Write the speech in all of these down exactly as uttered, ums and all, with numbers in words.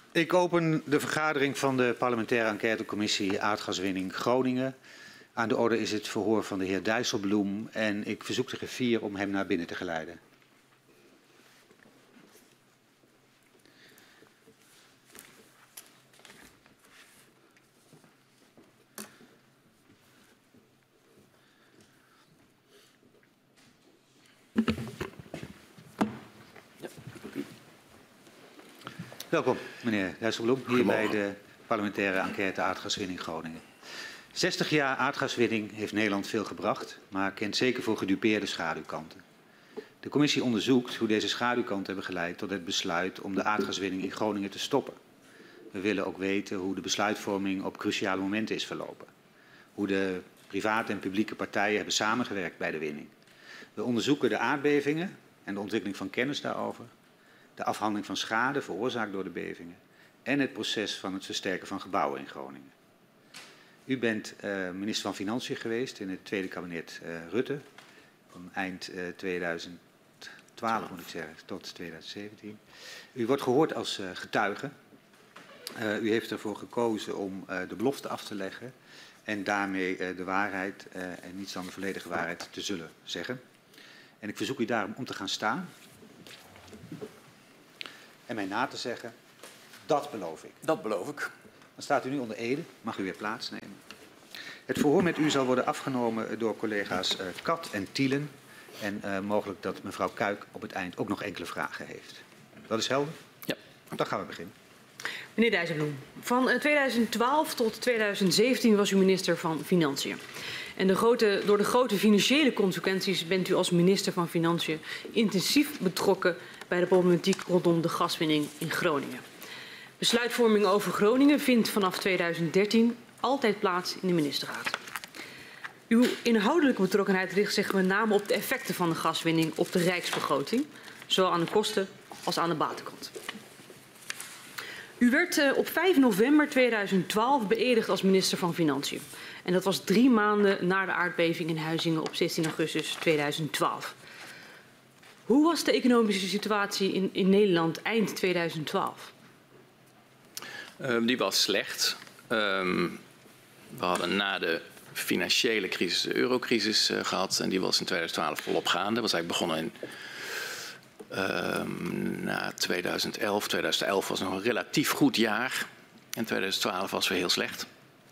Ik open de vergadering van de parlementaire enquêtecommissie aardgaswinning Groningen. Aan de orde is het verhoor van de heer Dijsselbloem en ik verzoek de griffier om hem naar binnen te geleiden. Welkom, meneer Dijsselbloem, hier bij de parlementaire enquête aardgaswinning Groningen. zestig jaar aardgaswinning heeft Nederland veel gebracht, maar kent zeker voor gedupeerde schaduwkanten. De commissie onderzoekt hoe deze schaduwkanten hebben geleid tot het besluit om de aardgaswinning in Groningen te stoppen. We willen ook weten hoe de besluitvorming op cruciale momenten is verlopen. Hoe de private en publieke partijen hebben samengewerkt bij de winning. We onderzoeken de aardbevingen en de ontwikkeling van kennis daarover. De afhandeling van schade veroorzaakt door de bevingen en het proces van het versterken van gebouwen in Groningen. U bent uh, minister van Financiën geweest in het tweede kabinet uh, Rutte, van eind uh, tweeduizend twaalf moet ik zeggen, tot tweeduizend zeventien. U wordt gehoord als uh, getuige. Uh, u heeft ervoor gekozen om uh, de belofte af te leggen en daarmee uh, de waarheid uh, en niets dan de volledige waarheid te zullen zeggen. En ik verzoek u daarom om te gaan staan. En mij na te zeggen, dat beloof ik. Dat beloof ik. Dan staat u nu onder ede, mag u weer plaatsnemen. Het verhoor met u zal worden afgenomen door collega's uh, Kat en Thielen. En uh, mogelijk dat mevrouw Kuik op het eind ook nog enkele vragen heeft. Dat is helder? Ja. Dan gaan we beginnen. Meneer Dijsselbloem, van tweeduizend twaalf tot tweeduizend zeventien was u minister van Financiën. En de grote, door de grote financiële consequenties bent u als minister van Financiën intensief betrokken bij de problematiek rondom de gaswinning in Groningen. Besluitvorming over Groningen vindt vanaf tweeduizend dertien altijd plaats in de ministerraad. Uw inhoudelijke betrokkenheid richt zich met name op de effecten van de gaswinning op de rijksbegroting, zowel aan de kosten als aan de batenkant. U werd uh, op vijf november tweeduizend twaalf beëdigd als minister van Financiën. En dat was drie maanden na de aardbeving in Huizingen op zestien augustus tweeduizend twaalf. Hoe was de economische situatie in, in Nederland eind tweeduizend twaalf? Uh, die was slecht. Um, we hadden na de financiële crisis de eurocrisis uh, gehad. En die was in tweeduizend twaalf volop gaande. Dat was eigenlijk begonnen in um, na tweeduizend elf. tweeduizend elf was nog een relatief goed jaar. En tweeduizend twaalf was weer heel slecht.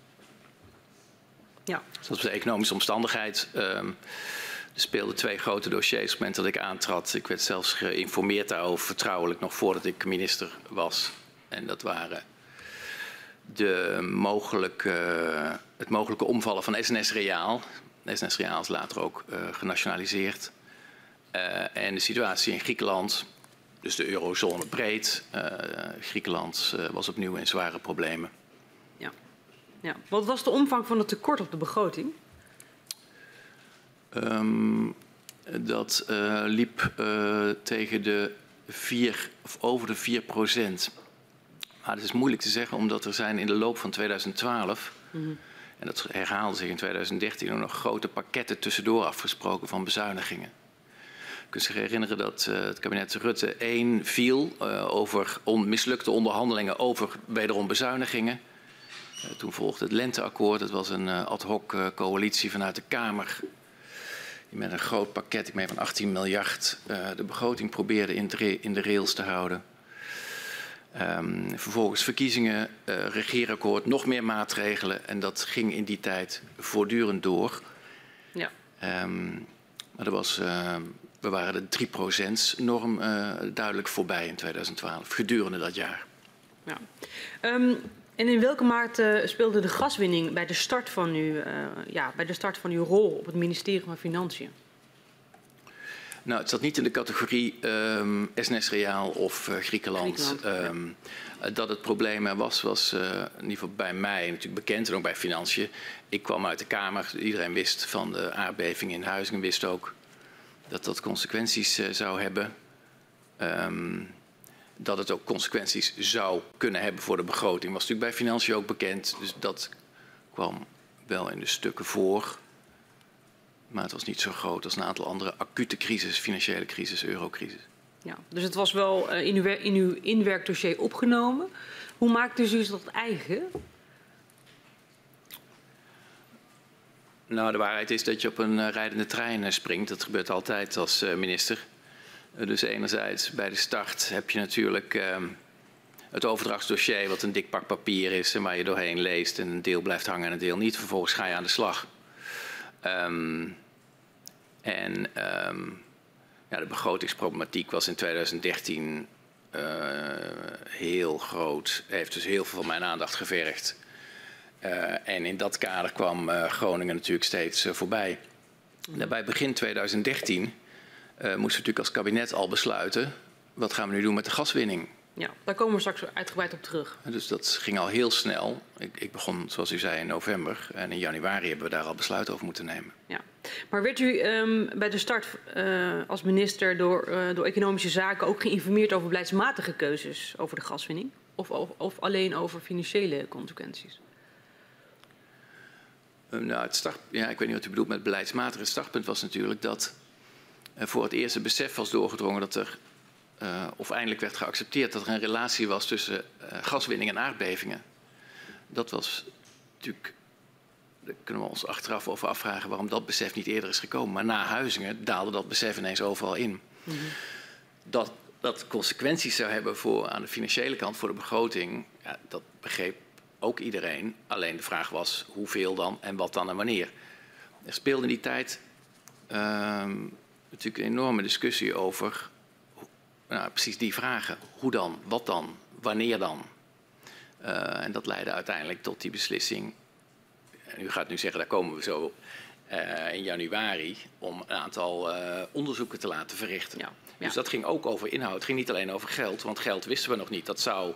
Ja. Dus dat was de economische omstandigheid. Um, Er speelden twee grote dossiers op het moment dat ik aantrad. Ik werd zelfs geïnformeerd daarover, vertrouwelijk, nog voordat ik minister was. En dat waren de mogelijke, het mogelijke omvallen van S N S Reaal. S N S Reaal is later ook uh, genationaliseerd. Uh, en de situatie in Griekenland, dus de eurozone breed. Uh, Griekenland uh, was opnieuw in zware problemen. Ja. Ja. Wat was de omvang van het tekort op de begroting? Um, dat uh, liep uh, tegen de vier of over de vier procent. Maar dat is moeilijk te zeggen, omdat er zijn in de loop van tweeduizend twaalf, mm-hmm. en dat herhaalde zich in tweeduizend dertien, ook nog grote pakketten tussendoor afgesproken van bezuinigingen. Je kunt zich herinneren dat uh, het kabinet Rutte één viel uh, over on, mislukte onderhandelingen over wederom bezuinigingen. Uh, toen volgde het Lenteakkoord. Dat was een uh, ad hoc uh, coalitie vanuit de Kamer. Die met een groot pakket, ik meen van achttien miljard, uh, de begroting probeerde in de, in de rails te houden. Um, vervolgens verkiezingen, uh, regeerakkoord, nog meer maatregelen. En dat ging in die tijd voortdurend door. Ja. Um, maar er was, uh, we waren de drie procent norm uh, duidelijk voorbij in tweeduizend twaalf, gedurende dat jaar. Ja. Um, En in welke mate speelde de gaswinning bij de start van uw, uh, ja, bij de start van uw rol op het ministerie van Financiën? Nou, het zat niet in de categorie um, S N S Reaal of uh, Griekenland. Griekenland um, ja. Dat het probleem er was, was uh, in ieder geval bij mij natuurlijk bekend en ook bij Financiën. Ik kwam uit de Kamer, iedereen wist van de aardbeving in Huizingen, wist ook dat dat consequenties uh, zou hebben. Um, Dat het ook consequenties zou kunnen hebben voor de begroting was natuurlijk bij Financiën ook bekend. Dus dat kwam wel in de stukken voor. Maar het was niet zo groot als een aantal andere acute crisis, financiële crisis, eurocrisis. Ja, dus het was wel in uw, in uw inwerkdossier opgenomen. Hoe maakt u dus dat eigen? Nou, de waarheid is dat je op een uh, rijdende trein uh, springt. Dat gebeurt altijd als uh, minister. Uh, dus enerzijds bij de start heb je natuurlijk uh, het overdrachtsdossier, wat een dik pak papier is en waar je doorheen leest en een deel blijft hangen en een deel niet. Vervolgens ga je aan de slag. Um, en um, ja, de begrotingsproblematiek was in tweeduizend dertien uh, heel groot. Heeft dus heel veel van mijn aandacht gevergd. Uh, en in dat kader kwam uh, Groningen natuurlijk steeds uh, voorbij. Mm. Bij begin tweeduizend dertien uh, moesten we natuurlijk als kabinet al besluiten, wat gaan we nu doen met de gaswinning? Ja, daar komen we straks uitgebreid op terug. Dus dat ging al heel snel. Ik, ik begon, zoals u zei, in november. En in januari hebben we daar al besluit over moeten nemen. Ja. Maar werd u um, bij de start uh, als minister door, uh, door Economische Zaken ook geïnformeerd over beleidsmatige keuzes over de gaswinning? Of, of, of alleen over financiële consequenties? Uh, nou, het start, ja, ik weet niet wat u bedoelt met beleidsmatig. Het startpunt was natuurlijk dat uh, voor het eerst het besef was doorgedrongen dat er, uh, of eindelijk werd geaccepteerd, dat er een relatie was tussen uh, gaswinning en aardbevingen. Dat was natuurlijk, daar kunnen we ons achteraf over afvragen waarom dat besef niet eerder is gekomen. Maar na Huizingen daalde dat besef ineens overal in. Mm-hmm. Dat dat consequenties zou hebben voor, aan de financiële kant voor de begroting, ja, dat begreep ook iedereen. Alleen de vraag was hoeveel dan en wat dan en wanneer. Er speelde in die tijd uh, natuurlijk een enorme discussie over nou, precies die vragen. Hoe dan? Wat dan? Wanneer dan? Uh, en dat leidde uiteindelijk tot die beslissing. En u gaat nu zeggen, daar komen we zo uh, in januari, om een aantal uh, onderzoeken te laten verrichten. Ja, ja. Dus dat ging ook over inhoud. Het ging niet alleen over geld, want geld wisten we nog niet. Dat zou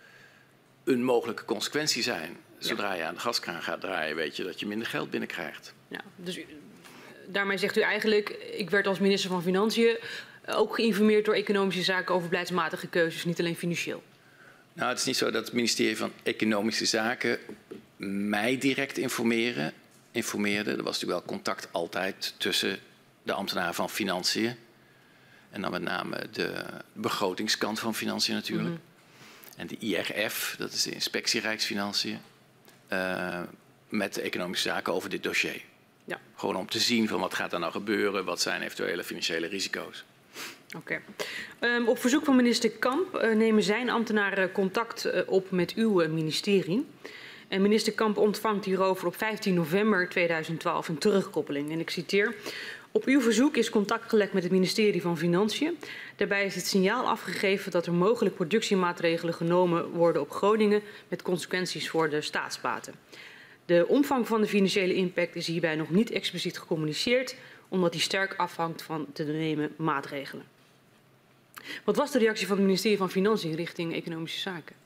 een mogelijke consequentie zijn. Zodra je aan de gaskraan gaat draaien, weet je dat je minder geld binnenkrijgt. Ja, dus u, daarmee zegt u eigenlijk, ik werd als minister van Financiën ook geïnformeerd door Economische Zaken over beleidsmatige keuzes, niet alleen financieel. Nou, het is niet zo dat het ministerie van Economische Zaken mij direct informeren, informeerde. Er was natuurlijk wel contact altijd tussen de ambtenaren van Financiën en dan met name de begrotingskant van Financiën natuurlijk. Mm-hmm. En de I R F, dat is de Inspectie Rijksfinanciën, uh, met de Economische Zaken over dit dossier. Ja. Gewoon om te zien van wat gaat er nou gebeuren, wat zijn eventuele financiële risico's. Oké. Okay. Um, op verzoek van minister Kamp uh, nemen zijn ambtenaren contact uh, op met uw uh, ministerie. En minister Kamp ontvangt hierover op vijftien november tweeduizend twaalf een terugkoppeling. En ik citeer: op uw verzoek is contact gelegd met het ministerie van Financiën. Daarbij is het signaal afgegeven dat er mogelijk productiemaatregelen genomen worden op Groningen met consequenties voor de staatsbaten. De omvang van de financiële impact is hierbij nog niet expliciet gecommuniceerd, omdat die sterk afhangt van te nemen maatregelen. Wat was de reactie van het ministerie van Financiën richting Economische Zaken?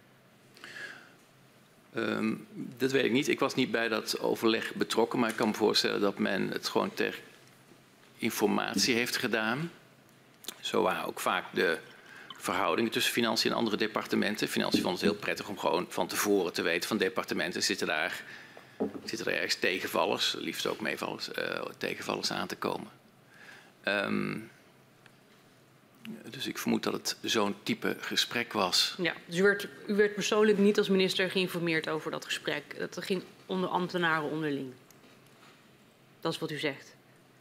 Um, dat weet ik niet. Ik was niet bij dat overleg betrokken, maar ik kan me voorstellen dat men het gewoon ter informatie heeft gedaan. Zo waren ook vaak de verhoudingen tussen Financiën en andere departementen. Financiën vond het heel prettig om gewoon van tevoren te weten van departementen zitten daar, zitten er ergens tegenvallers, liefst ook meevallers, uh, tegenvallers aan te komen. Um, dus ik vermoed dat het zo'n type gesprek was. Ja, dus u werd, u werd persoonlijk niet als minister geïnformeerd over dat gesprek. Dat ging onder ambtenaren onderling. Dat is wat u zegt.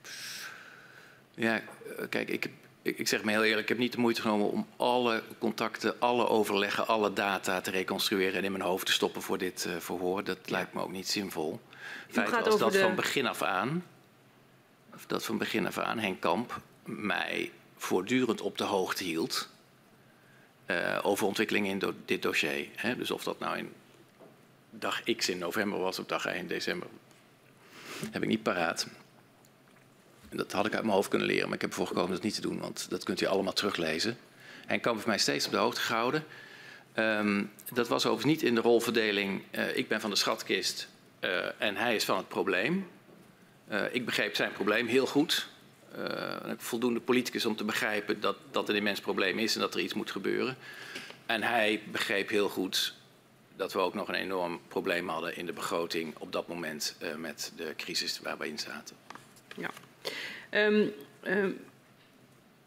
Ja, kijk, ik, ik, ik zeg me heel eerlijk, ik heb niet de moeite genomen om alle contacten, alle overleggen, alle data te reconstrueren en in mijn hoofd te stoppen voor dit uh, verhoor. Dat ja. lijkt me ook niet zinvol. Feit was dat de... van begin af aan, of dat van begin af aan Henk Kamp mij voortdurend op de hoogte hield uh, over ontwikkelingen in do dit dossier. Hè? Dus of dat nou in dag X in november was of dag één december, heb ik niet paraat. Dat had ik uit mijn hoofd kunnen leren, maar ik heb ervoor gekozen dat niet te doen, want dat kunt u allemaal teruglezen. Henk Kamp heeft mij steeds op de hoogte gehouden. Um, dat was overigens niet in de rolverdeling, uh, ik ben van de schatkist uh, en hij is van het probleem. Uh, ik begreep zijn probleem heel goed. Uh, ik voldoende politicus om te begrijpen dat dat een immens probleem is en dat er iets moet gebeuren. En hij begreep heel goed dat we ook nog een enorm probleem hadden in de begroting op dat moment uh, met de crisis waar we in zaten. Ja. Um, um,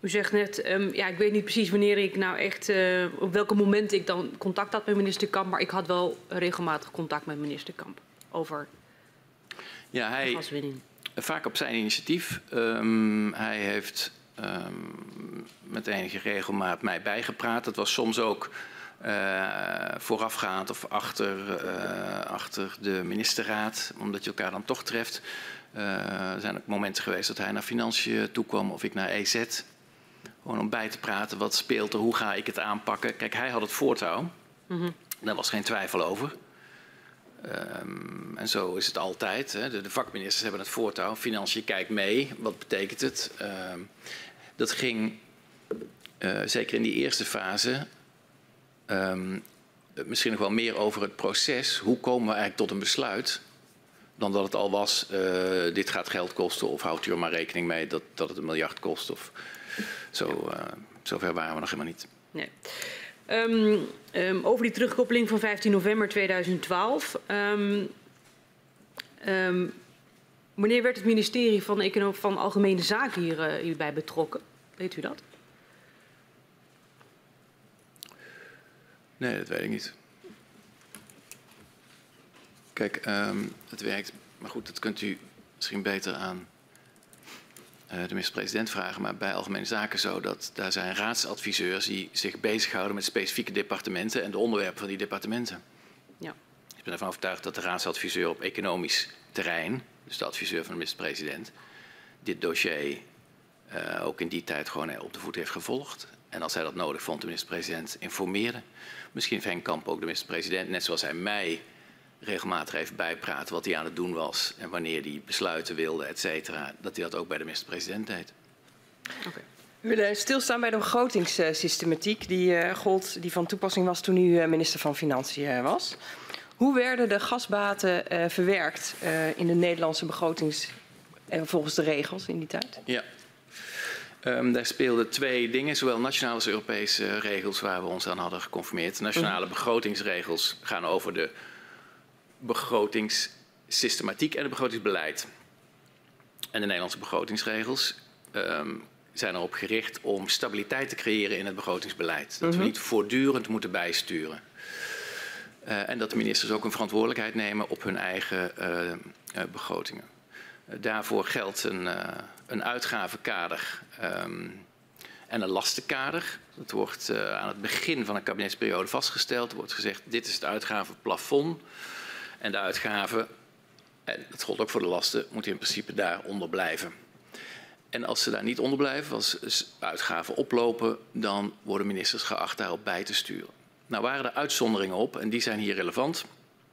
U zegt net, um, ja, ik weet niet precies wanneer ik nou echt, uh, op welke moment ik dan contact had met minister Kamp, maar ik had wel regelmatig contact met minister Kamp over ja, hij, de gaswinning. Vaak op zijn initiatief. Um, hij heeft um, met enige regelmaat mij bijgepraat. Dat was soms ook uh, voorafgaand of achter, uh, achter de ministerraad, omdat je elkaar dan toch treft. Uh, er zijn ook momenten geweest dat hij naar Financiën toekwam of ik naar E Z. Gewoon om bij te praten, wat speelt er, hoe ga ik het aanpakken. Kijk, hij had het voortouw. Mm-hmm. Daar was geen twijfel over. Um, en zo is het altijd. Hè. De, de vakministers hebben het voortouw. Financiën kijkt mee. Wat betekent het? Um, dat ging uh, zeker in die eerste fase um, misschien nog wel meer over het proces. Hoe komen we eigenlijk tot een besluit? Dan dat het al was, uh, dit gaat geld kosten of houdt u er maar rekening mee dat, dat het een miljard kost. Of zo, uh, zover waren we nog helemaal niet. Nee. Um, um, over die terugkoppeling van vijftien november tweeduizend twaalf. Um, um, wanneer werd het ministerie van, Econo- van Algemene Zaken hier, uh, hierbij betrokken? Weet u dat? Nee, dat weet ik niet. Kijk, um, het werkt, maar goed, dat kunt u misschien beter aan uh, de minister-president vragen. Maar bij Algemene Zaken zo dat daar zijn raadsadviseurs die zich bezighouden met specifieke departementen en de onderwerpen van die departementen. Ja. Ik ben ervan overtuigd dat de raadsadviseur op economisch terrein, dus de adviseur van de minister-president, dit dossier uh, ook in die tijd gewoon op de voet heeft gevolgd. En als hij dat nodig vond, de minister-president informeerde. Misschien Henk Kamp ook de minister-president, net zoals hij mij regelmatig even bijpraten wat hij aan het doen was en wanneer hij besluiten wilde, et cetera, dat hij dat ook bij de minister-president deed. Okay. We willen stilstaan bij de begrotingssystematiek die, uh, gold, die van toepassing was toen u uh, minister van Financiën uh, was. Hoe werden de gasbaten uh, verwerkt uh, in de Nederlandse begrotings, uh, volgens de regels in die tijd? Ja. Um, daar speelden twee dingen, zowel nationale als Europese regels waar we ons aan hadden geconformeerd. Nationale mm. begrotingsregels gaan over de begrotingssystematiek en het begrotingsbeleid. En de Nederlandse begrotingsregels um, zijn erop gericht om stabiliteit te creëren in het begrotingsbeleid. Dat mm-hmm. we niet voortdurend moeten bijsturen. Uh, en dat de ministers ook een verantwoordelijkheid nemen op hun eigen uh, uh, begrotingen. Uh, daarvoor geldt een, uh, een uitgavenkader um, en een lastenkader. Dat wordt uh, aan het begin van een kabinetsperiode vastgesteld. Er wordt gezegd, dit is het uitgavenplafond. En de uitgaven, en dat geldt ook voor de lasten, moeten in principe daaronder blijven. En als ze daar niet onder blijven, als uitgaven oplopen, dan worden ministers geacht daarop bij te sturen. Nou waren er uitzonderingen op en die zijn hier relevant.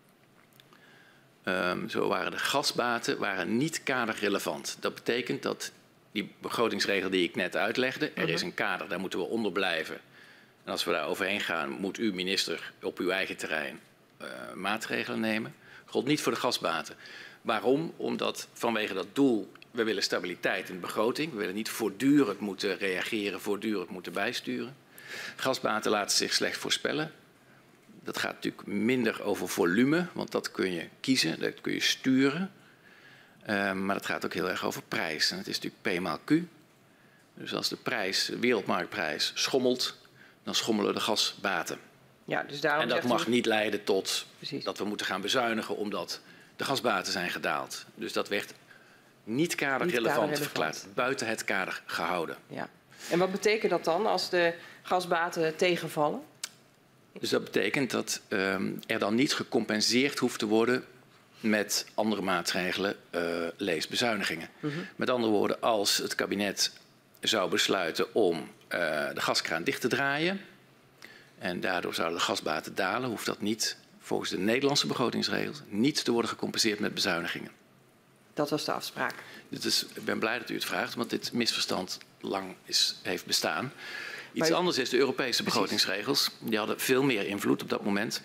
Um, zo waren de gasbaten waren niet kaderrelevant. Dat betekent dat die begrotingsregel die ik net uitlegde, er is een kader, daar moeten we onder blijven. En als we daar overheen gaan, moet u minister op uw eigen terrein uh, maatregelen nemen. Dat geldt niet voor de gasbaten. Waarom? Omdat vanwege dat doel, we willen stabiliteit in de begroting. We willen niet voortdurend moeten reageren, voortdurend moeten bijsturen. Gasbaten laten zich slecht voorspellen. Dat gaat natuurlijk minder over volume, want dat kun je kiezen, dat kun je sturen. Uh, maar het gaat ook heel erg over prijs. En het is natuurlijk P maal Q. Dus als de prijs, de wereldmarktprijs, schommelt, dan schommelen de gasbaten. Ja, dus daarom en dat mag u... niet leiden tot Precies. dat we moeten gaan bezuinigen omdat de gasbaten zijn gedaald. Dus dat werd niet kaderrelevant verklaard, buiten het kader gehouden. Ja. En wat betekent dat dan als de gasbaten tegenvallen? Dus dat betekent dat um, er dan niet gecompenseerd hoeft te worden met andere maatregelen, uh, lees bezuinigingen. Mm-hmm. Met andere woorden, als het kabinet zou besluiten om uh, de gaskraan dicht te draaien en daardoor zouden de gasbaten dalen, hoeft dat niet, volgens de Nederlandse begrotingsregels, niet te worden gecompenseerd met bezuinigingen. Dat was de afspraak. Dit is, ik ben blij dat u het vraagt, want dit misverstand lang is, heeft bestaan. Iets maar... anders is de Europese begrotingsregels. Die hadden veel meer invloed op dat moment.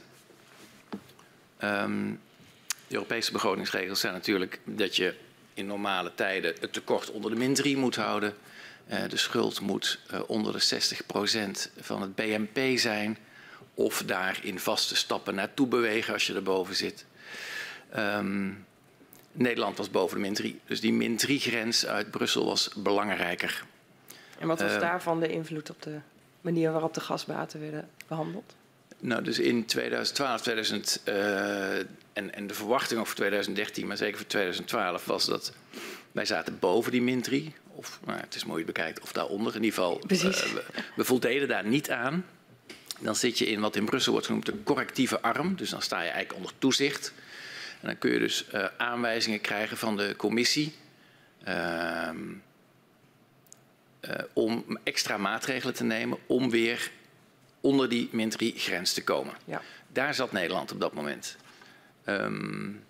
Um, de Europese begrotingsregels zijn natuurlijk dat je in normale tijden het tekort onder de min drie moet houden. Uh, de schuld moet uh, onder de zestig procent van het B N P zijn. Of daar in vaste stappen naartoe bewegen als je erboven zit. Um, Nederland was boven de min drie. Dus die min drie grens uit Brussel was belangrijker. En wat was Uh, daarvan de invloed op de manier waarop de gasbaten werden behandeld? Nou, dus in tweeduizend twaalf, tweeduizend, uh, en, en de verwachting ook voor tweeduizend dertien, maar zeker voor tweeduizend twaalf, was dat wij zaten boven die min drie. Of, nou, het is mooi je bekijkt, of daaronder. In ieder geval, uh, we, we voldeden daar niet aan. Dan zit je in wat in Brussel wordt genoemd de correctieve arm. Dus dan sta je eigenlijk onder toezicht. En dan kun je dus uh, aanwijzingen krijgen van de commissie Uh, uh, om extra maatregelen te nemen om weer onder die min drie grens te komen. Ja. Daar zat Nederland op dat moment. Um,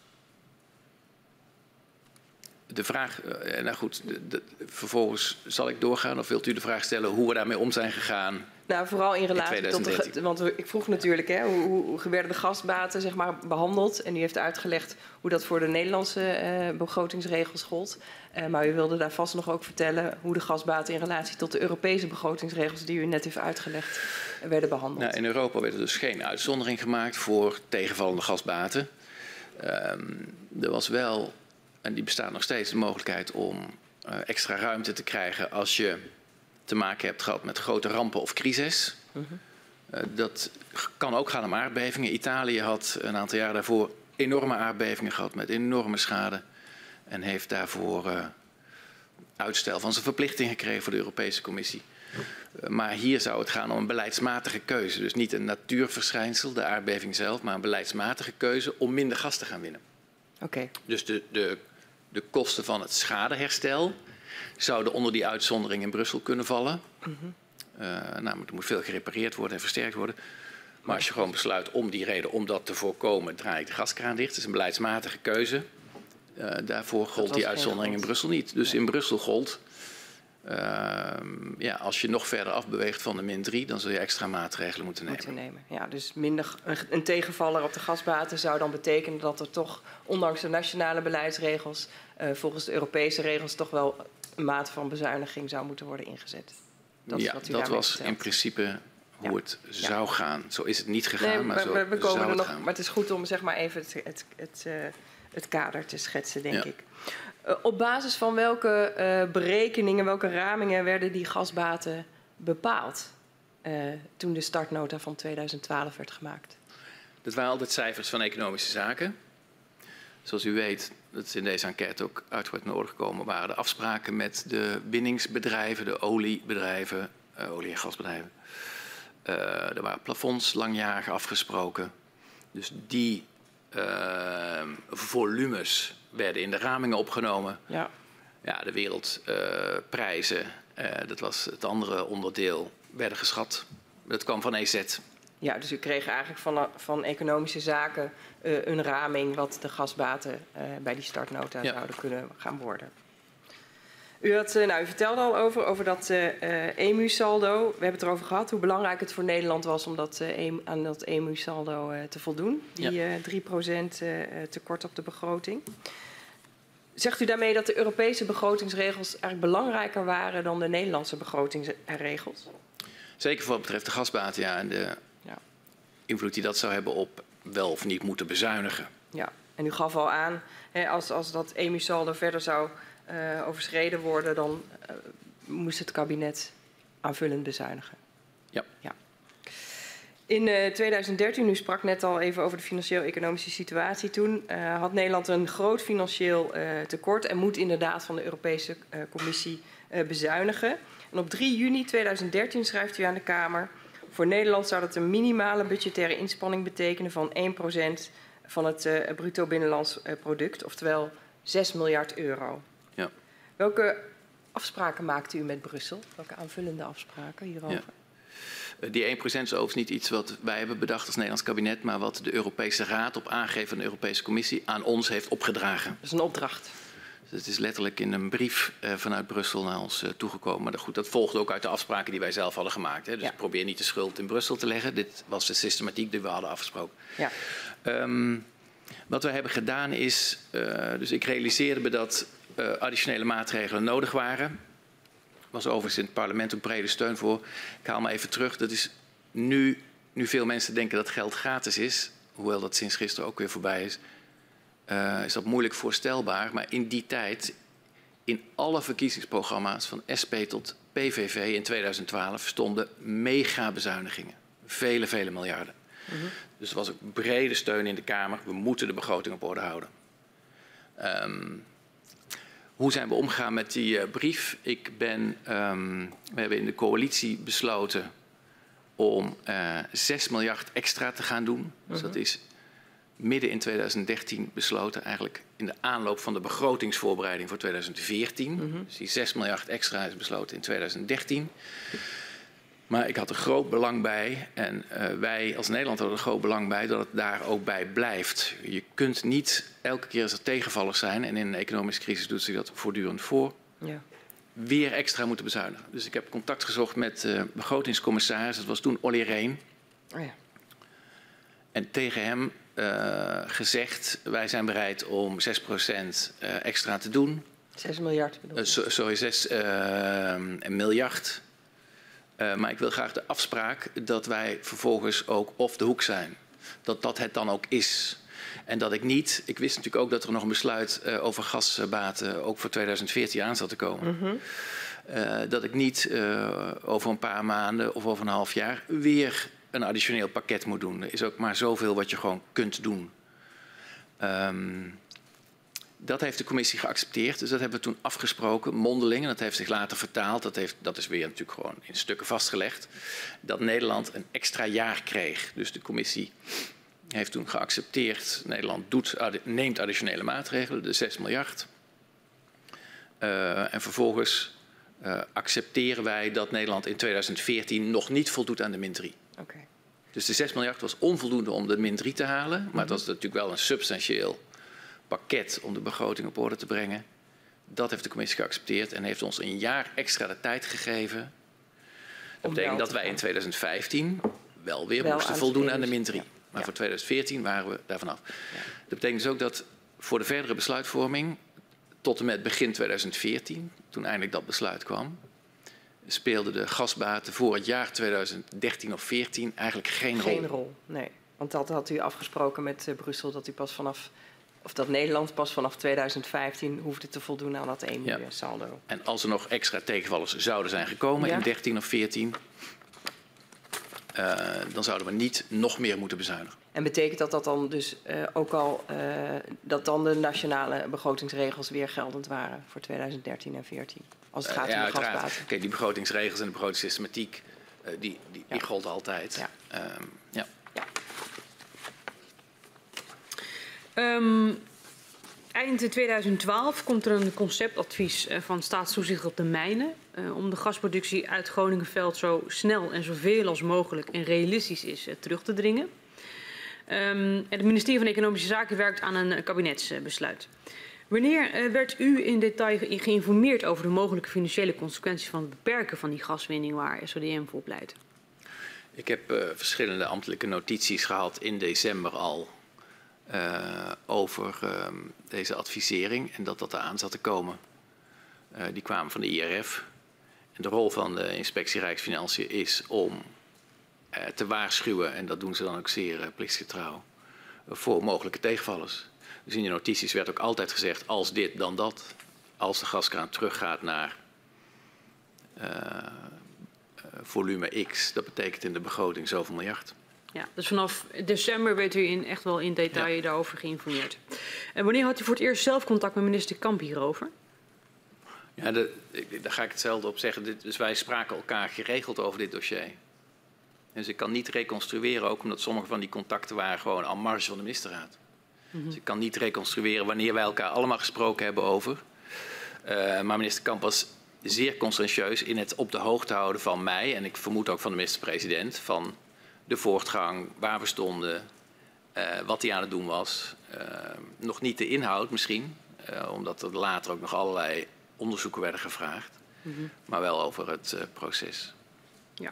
de vraag, uh, nou goed, de, de, vervolgens zal ik doorgaan of wilt u de vraag stellen hoe we daarmee om zijn gegaan? Nou, vooral in relatie in tot de, want ik vroeg natuurlijk, hè, hoe, hoe werden de gasbaten zeg maar, behandeld? En u heeft uitgelegd hoe dat voor de Nederlandse uh, begrotingsregels gold. Uh, maar u wilde daar vast nog ook vertellen hoe de gasbaten in relatie tot de Europese begrotingsregels die u net heeft uitgelegd uh, werden behandeld. Nou, in Europa werd er dus geen uitzondering gemaakt voor tegenvallende gasbaten. Um, er was wel, en die bestaat nog steeds, de mogelijkheid om uh, extra ruimte te krijgen als je te maken hebt gehad met grote rampen of crises. Mm-hmm. Uh, dat kan ook gaan om aardbevingen. Italië had een aantal jaar daarvoor enorme aardbevingen gehad met enorme schade. En heeft daarvoor uh, uitstel van zijn verplichting gekregen voor de Europese Commissie. Uh, maar hier zou het gaan om een beleidsmatige keuze. Dus niet een natuurverschijnsel, de aardbeving zelf, maar een beleidsmatige keuze om minder gas te gaan winnen. Okay. Dus de, de, de kosten van het schadeherstel zouden onder die uitzondering in Brussel kunnen vallen. Mm-hmm. uh, namelijk, er moet veel gerepareerd worden en versterkt worden. Maar als je gewoon besluit om die reden, om dat te voorkomen, draai ik de gaskraan dicht. Dat is een beleidsmatige keuze. Uh, daarvoor gold die uitzondering in Brussel niet. Dus ja. In Brussel gold, uh, ja, als je nog verder afbeweegt van de min drie, dan zul je extra maatregelen moeten nemen. Moeten nemen. Ja, dus minder, een tegenvaller op de gasbaten zou dan betekenen dat er toch, ondanks de nationale beleidsregels, uh, volgens de Europese regels toch wel een mate van bezuiniging zou moeten worden ingezet. Dat ja, dat was vertelt. In principe hoe ja. het zou ja. gaan. Zo is het niet gegaan, nee, maar zo we, we komen zou er nog, gaan. Maar het is goed om zeg maar even het, het, het, uh, het kader te schetsen, denk ja. ik. Uh, op basis van welke uh, berekeningen, welke ramingen werden die gasbaten bepaald uh, toen de startnota van tweeduizend twaalf werd gemaakt? Dat waren altijd cijfers van economische zaken. Zoals u weet, dat is in deze enquête ook uitgebreid naar orde gekomen, waren de afspraken met de winningsbedrijven, de oliebedrijven, uh, olie- en gasbedrijven. Uh, er waren plafonds langjarig afgesproken. Dus die uh, volumes werden in de ramingen opgenomen. Ja, ja de wereldprijzen, uh, uh, dat was het andere onderdeel, werden geschat. Dat kwam van E Z. Ja, dus u kreeg eigenlijk van, van economische zaken uh, een raming wat de gasbaten uh, bij die startnota ja. zouden kunnen gaan worden. U, had, uh, nou, u vertelde al over, over dat uh, uh, E M U-saldo. We hebben het erover gehad hoe belangrijk het voor Nederland was om dat, uh, aan dat E M U-saldo uh, te voldoen. Die ja. uh, drie procent uh, tekort op de begroting. Zegt u daarmee dat de Europese begrotingsregels eigenlijk belangrijker waren dan de Nederlandse begrotingsregels? Zeker voor wat betreft de gasbaten, ja. En de ja. invloed die dat zou hebben op wel of niet moeten bezuinigen. Ja, en u gaf al aan, hè, als, als dat E M U-saldo verder zou uh, overschreden worden, dan uh, moest het kabinet aanvullend bezuinigen. Ja. ja. In uh, tweeduizend dertien, u sprak net al even over de financieel-economische situatie toen, uh, had Nederland een groot financieel uh, tekort en moet inderdaad van de Europese uh, Commissie uh, bezuinigen. En op drie juni tweeduizend dertien schrijft u aan de Kamer: voor Nederland zou dat een minimale budgettaire inspanning betekenen van één procent van het uh, bruto binnenlands uh, product, oftewel zes miljard euro. Ja. Welke afspraken maakte u met Brussel? Welke aanvullende afspraken hierover? Ja. Die één procent is overigens niet iets wat wij hebben bedacht als Nederlands kabinet, maar wat de Europese Raad op aangeven van de Europese Commissie aan ons heeft opgedragen. Dat is een opdracht. Dus het is letterlijk in een brief uh, vanuit Brussel naar ons uh, toegekomen. Maar goed, dat volgt ook uit de afspraken die wij zelf hadden gemaakt. Hè. Dus ja. probeer niet de schuld in Brussel te leggen. Dit was de systematiek die we hadden afgesproken. Ja. Um, wat we hebben gedaan is, uh, dus ik realiseerde me dat uh, additionele maatregelen nodig waren. Er was overigens in het parlement ook brede steun voor. Ik haal me even terug. Dat is nu, nu veel mensen denken dat geld gratis is, hoewel dat sinds gisteren ook weer voorbij is. Uh, is dat moeilijk voorstelbaar, maar in die tijd in alle verkiezingsprogramma's van S P tot P V V in tweeduizend twaalf stonden mega bezuinigingen. Vele, vele miljarden. Mm-hmm. Dus er was ook brede steun in de Kamer. We moeten de begroting op orde houden. Um, hoe zijn we omgegaan met die uh, brief? Ik ben, um, we hebben in de coalitie besloten om uh, zes miljard extra te gaan doen. Mm-hmm. Dus dat is midden in tweeduizend dertien besloten, eigenlijk in de aanloop van de begrotingsvoorbereiding voor tweeduizend veertien. Mm-hmm. Dus die zes miljard extra is besloten in tweeduizend dertien. Maar ik had er groot belang bij, en uh, wij als Nederland hadden er groot belang bij, dat het daar ook bij blijft. Je kunt niet elke keer als er tegenvallers zijn, en in een economische crisis doet zich dat voortdurend voor, ja. weer extra moeten bezuinigen. Dus ik heb contact gezocht met de uh, begrotingscommissaris, dat was toen Olly Rehn. Oh ja. En tegen hem uh, gezegd, wij zijn bereid om zes procent uh, extra te doen. zes miljard bedoel uh, so, Sorry, zes uh, miljard. Uh, maar ik wil graag de afspraak dat wij vervolgens ook off de hoek zijn. Dat dat het dan ook is. En dat ik niet... Ik wist natuurlijk ook dat er nog een besluit uh, over gasbaten ook voor tweeduizend veertien aan zat te komen. Mm-hmm. uh, dat ik niet uh, over een paar maanden of over een half jaar weer een additioneel pakket moet doen. Er is ook maar zoveel wat je gewoon kunt doen. Um, Dat heeft de commissie geaccepteerd, dus dat hebben we toen afgesproken, mondeling. En dat heeft zich later vertaald, dat, heeft, dat is weer natuurlijk gewoon in stukken vastgelegd, dat Nederland een extra jaar kreeg. Dus de commissie heeft toen geaccepteerd, Nederland doet, neemt additionele maatregelen, de zes miljard. Uh, en vervolgens uh, accepteren wij dat Nederland in tweeduizend veertien nog niet voldoet aan de min drie. Okay. Dus de zes miljard was onvoldoende om de min drie te halen, maar het was natuurlijk wel een substantieel pakket om de begroting op orde te brengen. Dat heeft de commissie geaccepteerd en heeft ons een jaar extra de tijd gegeven. Dat betekent dat wij in tweeduizend vijftien wel weer wel moesten aan voldoen aan de min drie. Ja. Maar ja. voor tweeduizend veertien waren we daarvan af. Ja. Dat betekent dus ook dat voor de verdere besluitvorming tot en met begin tweeduizend veertien, toen eindelijk dat besluit kwam, speelden de gasbaten voor het jaar tweeduizend dertien of veertien eigenlijk geen rol. Geen rol, nee. Want dat had u afgesproken met uh, Brussel, dat u pas vanaf... Of dat Nederland pas vanaf tweeduizend vijftien hoefde te voldoen aan dat één ja. saldo. En als er nog extra tegenvallers zouden zijn gekomen ja. in dertien of veertien... Uh, dan zouden we niet nog meer moeten bezuinigen. En betekent dat dat dan dus uh, ook al... Uh, dat dan de nationale begrotingsregels weer geldend waren voor tweeduizend dertien en veertien? Als het gaat uh, ja, om de gasbaten. Kijk, die begrotingsregels en de begrotingssystematiek, uh, die, die, ja. die gold altijd. Ja. Um, ja. Ja. Um, eind tweeduizend twaalf komt er een conceptadvies van Staatstoezicht op de Mijnen uh, om de gasproductie uit Groningenveld zo snel en zoveel als mogelijk en realistisch is uh, terug te dringen. Um, en het ministerie van Economische Zaken werkt aan een uh, kabinetsbesluit. Wanneer uh, werd u in detail ge geïnformeerd over de mogelijke financiële consequenties van het beperken van die gaswinning waar S O D M voor pleit? Ik heb uh, verschillende ambtelijke notities gehad in december al. Uh, over uh, deze advisering en dat dat eraan zat te komen. Uh, die kwamen van de I R F. En de rol van de Inspectie Rijksfinanciën is om uh, te waarschuwen, en dat doen ze dan ook zeer uh, plichtsgetrouw, uh, voor mogelijke tegenvallers. Dus in de notities werd ook altijd gezegd, als dit, dan dat. Als de gaskraan teruggaat naar uh, uh, volume X, dat betekent in de begroting zoveel miljard. Ja, dus vanaf december werd u in, echt wel in detail ja. daarover geïnformeerd. En wanneer had u voor het eerst zelf contact met minister Kamp hierover? Ja, de, daar ga ik hetzelfde op zeggen. Dus wij spraken elkaar geregeld over dit dossier. Dus ik kan niet reconstrueren, ook omdat sommige van die contacten waren gewoon en marge van de ministerraad. Mm-hmm. Dus ik kan niet reconstrueren wanneer wij elkaar allemaal gesproken hebben over. Uh, maar minister Kamp was zeer conscientieus in het op de hoogte houden van mij, en ik vermoed ook van de minister-president, van de voortgang, waar we stonden, uh, wat hij aan het doen was. Uh, nog niet de inhoud misschien, uh, omdat er later ook nog allerlei onderzoeken werden gevraagd. Mm-hmm. Maar wel over het uh, proces. Ja.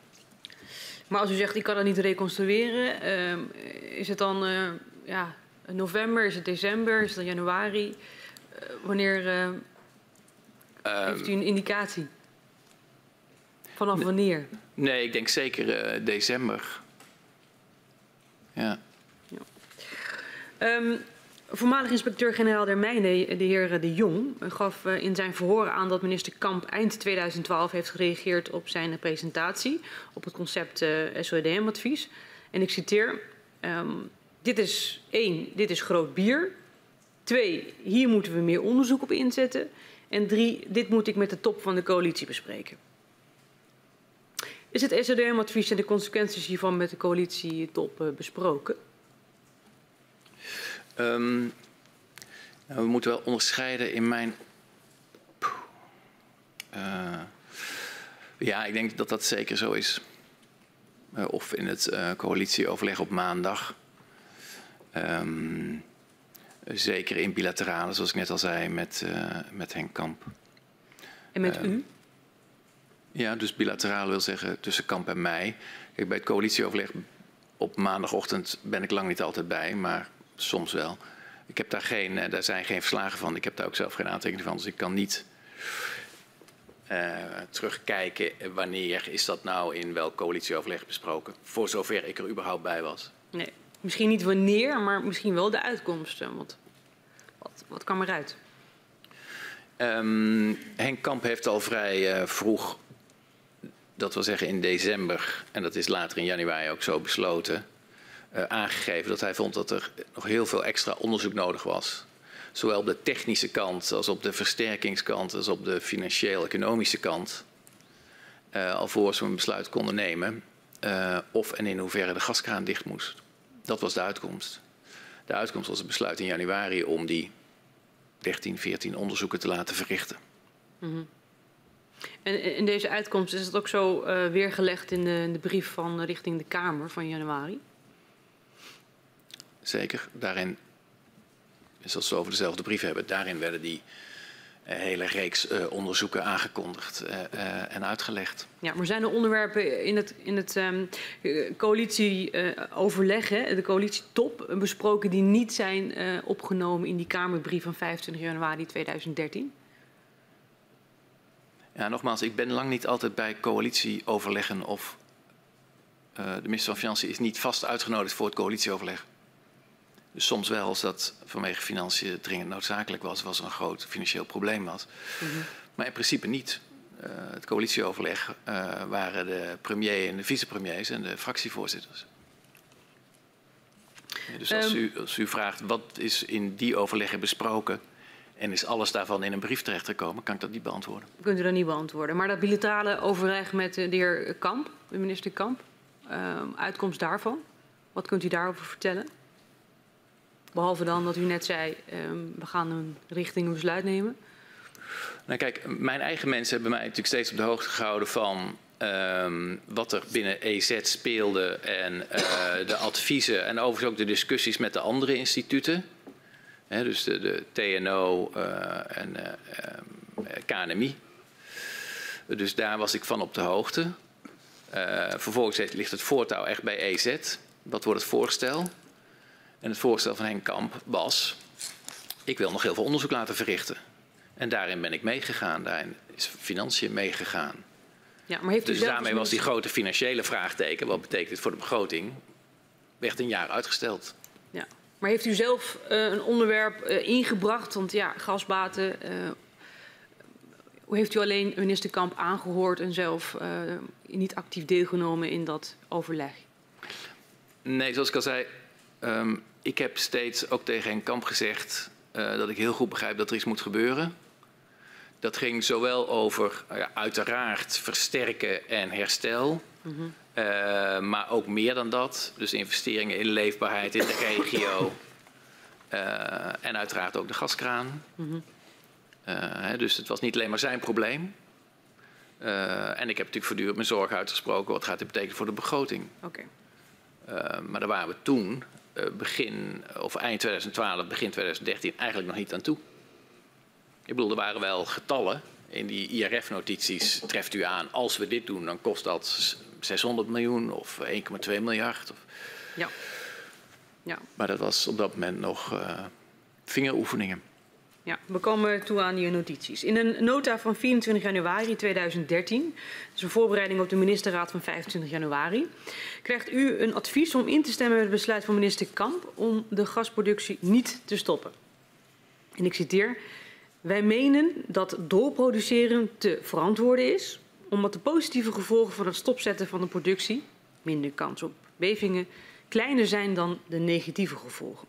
Maar als u zegt, ik kan dat niet reconstrueren, uh, is het dan uh, ja, november, is het december, is het dan januari? Uh, wanneer uh, um, heeft u een indicatie? Vanaf wanneer? Nee, ik denk zeker uh, december. Ja. ja. Um, Voormalig inspecteur-generaal der Mijnen, de heer De Jong, gaf in zijn verhoor aan dat minister Kamp eind tweeduizend twaalf heeft gereageerd op zijn presentatie op het concept uh, S O D M-advies. En ik citeer, um, dit is één, dit is groot bier. Twee, hier moeten we meer onderzoek op inzetten. En drie, dit moet ik met de top van de coalitie bespreken. Is het S O D M-advies en de consequenties hiervan met de coalitietop uh, besproken? Um, nou, we moeten wel onderscheiden in mijn... Uh, ja, ik denk dat dat zeker zo is. Uh, of in het uh, coalitieoverleg op maandag. Um, zeker in bilaterale, zoals ik net al zei, met, uh, met Henk Kamp. En met um, u? Ja, dus bilateraal wil zeggen tussen Kamp en mij. Kijk, bij het coalitieoverleg op maandagochtend ben ik lang niet altijd bij, maar soms wel. Ik heb daar geen, daar zijn geen verslagen van. Ik heb daar ook zelf geen aantekening van, dus ik kan niet uh, terugkijken wanneer is dat nou in welk coalitieoverleg besproken. Voor zover ik er überhaupt bij was. Nee, misschien niet wanneer, maar misschien wel de uitkomsten. Wat, wat, wat kwam eruit? Um, Henk Kamp heeft al vrij uh, vroeg, dat wil zeggen in december, en dat is later in januari ook zo besloten, uh, aangegeven dat hij vond dat er nog heel veel extra onderzoek nodig was. Zowel op de technische kant als op de versterkingskant als op de financieel-economische kant. Uh, alvorens we een besluit konden nemen uh, of en in hoeverre de gaskraan dicht moest. Dat was de uitkomst. De uitkomst was het besluit in januari om die dertien, veertien onderzoeken te laten verrichten. Mm-hmm. En in deze uitkomst is het ook zo uh, weergelegd in de, in de brief van uh, richting de Kamer van januari? Zeker. Daarin, zoals we over dezelfde brief hebben, daarin werden die uh, hele reeks uh, onderzoeken aangekondigd uh, uh, en uitgelegd. Ja, maar zijn er onderwerpen in het, in het um, coalitieoverleg, uh, de coalitietop, uh, besproken die niet zijn uh, opgenomen in die Kamerbrief van vijfentwintig januari tweeduizend dertien? Ja, nogmaals, ik ben lang niet altijd bij coalitieoverleggen of uh, de minister van Financiën is niet vast uitgenodigd voor het coalitieoverleg. Dus soms wel als dat vanwege financiën dringend noodzakelijk was, was er een groot financieel probleem was. Mm-hmm. Maar in principe niet. Uh, het coalitieoverleg uh, waren de premier en de vicepremiers en de fractievoorzitters. Ja, dus als u, als u vraagt wat is in die overleggen besproken en is alles daarvan in een brief terechtgekomen, kan ik dat niet beantwoorden. Kunt u dat niet beantwoorden. Maar dat bilaterale overleg met de heer Kamp, de minister Kamp, uh, uitkomst daarvan, wat kunt u daarover vertellen? Behalve dan dat u net zei, um, we gaan een richting een besluit nemen. Nou kijk, mijn eigen mensen hebben mij natuurlijk steeds op de hoogte gehouden van um, wat er binnen E Z speelde en uh, de adviezen en overigens ook de discussies met de andere instituten. He, dus de, de T N O uh, en uh, um, K N M I. Dus daar was ik van op de hoogte. Uh, vervolgens ligt het voortouw echt bij E Z. Wat wordt het voorstel? En het voorstel van Henk Kamp was, ik wil nog heel veel onderzoek laten verrichten. En daarin ben ik meegegaan, daarin is Financiën meegegaan. Ja, maar heeft u dus zelf daarmee was die grote financiële vraagteken, wat betekent dit voor de begroting, werd een jaar uitgesteld. Ja, maar heeft u zelf uh, een onderwerp uh, ingebracht, want ja, gasbaten, uh, hoe heeft u alleen minister Kamp aangehoord en zelf uh, niet actief deelgenomen in dat overleg? Nee, zoals ik al zei, um, ik heb steeds ook tegen Henk Kamp gezegd uh, dat ik heel goed begrijp dat er iets moet gebeuren. Dat ging zowel over uh, ja, uiteraard versterken en herstel, mm-hmm. uh, maar ook meer dan dat. Dus investeringen in leefbaarheid in de regio uh, en uiteraard ook de gaskraan. Mm-hmm. uh, hè, dus het was niet alleen maar zijn probleem. Uh, en ik heb natuurlijk voortdurend mijn zorg uitgesproken, wat gaat dit betekenen voor de begroting. Okay. Uh, maar daar waren we toen, uh, begin, of eind tweeduizend twaalf, begin tweeduizend dertien, eigenlijk nog niet aan toe. Ik bedoel, er waren wel getallen in die I R F-notities, treft u aan, als we dit doen, dan kost dat zeshonderd miljoen of één komma twee miljard. Of... Ja. Ja. Maar dat was op dat moment nog uh, vingeroefeningen. Ja, we komen toe aan die notities. In een nota van vierentwintig januari tweeduizend dertien, dus een voorbereiding op de ministerraad van vijfentwintig januari, krijgt u een advies om in te stemmen met het besluit van minister Kamp om de gasproductie niet te stoppen. En ik citeer: wij menen dat doorproduceren te verantwoorden is, omdat de positieve gevolgen van het stopzetten van de productie, minder kans op bevingen, kleiner zijn dan de negatieve gevolgen.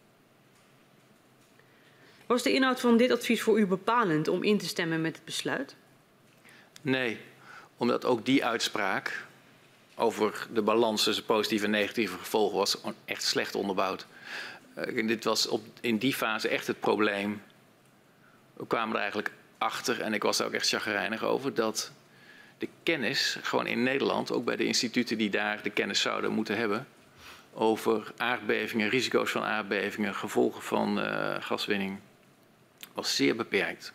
Was de inhoud van dit advies voor u bepalend om in te stemmen met het besluit? Nee, omdat ook die uitspraak over de balans tussen positieve en negatieve gevolgen was echt slecht onderbouwd. Uh, dit was op, in die fase echt het probleem. We kwamen er eigenlijk achter, en ik was daar ook echt chagrijnig over, dat de kennis gewoon in Nederland, ook bij de instituten die daar de kennis zouden moeten hebben, over aardbevingen, risico's van aardbevingen, gevolgen van uh, gaswinning, was zeer beperkt.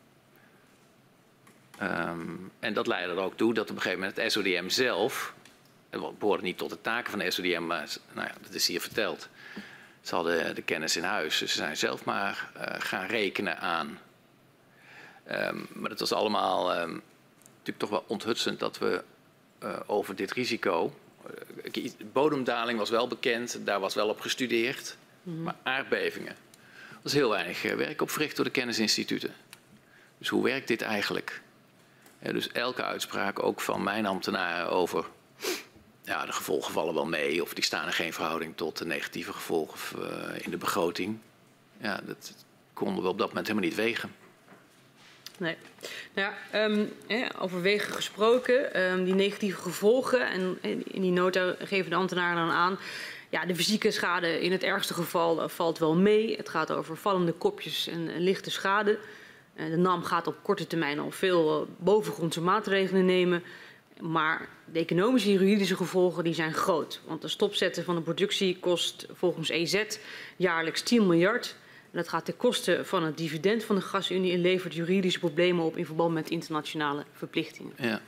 Um, en dat leidde er ook toe dat op een gegeven moment het S O D M zelf, het behoorde niet tot de taken van de S O D M, maar nou ja, dat is hier verteld. Ze hadden de kennis in huis, dus ze zijn zelf maar uh, gaan rekenen aan. Um, maar dat was allemaal um, natuurlijk toch wel onthutsend dat we uh, over dit risico... Uh, bodemdaling was wel bekend, daar was wel op gestudeerd. Mm-hmm. Maar aardbevingen, er was heel weinig uh, werk op verricht door de kennisinstituten. Dus hoe werkt dit eigenlijk? Ja, dus elke uitspraak, ook van mijn ambtenaren over... ja, de gevolgen vallen wel mee of die staan in geen verhouding tot de negatieve gevolgen uh, in de begroting. Ja, dat konden we op dat moment helemaal niet wegen. Nee. Nou ja, um, eh, over wegen gesproken, um, die negatieve gevolgen. En in die nota geven de ambtenaren dan aan. Ja, de fysieke schade in het ergste geval uh, valt wel mee. Het gaat over vallende kopjes en uh, lichte schade. Uh, de N A M gaat op korte termijn al veel uh, bovengrondse maatregelen nemen. Maar de economische en juridische gevolgen die zijn groot. Want de stopzetten van de productie kost volgens E Z jaarlijks tien miljard. En dat gaat ten koste van het dividend van de gasunie en levert juridische problemen op in verband met internationale verplichtingen. Ja,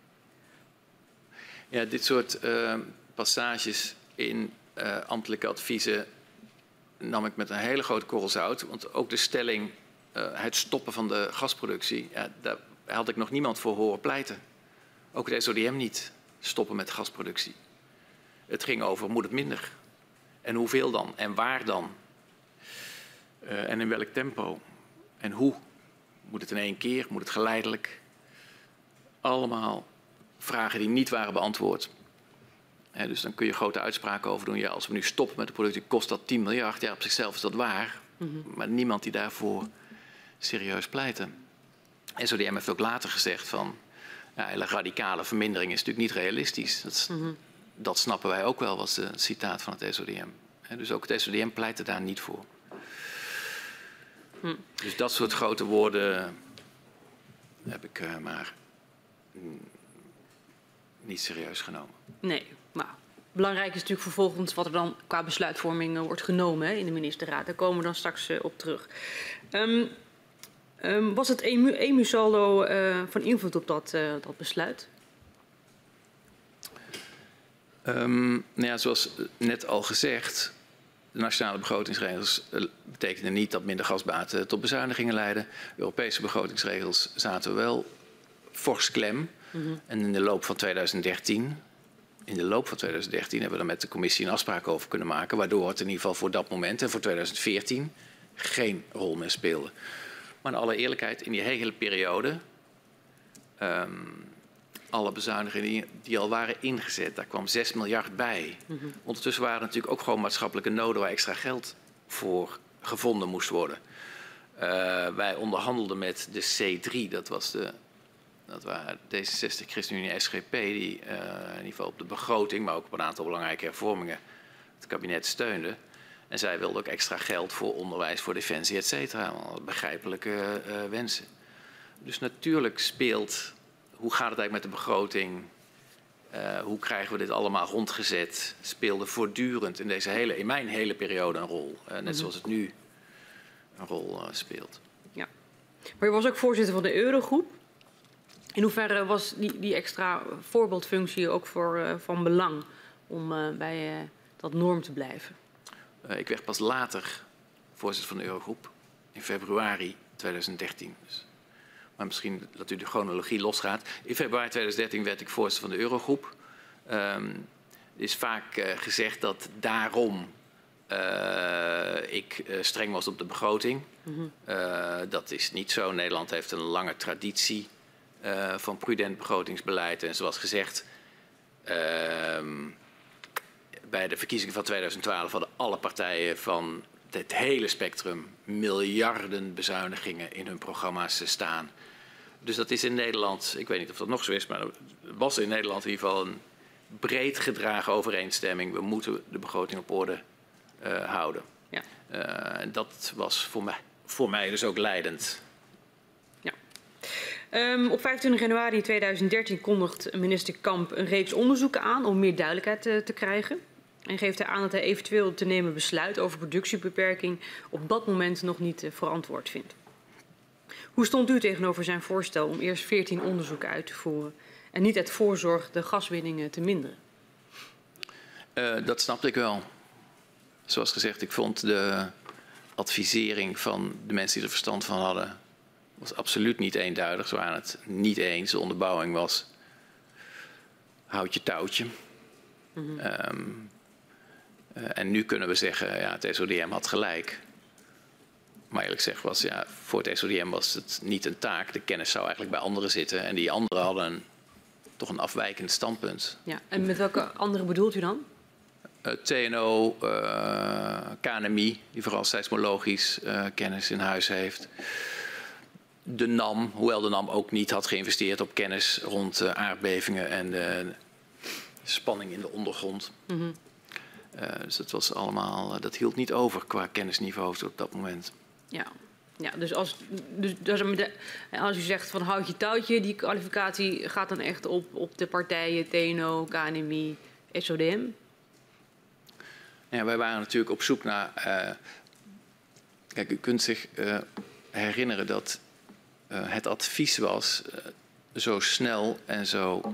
ja dit soort uh, passages in uh, ambtelijke adviezen nam ik met een hele grote korrel zout. Want ook de stelling, uh, het stoppen van de gasproductie, ja, daar had ik nog niemand voor horen pleiten. Ook het S O D M niet, stoppen met gasproductie. Het ging over, moet het minder? En hoeveel dan? En waar dan? Uh, en in welk tempo? En hoe? Moet het in één keer? Moet het geleidelijk? Allemaal vragen die niet waren beantwoord. Ja, dus dan kun je grote uitspraken over doen. Ja, als we nu stoppen met de productie, kost dat tien miljard. Ja, op zichzelf is dat waar. Mm-hmm. Maar niemand die daarvoor serieus pleitte. S O D M heeft ook later gezegd van... ja, hele radicale vermindering is natuurlijk niet realistisch. Dat, mm-hmm. dat snappen wij ook wel, was het citaat van het S O D M. Ja, dus ook het S O D M pleitte daar niet voor. Hm. Dus dat soort grote woorden heb ik uh, maar niet serieus genomen. Nee, maar belangrijk is natuurlijk vervolgens wat er dan qua besluitvorming uh, wordt genomen hè, in de ministerraad. Daar komen we dan straks uh, op terug. Um, um, was het E M U-saldo uh, van invloed op dat, uh, dat besluit? Um, nou ja, zoals net al gezegd... De nationale begrotingsregels betekenden niet dat minder gasbaten tot bezuinigingen leiden. De Europese begrotingsregels zaten wel fors klem. Mm-hmm. En in de loop van tweeduizend dertien, in de loop van tweeduizend dertien hebben we er met de commissie een afspraak over kunnen maken. Waardoor het in ieder geval voor dat moment en voor tweeduizend veertien geen rol meer speelde. Maar in alle eerlijkheid, in die hele periode... Um, alle bezuinigingen die, die al waren ingezet, daar kwam zes miljard bij. Mm-hmm. Ondertussen waren er natuurlijk ook gewoon maatschappelijke noden waar extra geld voor gevonden moest worden. Uh, wij onderhandelden met de C drie, dat was de, dat waren D zesenzestig, ChristenUnie en S G P, die uh, in ieder geval op de begroting, maar ook op een aantal belangrijke hervormingen het kabinet steunden. En zij wilden ook extra geld voor onderwijs, voor defensie, et cetera. Begrijpelijke uh, wensen. Dus natuurlijk speelt... Hoe gaat het eigenlijk met de begroting? Uh, hoe krijgen we dit allemaal rondgezet? Speelde voortdurend in, deze hele, in mijn hele periode een rol. Uh, net mm-hmm. zoals het nu een rol uh, speelt. Ja. Maar je was ook voorzitter van de Eurogroep. In hoeverre was die, die extra voorbeeldfunctie ook voor, uh, van belang om uh, bij uh, dat norm te blijven? Uh, ik werd pas later voorzitter van de Eurogroep. in februari tweeduizend dertien. Dus, maar misschien dat u de chronologie losgaat. In februari tweeduizend dertien werd ik voorzitter van de Eurogroep. Um, er is vaak uh, gezegd dat daarom uh, ik uh, streng was op de begroting. Mm-hmm. uh, dat is niet zo. Nederland heeft een lange traditie uh, van prudent begrotingsbeleid. En zoals gezegd, uh, bij de verkiezingen van tweeduizend twaalf hadden alle partijen van het hele spectrum miljarden bezuinigingen in hun programma's staan. Dus dat is in Nederland, ik weet niet of dat nog zo is, maar het was in Nederland in ieder geval een breed gedragen overeenstemming. We moeten de begroting op orde uh, houden. Ja. Uh, en dat was voor mij, voor mij dus ook leidend. Ja. Um, op vijfentwintig januari tweeduizend dertien kondigt minister Kamp een reeks onderzoeken aan om meer duidelijkheid te, te krijgen. En geeft hij aan dat hij eventueel te nemen besluit over productiebeperking op dat moment nog niet uh, verantwoord vindt. Hoe stond u tegenover zijn voorstel om eerst veertien onderzoeken uit te voeren en niet uit voorzorg de gaswinning te minderen? Uh, dat snapte ik wel. Zoals gezegd, ik vond de advisering van de mensen die er verstand van hadden was absoluut niet eenduidig. Ze waren het niet eens. De onderbouwing was houd je touwtje. Mm-hmm. um, uh, en nu kunnen we zeggen, ja, het S O D M had gelijk. Maar eerlijk gezegd was, ja, voor het S O D M was het niet een taak. De kennis zou eigenlijk bij anderen zitten. En die anderen hadden een, toch een afwijkend standpunt. Ja, en met welke andere bedoelt u dan? Uh, T N O, uh, K N M I, die vooral seismologisch uh, kennis in huis heeft. De N A M, hoewel de N A M ook niet had geïnvesteerd op kennis rond uh, aardbevingen en de spanning in de ondergrond. Mm-hmm. Uh, dus dat was allemaal, uh, dat hield niet over qua kennisniveau op dat moment. Ja, ja dus, als, dus, dus als u zegt van houd je touwtje, die kwalificatie gaat dan echt op, op de partijen T N O, K N M I, S O D M? Ja, wij waren natuurlijk op zoek naar. Uh, kijk, u kunt zich uh, herinneren dat uh, het advies was uh, zo snel en zo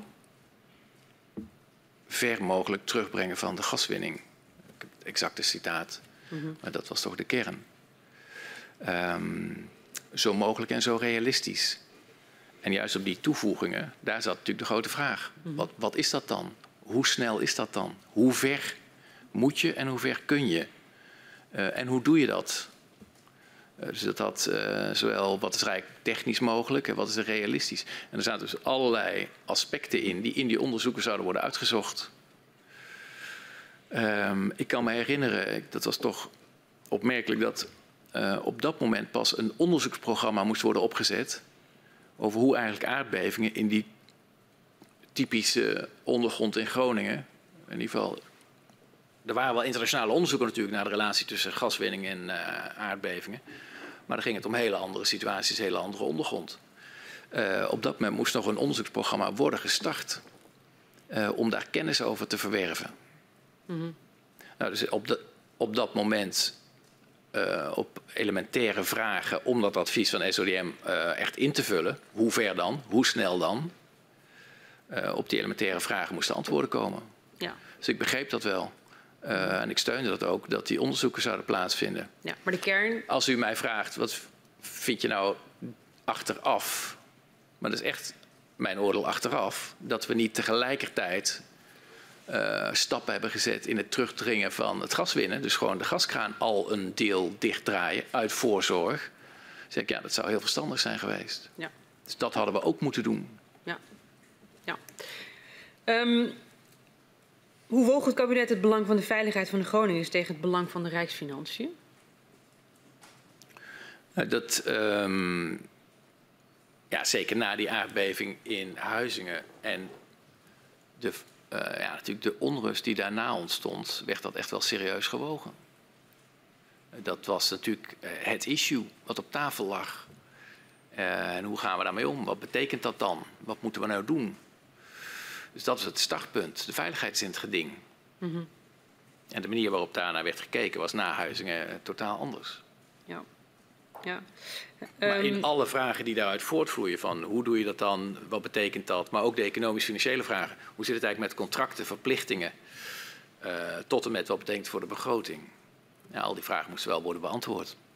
ver mogelijk terugbrengen van de gaswinning. Het exacte citaat, mm-hmm. Maar dat was toch de kern. Um, zo mogelijk en zo realistisch. En juist op die toevoegingen, daar zat natuurlijk de grote vraag. Mm-hmm. Wat, wat is dat dan? Hoe snel is dat dan? Hoe ver moet je en hoe ver kun je? Uh, en hoe doe je dat? Uh, dus dat had uh, zowel wat is eigenlijk technisch mogelijk en wat is er realistisch. En er zaten dus allerlei aspecten in die in die onderzoeken zouden worden uitgezocht. Um, ik kan me herinneren, dat was toch opmerkelijk dat uh, op dat moment pas een onderzoeksprogramma moest worden opgezet over hoe eigenlijk aardbevingen in die typische ondergrond in Groningen, in ieder geval. Er waren wel internationale onderzoeken natuurlijk naar de relatie tussen gaswinning en uh, aardbevingen. Maar dan ging het om hele andere situaties, hele andere ondergrond. Uh, op dat moment moest nog een onderzoeksprogramma worden gestart uh, om daar kennis over te verwerven. Mm-hmm. Nou, dus op, de, op dat moment, uh, op elementaire vragen om dat advies van S O D M uh, echt in te vullen, hoe ver dan, hoe snel dan, uh, op die elementaire vragen moesten antwoorden komen. Ja. Dus ik begreep dat wel. Uh, en ik steunde dat ook, dat die onderzoeken zouden plaatsvinden. Ja, maar de kern. Als u mij vraagt, wat vind je nou achteraf? Maar dat is echt mijn oordeel achteraf. Dat we niet tegelijkertijd uh, stappen hebben gezet in het terugdringen van het gaswinnen. Dus gewoon de gaskraan al een deel dichtdraaien uit voorzorg. Dan zeg ik, ja, dat zou heel verstandig zijn geweest. Ja. Dus dat hadden we ook moeten doen. Ja. Ja. Um... Hoe woog het kabinet het belang van de veiligheid van de Groningers tegen het belang van de Rijksfinanciën? Dat, um, ja, zeker na die aardbeving in Huizingen en de, uh, ja, natuurlijk de onrust die daarna ontstond, werd dat echt wel serieus gewogen. Dat was natuurlijk uh, het issue wat op tafel lag. Uh, en hoe gaan we daarmee om? Wat betekent dat dan? Wat moeten we nou doen? Dus dat is het startpunt. De veiligheid is in het geding. Mm-hmm. En de manier waarop daarnaar werd gekeken was na Huizingen totaal anders. Ja. Ja. Maar um... in alle vragen die daaruit voortvloeien van hoe doe je dat dan, wat betekent dat, maar ook de economisch-financiële vragen. Hoe zit het eigenlijk met contracten, verplichtingen, uh, tot en met wat betekent het voor de begroting? Ja, al die vragen moesten wel worden beantwoord. Ja.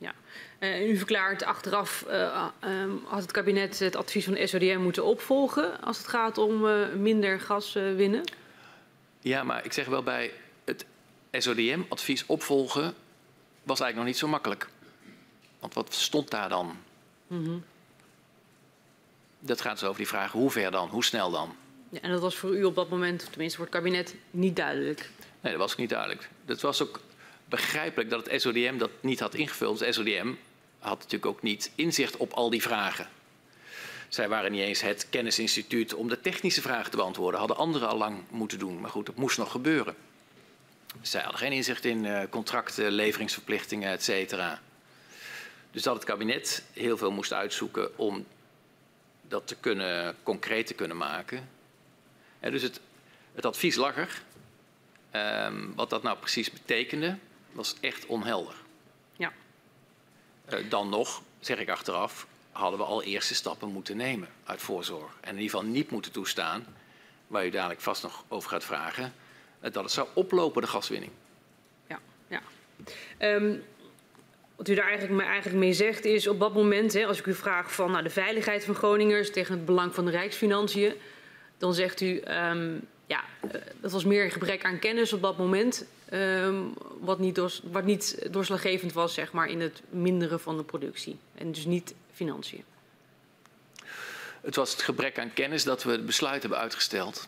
Ja. Uh, u verklaart achteraf uh, um, had het kabinet het advies van de S O D M moeten opvolgen als het gaat om uh, minder gas uh, winnen? Ja, maar ik zeg wel bij het S O D M-advies opvolgen was eigenlijk nog niet zo makkelijk. Want wat stond daar dan? Mm-hmm. Dat gaat dus over die vraag hoe ver dan, hoe snel dan? Ja, en dat was voor u op dat moment, tenminste voor het kabinet, niet duidelijk? Nee, dat was ook niet duidelijk. Het was ook begrijpelijk dat het S O D M dat niet had ingevuld. Het S O D M had natuurlijk ook niet inzicht op al die vragen. Zij waren niet eens het kennisinstituut om de technische vragen te beantwoorden. Hadden anderen al lang moeten doen. Maar goed, dat moest nog gebeuren. Zij hadden geen inzicht in uh, contracten, leveringsverplichtingen, et cetera. Dus dat het kabinet heel veel moest uitzoeken om dat te kunnen, concreet te kunnen maken. Ja, dus het, het advies lag er. Um, wat dat nou precies betekende, was echt onhelder. Ja. Uh, dan nog, zeg ik achteraf, hadden we al eerste stappen moeten nemen uit voorzorg. En in ieder geval niet moeten toestaan, waar u dadelijk vast nog over gaat vragen, uh, dat het zou oplopen, de gaswinning. Ja, ja. Um, wat u daar eigenlijk, eigenlijk mee zegt is op dat moment, hè, als ik u vraag van nou, de veiligheid van Groningers tegen het belang van de Rijksfinanciën, dan zegt u, um, ja, uh, dat was meer een gebrek aan kennis op dat moment, um, wat, niet doors, wat niet doorslaggevend was zeg maar, in het minderen van de productie. En dus niet financiën. Het was het gebrek aan kennis dat we het besluit hebben uitgesteld.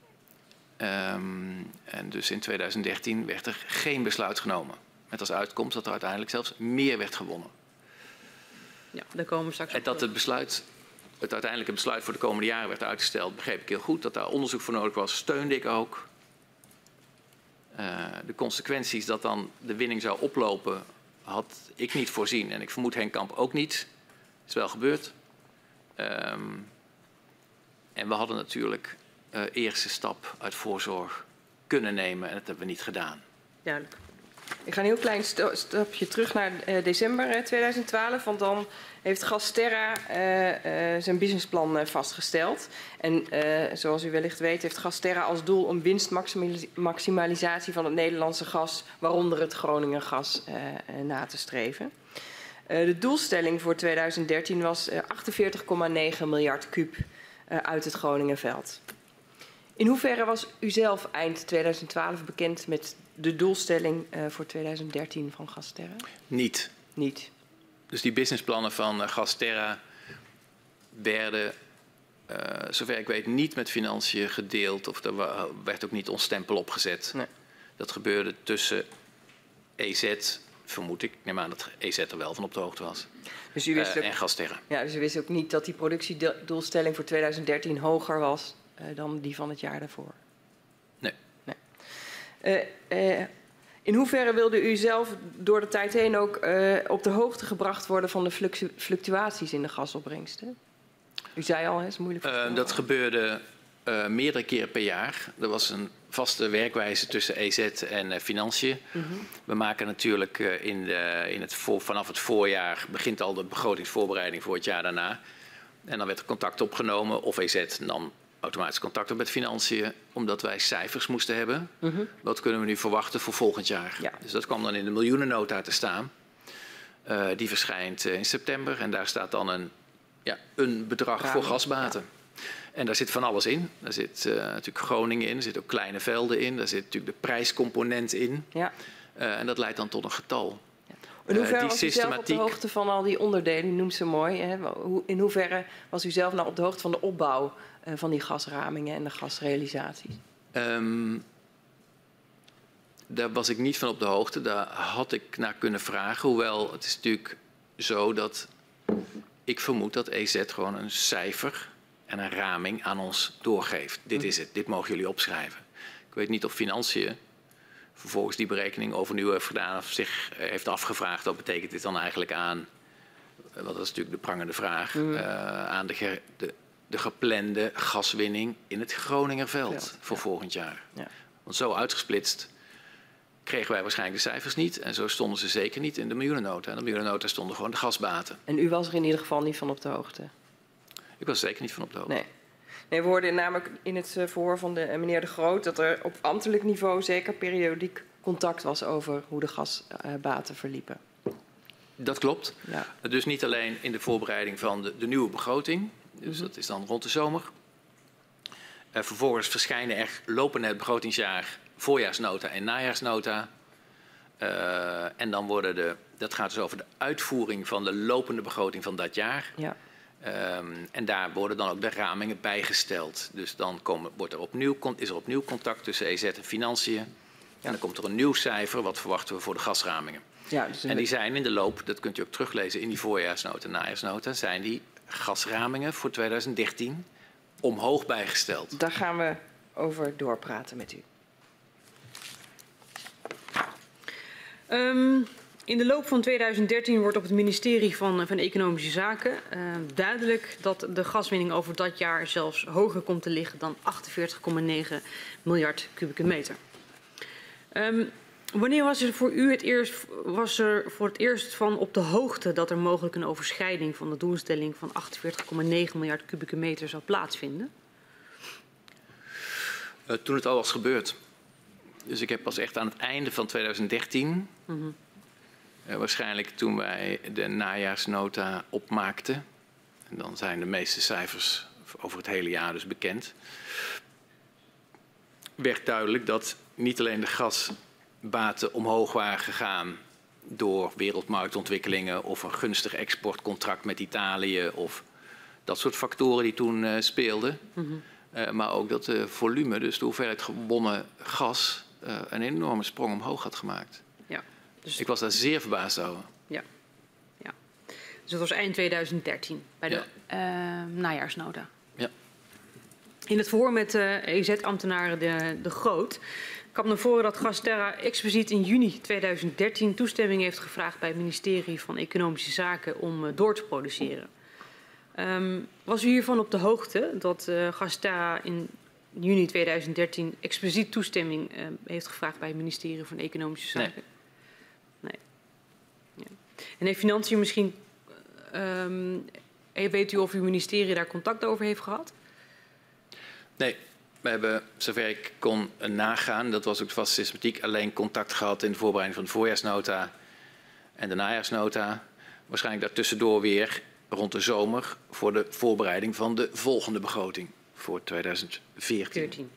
Um, en dus in tweeduizend dertien werd er geen besluit genomen. Met als uitkomst dat er uiteindelijk zelfs meer werd gewonnen. Ja, daar komen we straks op. En dat het besluit, het uiteindelijke besluit voor de komende jaren werd uitgesteld, begreep ik heel goed. Dat daar onderzoek voor nodig was, steunde ik ook. Uh, de consequenties dat dan de winning zou oplopen, had ik niet voorzien. En ik vermoed Henk Kamp ook niet. Is wel gebeurd. Um, en we hadden natuurlijk uh, eerste stap uit voorzorg kunnen nemen en dat hebben we niet gedaan. Duidelijk. Ik ga een heel klein stapje terug naar uh, december tweeduizend twaalf, want dan heeft GasTerra uh, uh, zijn businessplan uh, vastgesteld. En uh, zoals u wellicht weet heeft GasTerra als doel om winstmaximalisatie van het Nederlandse gas, waaronder het Groningen gas, uh, uh, na te streven. Uh, de doelstelling voor tweeduizend dertien was uh, achtenveertig komma negen miljard kuub uh, uit het Groningenveld. In hoeverre was u zelf eind tweeduizend twaalf bekend met de doelstelling uh, voor tweeduizend dertien van GasTerra? Niet. Niet. Dus die businessplannen van uh, GasTerra werden, uh, zover ik weet, niet met financiën gedeeld. Of er werd ook niet ons stempel opgezet. Nee. Dat gebeurde tussen E Z, vermoed ik. Ik neem aan dat E Z er wel van op de hoogte was. Dus u wist uh, ook, en GasTerra. Ja, dus u wist ook niet dat die productiedoelstelling voor tweeduizend dertien hoger was uh, dan die van het jaar daarvoor? Nee. nee. Uh, uh, in hoeverre wilde u zelf door de tijd heen ook uh, op de hoogte gebracht worden van de fluctuaties in de gasopbrengsten? U zei al, het is moeilijk. Uh, dat gebeurde uh, meerdere keren per jaar. Er was een vaste werkwijze tussen E Z en uh, financiën. Mm-hmm. We maken natuurlijk uh, in de, in het voor, vanaf het voorjaar begint al de begrotingsvoorbereiding voor het jaar daarna. En dan werd er contact opgenomen of E Z nam automatisch contact op met financiën, omdat wij cijfers moesten hebben. Mm-hmm. Wat kunnen we nu verwachten voor volgend jaar? Ja. Dus dat kwam dan in de miljoenennota te staan. Uh, die verschijnt uh, in september en daar staat dan een, ja, een bedrag Raam, voor gasbaten. Ja. En daar zit van alles in. Daar zit uh, natuurlijk Groningen in, er zitten ook kleine velden in, daar zit natuurlijk de prijscomponent in. Ja. Uh, en dat leidt dan tot een getal. Ja. In hoeverre uh, was u zelf op de hoogte van al die onderdelen? U noemt ze mooi. Hè? In hoeverre was u zelf nou op de hoogte van de opbouw uh, van die gasramingen en de gasrealisaties? Um, daar was ik niet van op de hoogte. Daar had ik naar kunnen vragen. Hoewel het is natuurlijk zo dat ik vermoed dat E Z gewoon een cijfer en een raming aan ons doorgeeft. Dit is het, dit mogen jullie opschrijven. Ik weet niet of financiën vervolgens die berekening overnieuw heeft gedaan of zich heeft afgevraagd. Wat betekent dit dan eigenlijk aan, want dat is natuurlijk de prangende vraag, mm. uh, aan de, ge, de, de geplande gaswinning in het Groningerveld ja, voor ja. volgend jaar. Ja. Want zo uitgesplitst kregen wij waarschijnlijk de cijfers niet. En zo stonden ze zeker niet in de miljoenennota. In de miljoenennota stonden gewoon de gasbaten. En u was er in ieder geval niet van op de hoogte? Ik was er zeker niet van op de hoogte. Nee. Nee, we hoorden namelijk in het verhoor van de, meneer De Groot dat er op ambtelijk niveau zeker periodiek contact was over hoe de gasbaten verliepen. Dat klopt. Ja. Dus niet alleen in de voorbereiding van de, de nieuwe begroting. Dus dat is dan rond de zomer. Uh, vervolgens verschijnen er lopende het begrotingsjaar voorjaarsnota en najaarsnota. Uh, en dan worden de, dat gaat dus over de uitvoering van de lopende begroting van dat jaar. Ja. Um, en daar worden dan ook de ramingen bijgesteld. Dus dan komen, wordt er opnieuw, is er opnieuw contact tussen E Z en Financiën. Ja. En dan komt er een nieuw cijfer, wat verwachten we voor de gasramingen. Ja, dus en die zijn in de loop, dat kunt u ook teruglezen in die voorjaarsnota en najaarsnota, zijn die gasramingen voor tweeduizend dertien omhoog bijgesteld. Daar gaan we over doorpraten met u. Um, in de loop van tweeduizend dertien wordt op het ministerie van, van Economische Zaken uh, duidelijk dat de gaswinning over dat jaar zelfs hoger komt te liggen dan achtenveertig komma negen miljard kubieke meter. Um, wanneer was er voor u het eerst, was er voor het eerst van op de hoogte dat er mogelijk een overschrijding van de doelstelling van achtenveertig komma negen miljard kubieke meter zou plaatsvinden? Uh, toen het al was gebeurd. Dus ik heb pas echt aan het einde van tweeduizend dertien, mm-hmm. uh, waarschijnlijk toen wij de najaarsnota opmaakten, en dan zijn de meeste cijfers over het hele jaar dus bekend, werd duidelijk dat niet alleen de gasbaten omhoog waren gegaan door wereldmarktontwikkelingen of een gunstig exportcontract met Italië of dat soort factoren die toen uh, speelden. Mm-hmm. Uh, maar ook dat de volume, dus de hoeveelheid gewonnen gas, uh, een enorme sprong omhoog had gemaakt. Ja, dus... Ik was daar zeer verbaasd over. Ja. Ja. Dus dat was eind tweeduizend dertien bij de ja. uh, najaarsnota. Ja. In het verhoor met uh, E Z-ambtenaren de, de Groot kwam naar voren dat GasTerra expliciet in juni tweeduizend dertien toestemming heeft gevraagd bij het ministerie van Economische Zaken om uh, door te produceren. Um, was u hiervan op de hoogte dat uh, GasTerra in juni tweeduizend dertien expliciet toestemming uh, heeft gevraagd bij het ministerie van Economische Zaken? Nee. Nee. Ja. En heeft Financiën misschien, um, weet u of uw ministerie daar contact over heeft gehad? Nee, we hebben, zover ik kon nagaan, dat was ook vast systematiek, alleen contact gehad in de voorbereiding van de voorjaarsnota en de najaarsnota. Waarschijnlijk daartussendoor weer rond de zomer voor de voorbereiding van de volgende begroting voor tweeduizend veertien. veertien.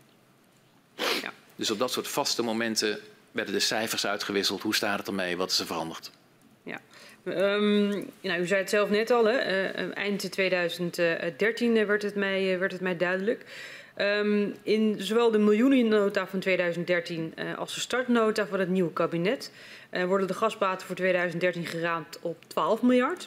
Ja. Dus op dat soort vaste momenten werden de cijfers uitgewisseld. Hoe staat het ermee? Wat is er veranderd? Ja. Um, nou, u zei het zelf net al, hè? Uh, eind tweeduizend dertien werd het mij, uh, werd het mij duidelijk. Um, in zowel de miljoenennota van tweeduizend dertien uh, als de startnota van het nieuwe kabinet uh, worden de gasbaten voor tweeduizend dertien geraamd op twaalf miljard.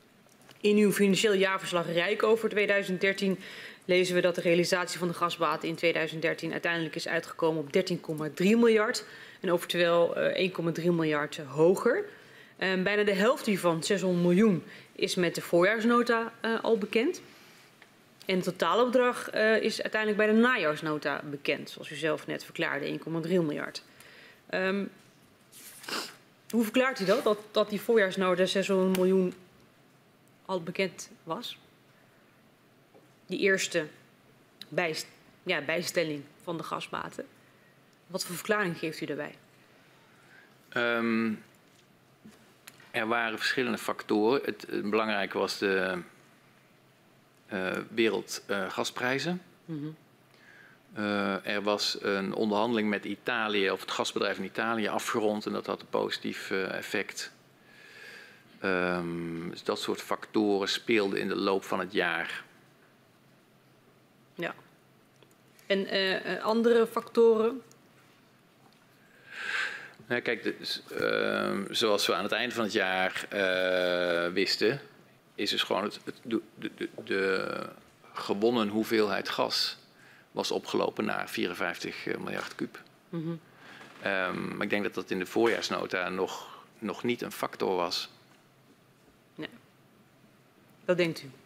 In uw financieel jaarverslag Rijko voor tweeduizend dertien lezen we dat de realisatie van de gasbaten in tweeduizend dertien uiteindelijk is uitgekomen op dertien komma drie miljard. En oftewel uh, één komma drie miljard hoger. Uh, bijna de helft hiervan, zeshonderd miljoen, is met de voorjaarsnota uh, al bekend. En het totale bedrag uh, is uiteindelijk bij de najaarsnota bekend, zoals u zelf net verklaarde, één komma drie miljard. Um, hoe verklaart u dat, dat, dat die voorjaarsnota zeshonderd miljoen al bekend was? Die eerste bijst ja, bijstelling van de gasbaten. Wat voor verklaring geeft u daarbij? Um, er waren verschillende factoren. Het, het belangrijke was de uh, wereldgasprijzen. Uh, mm-hmm. uh, er was een onderhandeling met Italië, of het gasbedrijf in Italië, afgerond en dat had een positief uh, effect. Um, dus dat soort factoren speelden in de loop van het jaar. Ja. En uh, andere factoren? Nou, kijk, dus, uh, zoals we aan het eind van het jaar uh, wisten, is dus gewoon het, het, de, de, de gewonnen hoeveelheid gas was opgelopen naar vierenvijftig miljard kuub. Mm-hmm. um, maar ik denk dat dat in de voorjaarsnota nog, nog niet een factor was. Nee. Wat denkt u?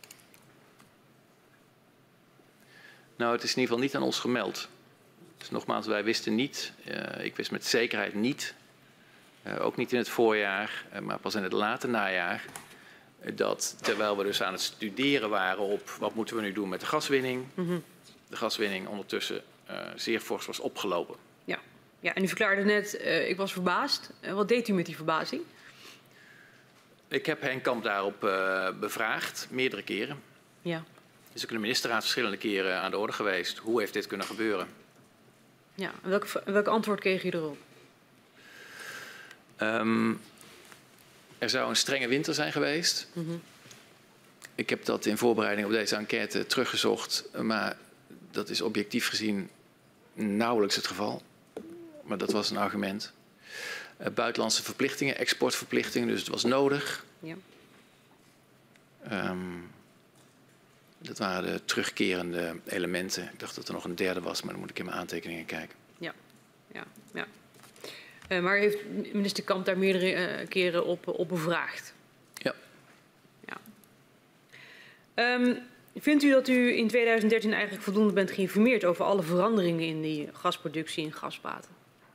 Nou, het is in ieder geval niet aan ons gemeld. Dus nogmaals, wij wisten niet, uh, ik wist met zekerheid niet, uh, ook niet in het voorjaar, uh, maar pas in het late najaar, uh, dat terwijl we dus aan het studeren waren op wat moeten we nu doen met de gaswinning, mm-hmm. de gaswinning ondertussen uh, zeer fors was opgelopen. Ja, ja en u verklaarde net, uh, ik was verbaasd. Uh, wat deed u met die verbazing? ik heb Henk Kamp daarop uh, bevraagd, meerdere keren. Ja. Is ook in de ministerraad verschillende keren aan de orde geweest. Hoe heeft dit kunnen gebeuren? Ja, en welk, welk antwoord kreeg je erop? Um, er zou een strenge winter zijn geweest. Mm-hmm. Ik heb dat in voorbereiding op deze enquête teruggezocht, maar dat is objectief gezien nauwelijks het geval. Maar dat was een argument. Uh, buitenlandse verplichtingen, exportverplichtingen, dus het was nodig. Ja. Um, dat waren de terugkerende elementen. Ik dacht dat er nog een derde was, maar dan moet ik in mijn aantekeningen kijken. Ja, ja, ja. Uh, maar heeft minister Kamp daar meerdere uh, keren op, op bevraagd? Ja. Ja. Um, vindt u dat u in tweeduizend dertien eigenlijk voldoende bent geïnformeerd over alle veranderingen in die gasproductie en gasbaten?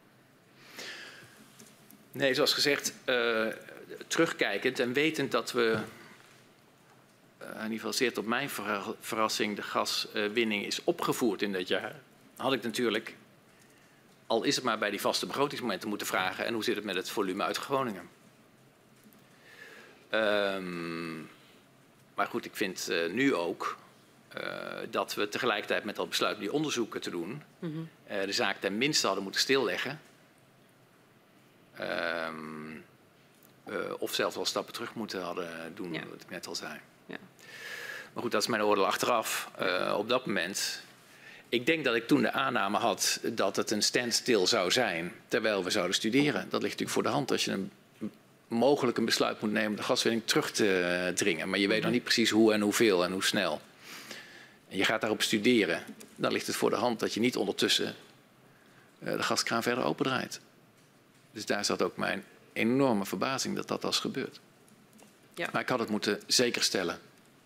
Nee, zoals gezegd, uh, terugkijkend en wetend dat we, uh, in ieder geval zeer tot mijn verrassing, de gaswinning is opgevoerd in dat jaar, had ik natuurlijk, al is het maar bij die vaste begrotingsmomenten, moeten vragen: en hoe zit het met het volume uit Groningen? Um, maar goed, ik vind uh, nu ook uh, dat we tegelijkertijd met dat besluit die onderzoeken te doen, mm-hmm. uh, de zaak ten minste hadden moeten stilleggen. Um, uh, of zelfs wel stappen terug moeten hadden doen, ja. Wat ik net al zei. Ja. Maar goed, dat is mijn oordeel achteraf. Uh, op dat moment, ik denk dat ik toen de aanname had dat het een standstill zou zijn, terwijl we zouden studeren. Dat ligt natuurlijk voor de hand als je een, mogelijk een besluit moet nemen om de gaswinning terug te uh, dringen. Maar je weet nog niet precies hoe en hoeveel en hoe snel. En je gaat daarop studeren. Dan ligt het voor de hand dat je niet ondertussen uh, de gaskraan verder opendraait. Dus daar zat ook mijn enorme verbazing dat dat was gebeurd. Ja. Maar ik had het moeten zekerstellen.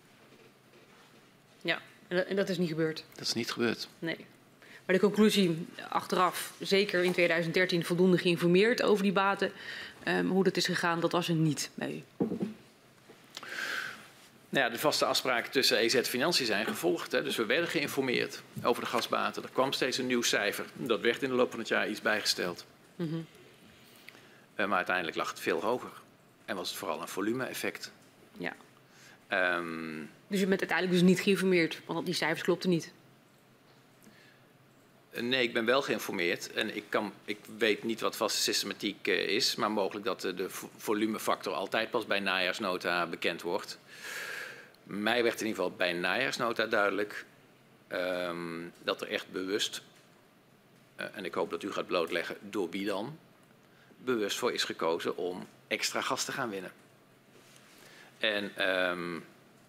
Ja, en dat is niet gebeurd? Dat is niet gebeurd. Nee. Maar de conclusie achteraf, zeker in tweeduizend dertien voldoende geïnformeerd over die baten. Um, hoe dat is gegaan, dat was er niet bij u. Nou ja, de vaste afspraken tussen E Z Financiën zijn gevolgd. Hè. Dus we werden geïnformeerd over de gasbaten. Er kwam steeds een nieuw cijfer. Dat werd in de loop van het jaar iets bijgesteld. Mm-hmm. Uh, maar uiteindelijk lag het veel hoger. En was het vooral een volume-effect. Ja. Um, dus je bent uiteindelijk dus niet geïnformeerd, want die cijfers klopten niet? Uh, nee, ik ben wel geïnformeerd. En ik, kan, ik weet niet wat vaste systematiek uh, is. Maar mogelijk dat uh, de volumefactor altijd pas bij najaarsnota bekend wordt. Mij werd in ieder geval bij najaarsnota duidelijk um, dat er echt bewust, uh, en ik hoop dat u gaat blootleggen door wie dan, bewust voor is gekozen om extra gas te gaan winnen. En um,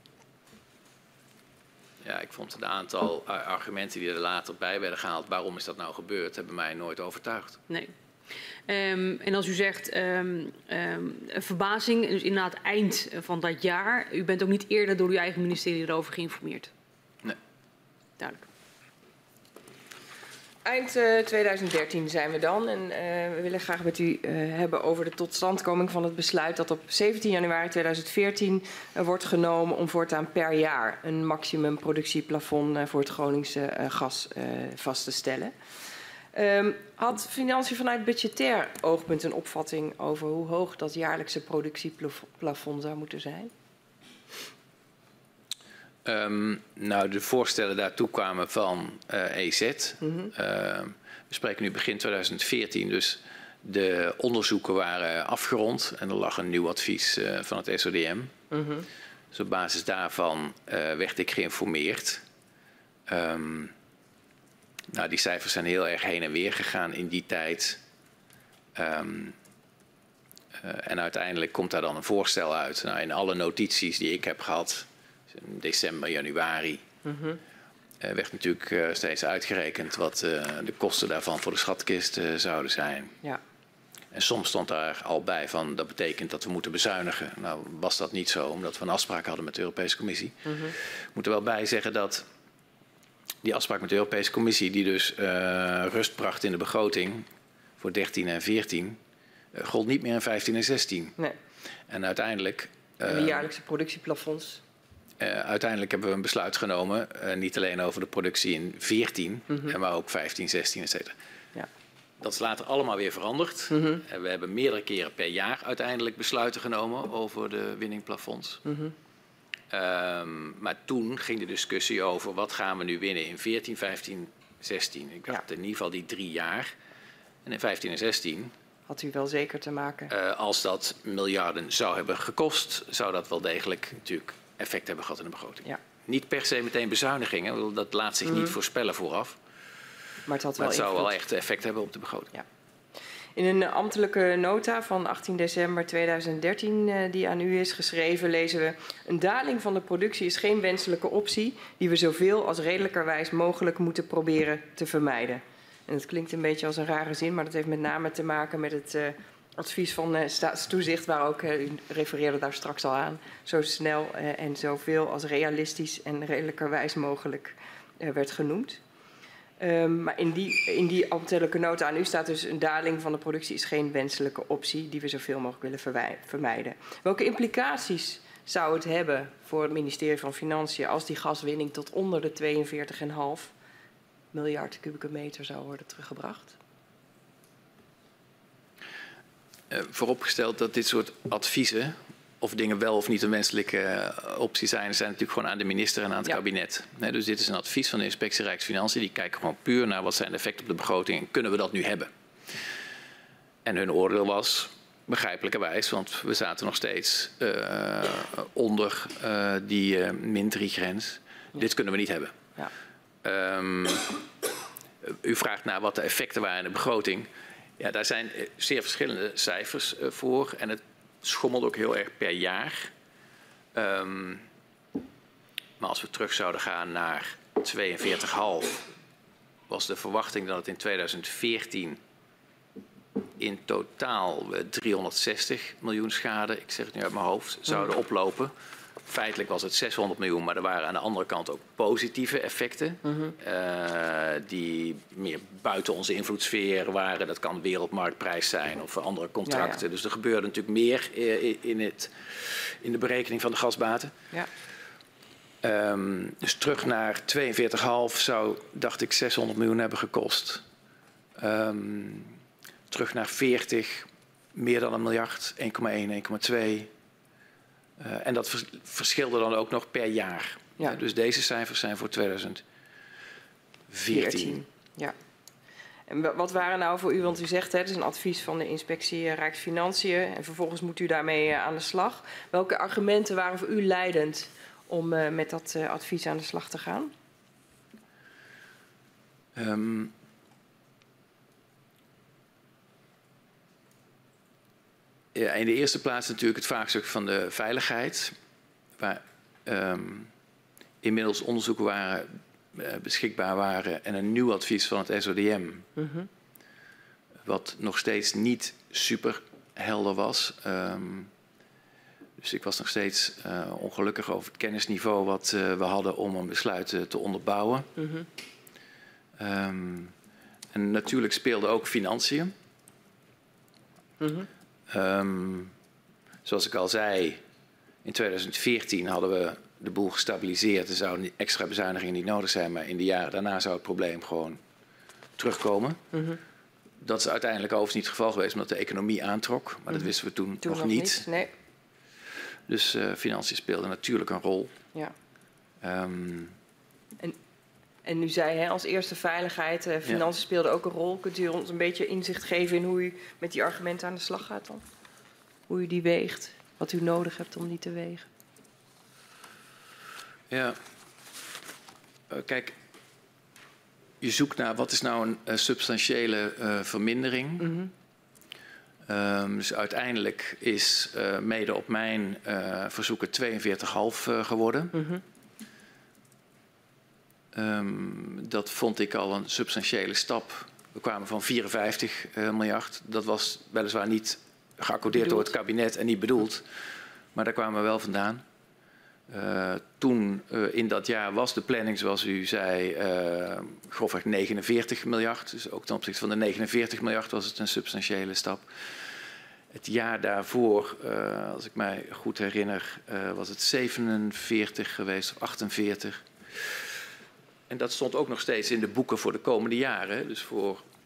ja, ik vond een aantal argumenten die er later bij werden gehaald, waarom is dat nou gebeurd, hebben mij nooit overtuigd. Nee. Um, en als u zegt um, um, verbazing, dus inderdaad eind van dat jaar, u bent ook niet eerder door uw eigen ministerie erover geïnformeerd? Nee. Duidelijk. Eind uh, tweeduizend dertien zijn we dan en uh, we willen graag met u uh, hebben over de totstandkoming van het besluit dat op zeventien januari tweeduizend veertien uh, wordt genomen om voortaan per jaar een maximum productieplafond uh, voor het Groningse uh, gas uh, vast te stellen. Um, had Financiën vanuit budgetair oogpunt een opvatting over hoe hoog dat jaarlijkse productieplafond zou moeten zijn? Um, nou, de voorstellen daartoe kwamen van uh, E Z. Mm-hmm. uh, we spreken nu begin tweeduizend veertien, dus de onderzoeken waren afgerond en er lag een nieuw advies uh, van het S O D M. Mm-hmm. Dus op basis daarvan uh, werd ik geïnformeerd. Um, nou, die cijfers zijn heel erg heen en weer gegaan in die tijd. Um, uh, en uiteindelijk komt daar dan een voorstel uit. Nou, in alle notities die ik heb gehad, in december, januari, mm-hmm. uh, werd natuurlijk uh, steeds uitgerekend wat uh, de kosten daarvan voor de schatkist uh, zouden zijn. Ja. En soms stond daar al bij van dat betekent dat we moeten bezuinigen. Nou was dat niet zo, omdat we een afspraak hadden met de Europese Commissie. Mm-hmm. Ik moet er wel bij zeggen dat die afspraak met de Europese Commissie, die dus uh, rust bracht in de begroting voor dertien en veertien, uh, gold niet meer in vijftien en zestien. Nee. En uiteindelijk Uh, en de jaarlijkse productieplafonds? Uh, uiteindelijk hebben we een besluit genomen, uh, niet alleen over de productie in veertien, mm-hmm. maar ook vijftien, zestien, et cetera. Ja. dat is later allemaal weer veranderd. Mm-hmm. En we hebben meerdere keren per jaar uiteindelijk besluiten genomen over de winningplafonds. Mm-hmm. Um, maar toen ging de discussie over wat gaan we nu winnen in veertien, vijftien, zestien. Ik dacht Ja. in ieder geval die drie jaar. En in vijftien en zestien, Had u wel zeker te maken. uh, als dat miljarden zou hebben gekost, zou dat wel degelijk natuurlijk effect hebben gehad in de begroting. Ja. Niet per se meteen bezuinigingen, want dat laat zich Mm-hmm. niet voorspellen vooraf. Maar het had Maar wel het zou wel invloed. echt effect hebben op de begroting. Ja. In een ambtelijke nota van achttien december tweeduizend dertien uh, die aan u is geschreven, lezen we: een daling van de productie is geen wenselijke optie die we zoveel als redelijkerwijs mogelijk moeten proberen te vermijden. En het klinkt een beetje als een rare zin, maar dat heeft met name te maken met het uh, advies van uh, staatstoezicht, waar ook, uh, u refereerde daar straks al aan, zo snel uh, en zoveel als realistisch en redelijkerwijs mogelijk uh, werd genoemd. Um, maar in die, in die ambtelijke nota aan u staat dus: een daling van de productie is geen wenselijke optie die we zoveel mogelijk willen verwij- vermijden. Welke implicaties zou het hebben voor het ministerie van Financiën als die gaswinning tot onder de tweeënveertig komma vijf miljard kubieke meter zou worden teruggebracht? Uh, vooropgesteld dat dit soort adviezen, of dingen wel of niet een wenselijke uh, optie zijn, zijn natuurlijk gewoon aan de minister en aan het Ja. kabinet. Nee, dus dit is een advies van de Inspectie Rijksfinanciën. Die kijken gewoon puur naar wat zijn de effecten op de begroting en kunnen we dat nu hebben. En hun oordeel was, begrijpelijkerwijs, want we zaten nog steeds uh, onder uh, die uh, min drie grens. Ja. Dit kunnen we niet hebben. Ja. Um, u vraagt naar wat de effecten waren in de begroting. Ja, daar zijn zeer verschillende cijfers uh, voor en het schommelt ook heel erg per jaar. Um, maar als we terug zouden gaan naar tweeënveertig komma vijf, was de verwachting dat het in tweeduizend veertien in totaal driehonderdzestig miljoen schade, ik zeg het nu uit mijn hoofd, zouden oplopen. Feitelijk was het zeshonderd miljoen, maar er waren aan de andere kant ook positieve effecten. Mm-hmm. Uh, die meer buiten onze invloedssfeer waren. Dat kan wereldmarktprijs zijn of andere contracten. Ja, ja. Dus er gebeurde natuurlijk meer in, het, in de berekening van de gasbaten. Ja. Um, dus terug naar tweeënveertig komma vijf zou, dacht ik, zeshonderd miljoen hebben gekost. Um, terug naar veertig, meer dan een miljard, één komma één, één komma twee. Uh, en dat vers verschilde dan ook nog per jaar. Ja. Uh, dus deze cijfers zijn voor tweeduizend veertien. Ja. En wat waren nou voor u, want u zegt hè, het is een advies van de Inspectie Rijksfinanciën en vervolgens moet u daarmee uh, aan de slag. Welke argumenten waren voor u leidend om uh, met dat uh, advies aan de slag te gaan? Um, Ja, in de eerste plaats natuurlijk het vraagstuk van de veiligheid. Waar um, inmiddels onderzoeken waren, uh, beschikbaar waren en een nieuw advies van het S O D M. Mm-hmm. Wat nog steeds niet super helder was. Um, dus ik was nog steeds uh, ongelukkig over het kennisniveau wat uh, we hadden om een besluit uh, te onderbouwen. Mm-hmm. Um, en natuurlijk speelde ook financiën. Mm-hmm. Um, zoals ik al zei, in tweeduizend veertien hadden we de boel gestabiliseerd. Er zouden extra bezuinigingen niet nodig zijn, maar in de jaren daarna zou het probleem gewoon terugkomen. Mm-hmm. Dat is uiteindelijk overigens niet het geval geweest, omdat de economie aantrok. Maar mm-hmm. dat wisten we toen, toen nog, nog niet. niet nee. Dus uh, financiën speelden natuurlijk een rol. Ja. Um, en, en u zei hè, als eerste veiligheid, uh, financiën ja. speelden ook een rol. Kunt u ons een beetje inzicht geven in hoe u met die argumenten aan de slag gaat dan? Hoe u die weegt, wat u nodig hebt om die te wegen? Ja, uh, kijk, je zoekt naar wat is nou een uh, substantiële uh, vermindering. Mm-hmm. Um, dus uiteindelijk is uh, mede op mijn uh, verzoeken tweeënveertig komma vijf uh, geworden. Mm-hmm. Um, dat vond ik al een substantiële stap. We kwamen van vierenvijftig uh, miljard. Dat was weliswaar niet geaccordeerd door het kabinet en niet bedoeld. Maar daar kwamen we wel vandaan. Uh, toen, uh, in dat jaar, was de planning, zoals u zei, uh, grofweg negenenveertig miljard. Dus ook ten opzichte van de negenenveertig miljard was het een substantiële stap. Het jaar daarvoor, uh, als ik mij goed herinner, uh, was het zevenenveertig geweest of achtenveertig. En dat stond ook nog steeds in de boeken voor de komende jaren. Dus voor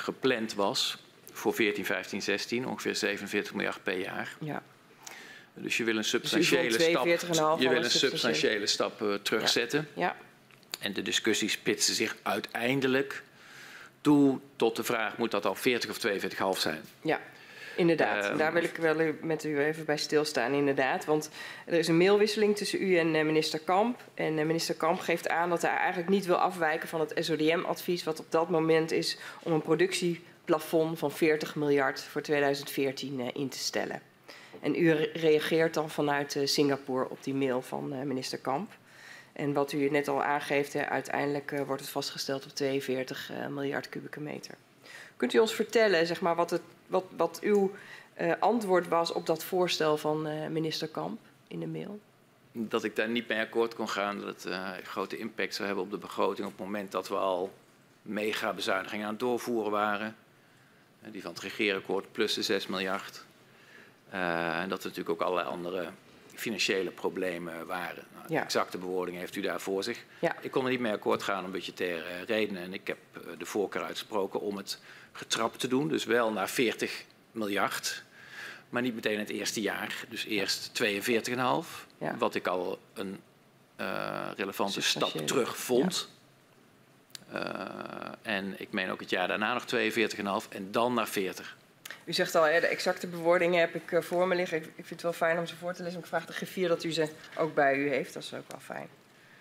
gepland was voor veertien, vijftien, zestien, ongeveer zevenenveertig miljard per jaar. Ja. Dus je wil een substantiële dus stap, je wil een substantiële stap uh, terugzetten. Ja. Ja. En de discussie spitste zich uiteindelijk toe tot de vraag, moet dat al veertig of tweeënveertig komma vijf zijn? Ja, inderdaad. Uh, Daar wil ik wel met u even bij stilstaan, inderdaad. Want er is een mailwisseling tussen u en uh, minister Kamp. En uh, minister Kamp geeft aan dat hij eigenlijk niet wil afwijken van het S O D M-advies, wat op dat moment is om een productieplafond van veertig miljard voor tweeduizend veertien uh, in te stellen. En u re reageert dan vanuit uh, Singapore op die mail van uh, minister Kamp. En wat u net al aangeeft, hè, uiteindelijk uh, wordt het vastgesteld op tweeënveertig uh, miljard kubieke meter. Kunt u ons vertellen, zeg maar, wat, het, wat, wat uw uh, antwoord was op dat voorstel van uh, minister Kamp in de mail? Dat ik daar niet mee akkoord kon gaan, dat het uh, grote impact zou hebben op de begroting op het moment dat we al mega bezuinigingen aan het doorvoeren waren. Uh, die van het regeerakkoord plus de zes miljard. Uh, en dat er natuurlijk ook allerlei andere financiële problemen waren. Nou, de ja. exacte bewoording heeft u daar voor zich. Ja. Ik kon er niet mee akkoord gaan om budgettaire redenen. En ik heb de voorkeur uitgesproken om het getrapt te doen. Dus wel naar veertig miljard. Maar niet meteen het eerste jaar. Dus eerst tweeënveertig komma vijf. Ja. Wat ik al een uh, relevante stap terug vond. Ja. Uh, en ik meen ook het jaar daarna nog tweeënveertig komma vijf. En dan naar veertig. U zegt al, de exacte bewoordingen heb ik voor me liggen. Ik vind het wel fijn om ze voor te lezen. Ik vraag de griffier dat u ze ook bij u heeft. Dat is ook wel fijn.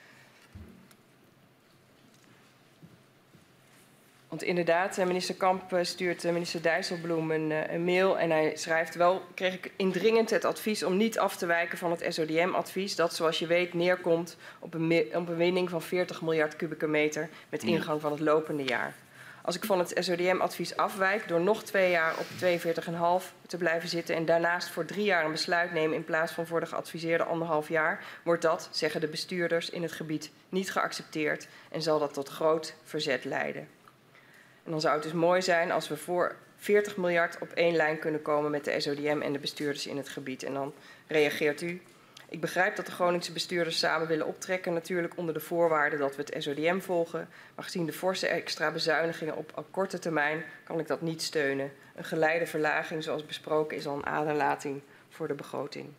Want inderdaad, minister Kamp stuurt minister Dijsselbloem een, een mail. En hij schrijft wel, kreeg ik indringend het advies om niet af te wijken van het S O D M-advies. Dat, zoals je weet, neerkomt op een, op een winning van veertig miljard kubieke meter met ingang van het lopende jaar. Als ik van het S O D M-advies afwijk door nog twee jaar op tweeënveertig komma vijf te blijven zitten en daarnaast voor drie jaar een besluit nemen in plaats van voor de geadviseerde anderhalf jaar, wordt dat, zeggen de bestuurders in het gebied, niet geaccepteerd en zal dat tot groot verzet leiden. En dan zou het dus mooi zijn als we voor veertig miljard op één lijn kunnen komen met de S O D M en de bestuurders in het gebied. En dan reageert u. Ik begrijp dat de Groningse bestuurders samen willen optrekken, natuurlijk onder de voorwaarde dat we het S O D M volgen. Maar gezien de forse extra bezuinigingen op korte termijn kan ik dat niet steunen. Een geleide verlaging, zoals besproken, is al een aderlating voor de begroting.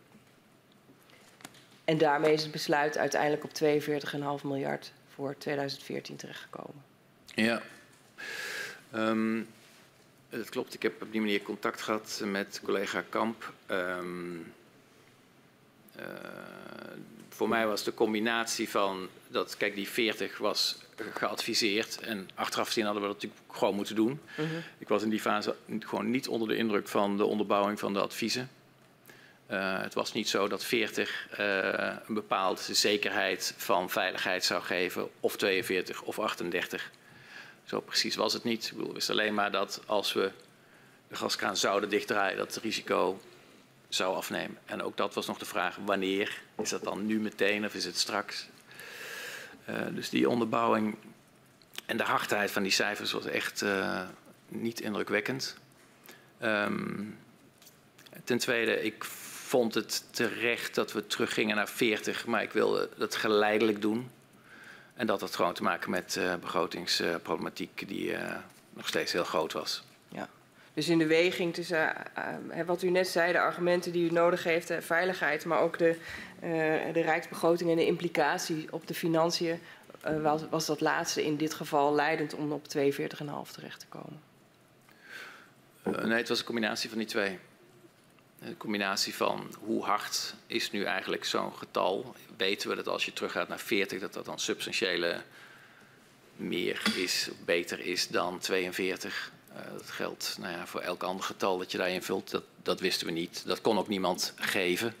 En daarmee is het besluit uiteindelijk op tweeënveertig komma vijf miljard voor tweeduizend veertien terechtgekomen. Ja, um, dat klopt. Ik heb op die manier contact gehad met collega Kamp. Um, Uh, voor mij was de combinatie van dat, kijk, die veertig was geadviseerd en achteraf gezien hadden we dat natuurlijk gewoon moeten doen. Mm-hmm. Ik was in die fase gewoon niet onder de indruk van de onderbouwing van de adviezen. Uh, het was niet zo dat veertig uh, een bepaalde zekerheid van veiligheid zou geven, of tweeënveertig of achtendertig. Zo precies was het niet. Ik bedoel, het is alleen maar dat als we de gaskraan zouden dichtdraaien, dat het risico zou afnemen. En ook dat was nog de vraag, wanneer? Is dat dan nu meteen of is het straks? Uh, dus die onderbouwing en de hardheid van die cijfers was echt uh, niet indrukwekkend. Um, ten tweede, ik vond het terecht dat we teruggingen naar veertig, maar ik wilde dat geleidelijk doen. En dat had gewoon te maken met uh, begrotingsproblematiek die uh, nog steeds heel groot was. Ja. Dus in de weging tussen uh, wat u net zei, de argumenten die u nodig heeft, de veiligheid, maar ook de, uh, de rijksbegroting en de implicatie op de financiën, uh, was, was dat laatste in dit geval leidend om op tweeënveertig komma vijf terecht te komen? Uh, nee, het was een combinatie van die twee. Een combinatie van hoe hard is nu eigenlijk zo'n getal. Weten we dat als je teruggaat naar veertig, dat dat dan substantiële meer is, beter is dan tweeënveertig. Uh, dat geldt nou ja, voor elk ander getal dat je daarin vult. Dat, dat wisten we niet. Dat kon ook niemand geven.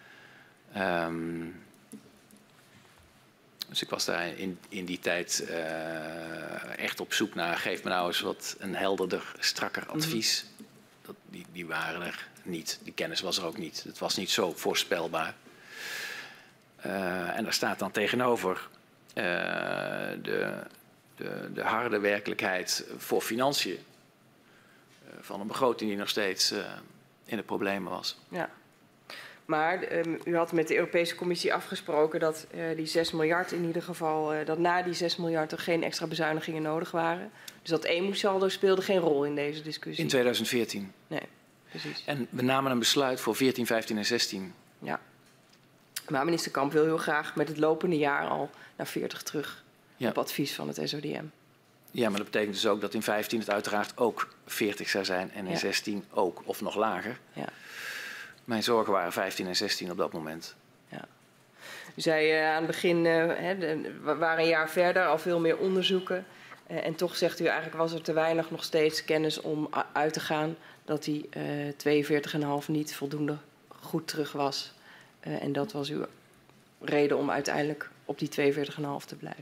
Um, dus ik was daar in, in die tijd uh, echt op zoek naar, geef me nou eens wat een helderder, strakker advies. Mm-hmm. Dat, die, die waren er niet. Die kennis was er ook niet. Het was niet zo voorspelbaar. Uh, en daar staat dan tegenover uh, de, de, de harde werkelijkheid voor financiën. Uh, van een begroting die nog steeds uh, in de problemen was. Ja. Maar um, u had met de Europese Commissie afgesproken dat uh, die zes miljard in ieder geval, uh, dat na die zes miljard er geen extra bezuinigingen nodig waren. Dus dat E M U-saldo speelde geen rol in deze discussie. In tweeduizend veertien. Nee, precies. En we namen een besluit voor veertien, vijftien en zestien. Ja. Maar minister Kamp wil heel graag met het lopende jaar al naar veertig terug. Ja. Op advies van het S O D M. Ja, maar dat betekent dus ook dat in vijftien het uiteraard ook veertig zou zijn en in ja. zestien ook, of nog lager. Ja. Mijn zorgen waren vijftien en zestien op dat moment. Ja. U zei uh, aan het begin, uh, hè, de, we waren een jaar verder, al veel meer onderzoeken. Uh, en toch zegt u eigenlijk was er te weinig nog steeds kennis om uit te gaan dat die uh, tweeënveertig komma vijf niet voldoende goed terug was. Uh, en dat was uw reden om uiteindelijk op die tweeënveertig komma vijf te blijven.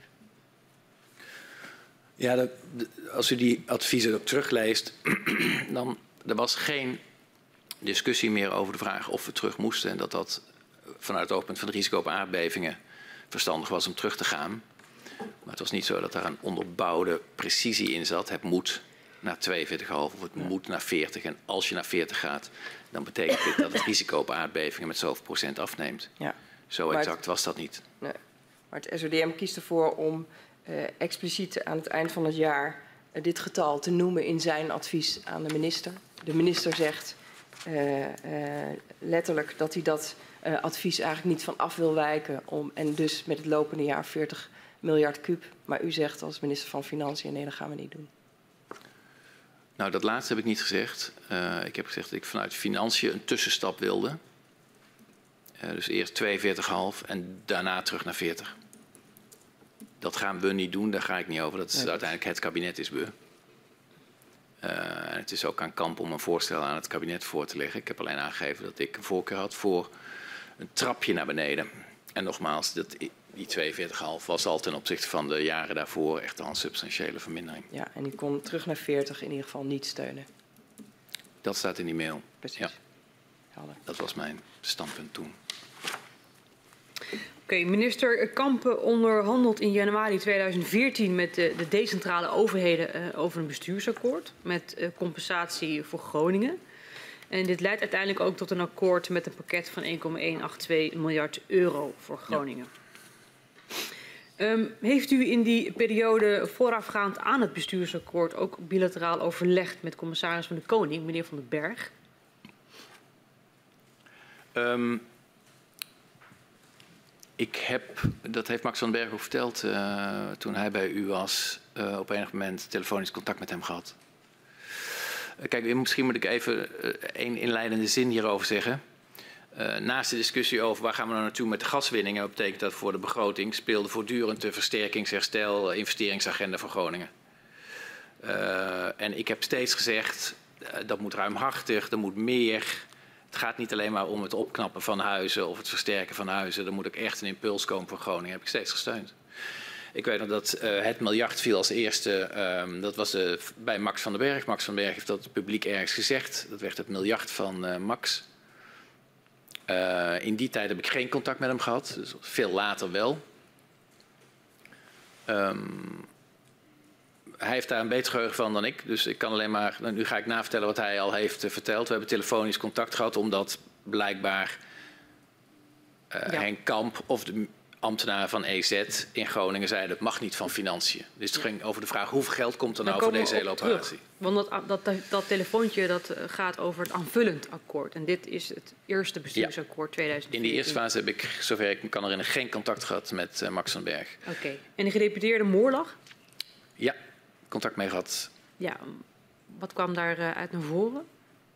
Ja, dat, als u die adviezen ook terugleest, dan er was geen discussie meer over de vraag of we terug moesten. En dat dat vanuit het oogpunt van het risico op aardbevingen verstandig was om terug te gaan. Maar het was niet zo dat daar een onderbouwde precisie in zat. Het moet naar tweeënveertig komma vijf of het ja. moet naar veertig. En als je naar veertig gaat, dan betekent dit dat het risico op aardbevingen met zoveel procent afneemt. Ja. Zo exact het, was dat niet. Nee. Maar het S O D M kiest ervoor om uh, expliciet aan het eind van het jaar uh, dit getal te noemen in zijn advies aan de minister. De minister zegt uh, uh, letterlijk dat hij dat uh, advies eigenlijk niet van af wil wijken. Om, en dus met het lopende jaar veertig miljard kuub. Maar u zegt als minister van Financiën, nee, dat gaan we niet doen. Nou, dat laatste heb ik niet gezegd. Uh, ik heb gezegd dat ik vanuit Financiën een tussenstap wilde. Uh, dus eerst tweeënveertig komma vijf en daarna terug naar veertig. Dat gaan we niet doen, daar ga ik niet over. Dat is nee, uiteindelijk het kabinet is we. Uh, en het is ook aan Kamp om een voorstel aan het kabinet voor te leggen. Ik heb alleen aangegeven dat ik een voorkeur had voor een trapje naar beneden. En nogmaals, dat, die tweeënveertig komma vijf was al ten opzichte van de jaren daarvoor echt al een substantiële vermindering. Ja, en die kon terug naar veertig in ieder geval niet steunen. Dat staat in die mail. Precies. Ja. Dat was mijn standpunt toen. Oké, okay, minister Kamp onderhandelt in januari tweeduizend veertien met de, de decentrale overheden uh, over een bestuursakkoord met uh, compensatie voor Groningen. En dit leidt uiteindelijk ook tot een akkoord met een pakket van één komma honderdtweeëntachtig miljard euro voor Groningen. Ja. Um, heeft u in die periode voorafgaand aan het bestuursakkoord ook bilateraal overlegd met commissaris van de Koning, meneer Van den Berg? Um, ik heb, dat heeft Max van den Berg ook verteld uh, toen hij bij u was, uh, op enig moment telefonisch contact met hem gehad. Uh, kijk, misschien moet ik even één uh, inleidende zin hierover zeggen. Uh, naast de discussie over waar gaan we nou naartoe met de gaswinning, dat betekent dat voor de begroting speelde voortdurend de versterkingsherstel, investeringsagenda voor Groningen. Uh, en ik heb steeds gezegd, uh, dat moet ruimhartig, er moet meer. Het gaat niet alleen maar om het opknappen van huizen of het versterken van huizen. Er moet ook echt een impuls komen voor Groningen. Dat heb ik steeds gesteund. Ik weet nog dat uh, het miljard viel als eerste. Um, dat was uh, bij Max van den Berg. Max van den Berg heeft dat publiek ergens gezegd. Dat werd het miljard van uh, Max. Uh, in die tijd heb ik geen contact met hem gehad. Dus veel later wel. Um, Hij heeft daar een beter geheugen van dan ik. Dus ik kan alleen maar. Nu ga ik navertellen wat hij al heeft uh, verteld. We hebben telefonisch contact gehad, omdat blijkbaar uh, ja. Henk Kamp of de ambtenaren van E Z in Groningen zeiden: het mag niet van Financiën. Dus het ging over de vraag: hoeveel geld komt er nou voor deze hele operatie? Want dat, dat, dat telefoontje dat gaat over het aanvullend akkoord. En dit is het eerste bestuursakkoord ja. tweeduizend veertien. In die eerste fase heb ik, zover ik me kan herinneren, geen contact gehad met uh, Max van den Berg. Oké. Okay. En de gedeputeerde Moorlag? Ja. Contact mee gehad. Ja, wat kwam daar uh, uit naar voren?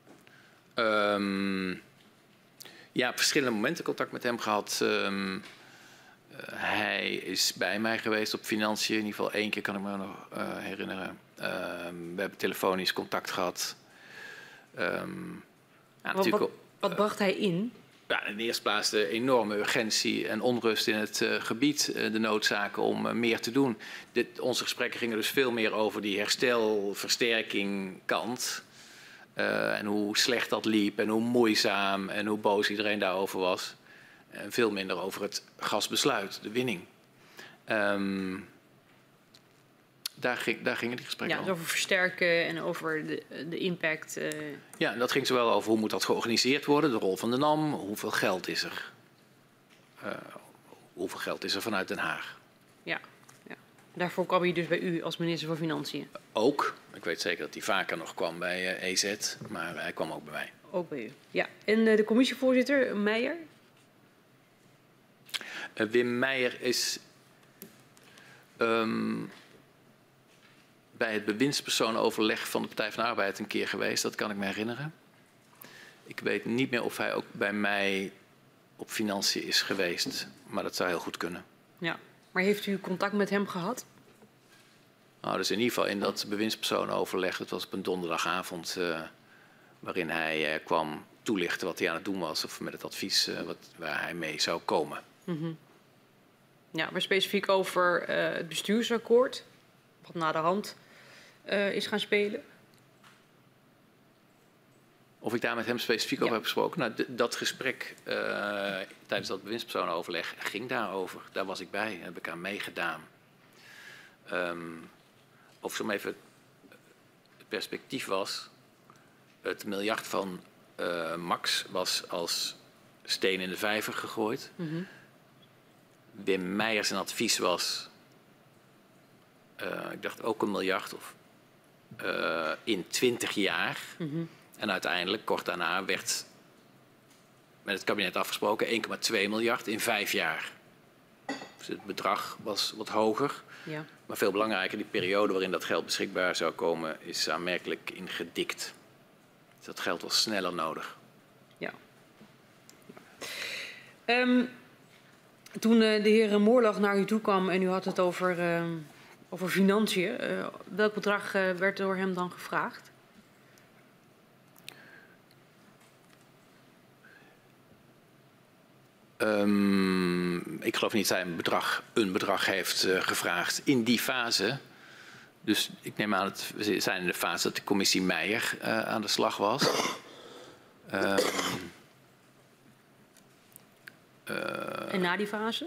Um, ja, op verschillende momenten contact met hem gehad. Um, uh, hij is bij mij geweest op Financiën. In ieder geval één keer kan ik me nog uh, herinneren. Uh, we hebben telefonisch contact gehad. Um, ja, wat, wat, wat bracht hij in? Ja, in de eerste plaats de enorme urgentie en onrust in het uh, gebied. Uh, de noodzaken om uh, meer te doen. Dit, onze gesprekken gingen dus veel meer over die herstel-versterking kant. Uh, en hoe slecht dat liep en hoe moeizaam en hoe boos iedereen daarover was. En veel minder over het gasbesluit, de winning. Um, daar, ging, daar gingen die gesprekken Ja, over. dus over versterken en over de, de impact. Uh... Ja, en dat ging zowel over hoe moet dat georganiseerd worden, de rol van de N A M, hoeveel geld is er. Uh, hoeveel geld is er vanuit Den Haag. Ja, ja, daarvoor kwam hij dus bij u als minister van Financiën. Ook. Ik weet zeker dat hij vaker nog kwam bij uh, E Z, maar hij kwam ook bij mij. Ook bij u, ja. En uh, de commissievoorzitter, Meijer? Uh, Wim Meijer is um, bij het bewindspersoonenoverleg van de Partij van de Arbeid een keer geweest. Dat kan ik me herinneren. Ik weet niet meer of hij ook bij mij op financiën is geweest, maar dat zou heel goed kunnen. Ja, maar heeft u contact met hem gehad? Nou, dus in ieder geval in dat bewindspersoonenoverleg, dat was op een donderdagavond, uh, waarin hij uh, kwam toelichten wat hij aan het doen was, of met het advies uh, wat, waar hij mee zou komen. Mm-hmm. Ja, maar specifiek over uh, het bestuursakkoord, wat na de hand uh, is gaan spelen. Of ik daar met hem specifiek ja. over heb gesproken? Nou, d- dat gesprek uh, tijdens dat bewindspersoonenoverleg ging daarover. Daar was ik bij, heb ik aan meegedaan. Um, of zo'n even het perspectief was, het miljard van uh, Max was als steen in de vijver gegooid. Mm-hmm. Wim Meijer zijn advies was, uh, ik dacht ook een miljard of uh, in twintig jaar. Mm-hmm. En uiteindelijk, kort daarna, werd met het kabinet afgesproken één komma twee miljard in vijf jaar. Dus het bedrag was wat hoger. Ja. Maar veel belangrijker, die periode waarin dat geld beschikbaar zou komen, is aanmerkelijk ingedikt. Dus dat geld was sneller nodig. Ja. Um, toen uh, de heer Moorlag naar u toe kwam en u had het over, uh, over financiën, uh, welk bedrag uh, werd door hem dan gevraagd? Um, ik geloof niet dat hij een bedrag, een bedrag heeft uh, gevraagd in die fase. Dus ik neem aan dat we zijn in de fase dat de commissie Meijer uh, aan de slag was. Um, uh, en na die fase?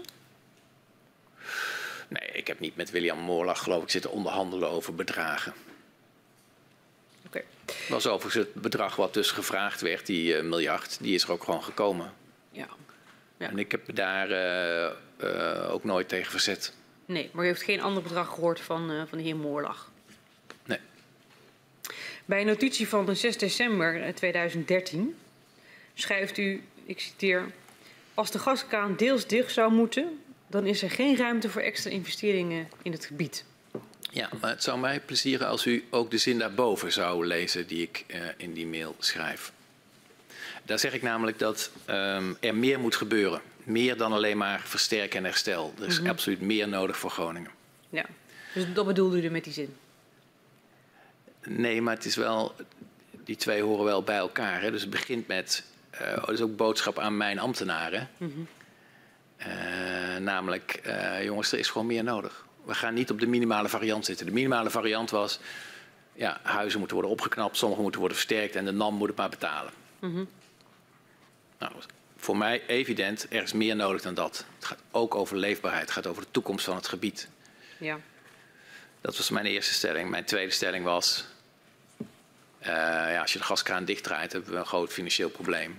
Nee, ik heb niet met William Moorlag, geloof ik, zitten onderhandelen over bedragen. Oké. Okay. Het was overigens het bedrag wat dus gevraagd werd, die uh, miljard, die is er ook gewoon gekomen. Ja. Ja. En ik heb me daar uh, uh, ook nooit tegen verzet. Nee, maar u heeft geen ander bedrag gehoord van, uh, van de heer Moorlag? Nee. Bij een notitie van zes december tweeduizend dertien schrijft u, ik citeer, als de gaskraan deels dicht zou moeten, dan is er geen ruimte voor extra investeringen in het gebied. Ja, maar het zou mij plezieren als u ook de zin daarboven zou lezen die ik uh, in die mail schrijf. Daar zeg ik namelijk dat um, er meer moet gebeuren. Meer dan alleen maar versterken en herstel. Er is mm-hmm. absoluut meer nodig voor Groningen. Ja, dus dat bedoelde u er met die zin? Nee, maar het is wel, die twee horen wel bij elkaar. Hè? Dus het begint met, uh, dat is ook boodschap aan mijn ambtenaren. Mm-hmm. Uh, namelijk, uh, jongens, er is gewoon meer nodig. We gaan niet op de minimale variant zitten. De minimale variant was, ja, huizen moeten worden opgeknapt, sommige moeten worden versterkt en de N A M moet het maar betalen. Mm-hmm. Nou, voor mij evident, er is meer nodig dan dat. Het gaat ook over leefbaarheid, het gaat over de toekomst van het gebied. Ja. Dat was mijn eerste stelling. Mijn tweede stelling was, uh, ja, als je de gaskraan dichtdraait, hebben we een groot financieel probleem.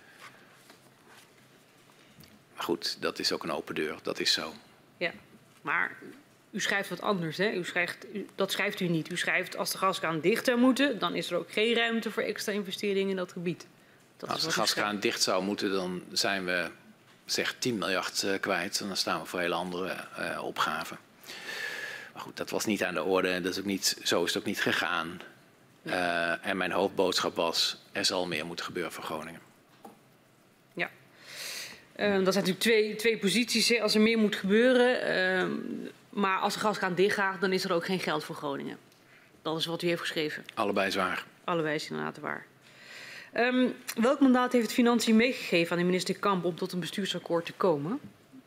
Maar goed, dat is ook een open deur, dat is zo. Ja, maar u schrijft wat anders, hè? U schrijft, u, dat schrijft u niet. U schrijft, als de gaskraan dicht zou moeten, dan is er ook geen ruimte voor extra investeringen in dat gebied. Dat Als de gaskraan dicht zou moeten, dan zijn we zeg tien miljard uh, kwijt. En dan staan we voor hele andere uh, opgaven. Maar goed, dat was niet aan de orde. Dat is ook niet, zo is het ook niet gegaan. Uh, en mijn hoofdboodschap was, er zal meer moeten gebeuren voor Groningen. Ja. Uh, dat zijn natuurlijk twee, twee posities. Hè. Als er meer moet gebeuren. Uh, maar als de gaskraan dicht gaat, dan is er ook geen geld voor Groningen. Dat is wat u heeft geschreven. Allebei zwaar. Allebei is inderdaad waar. Um, welk mandaat heeft Financiën meegegeven aan de minister Kamp om tot een bestuursakkoord te komen?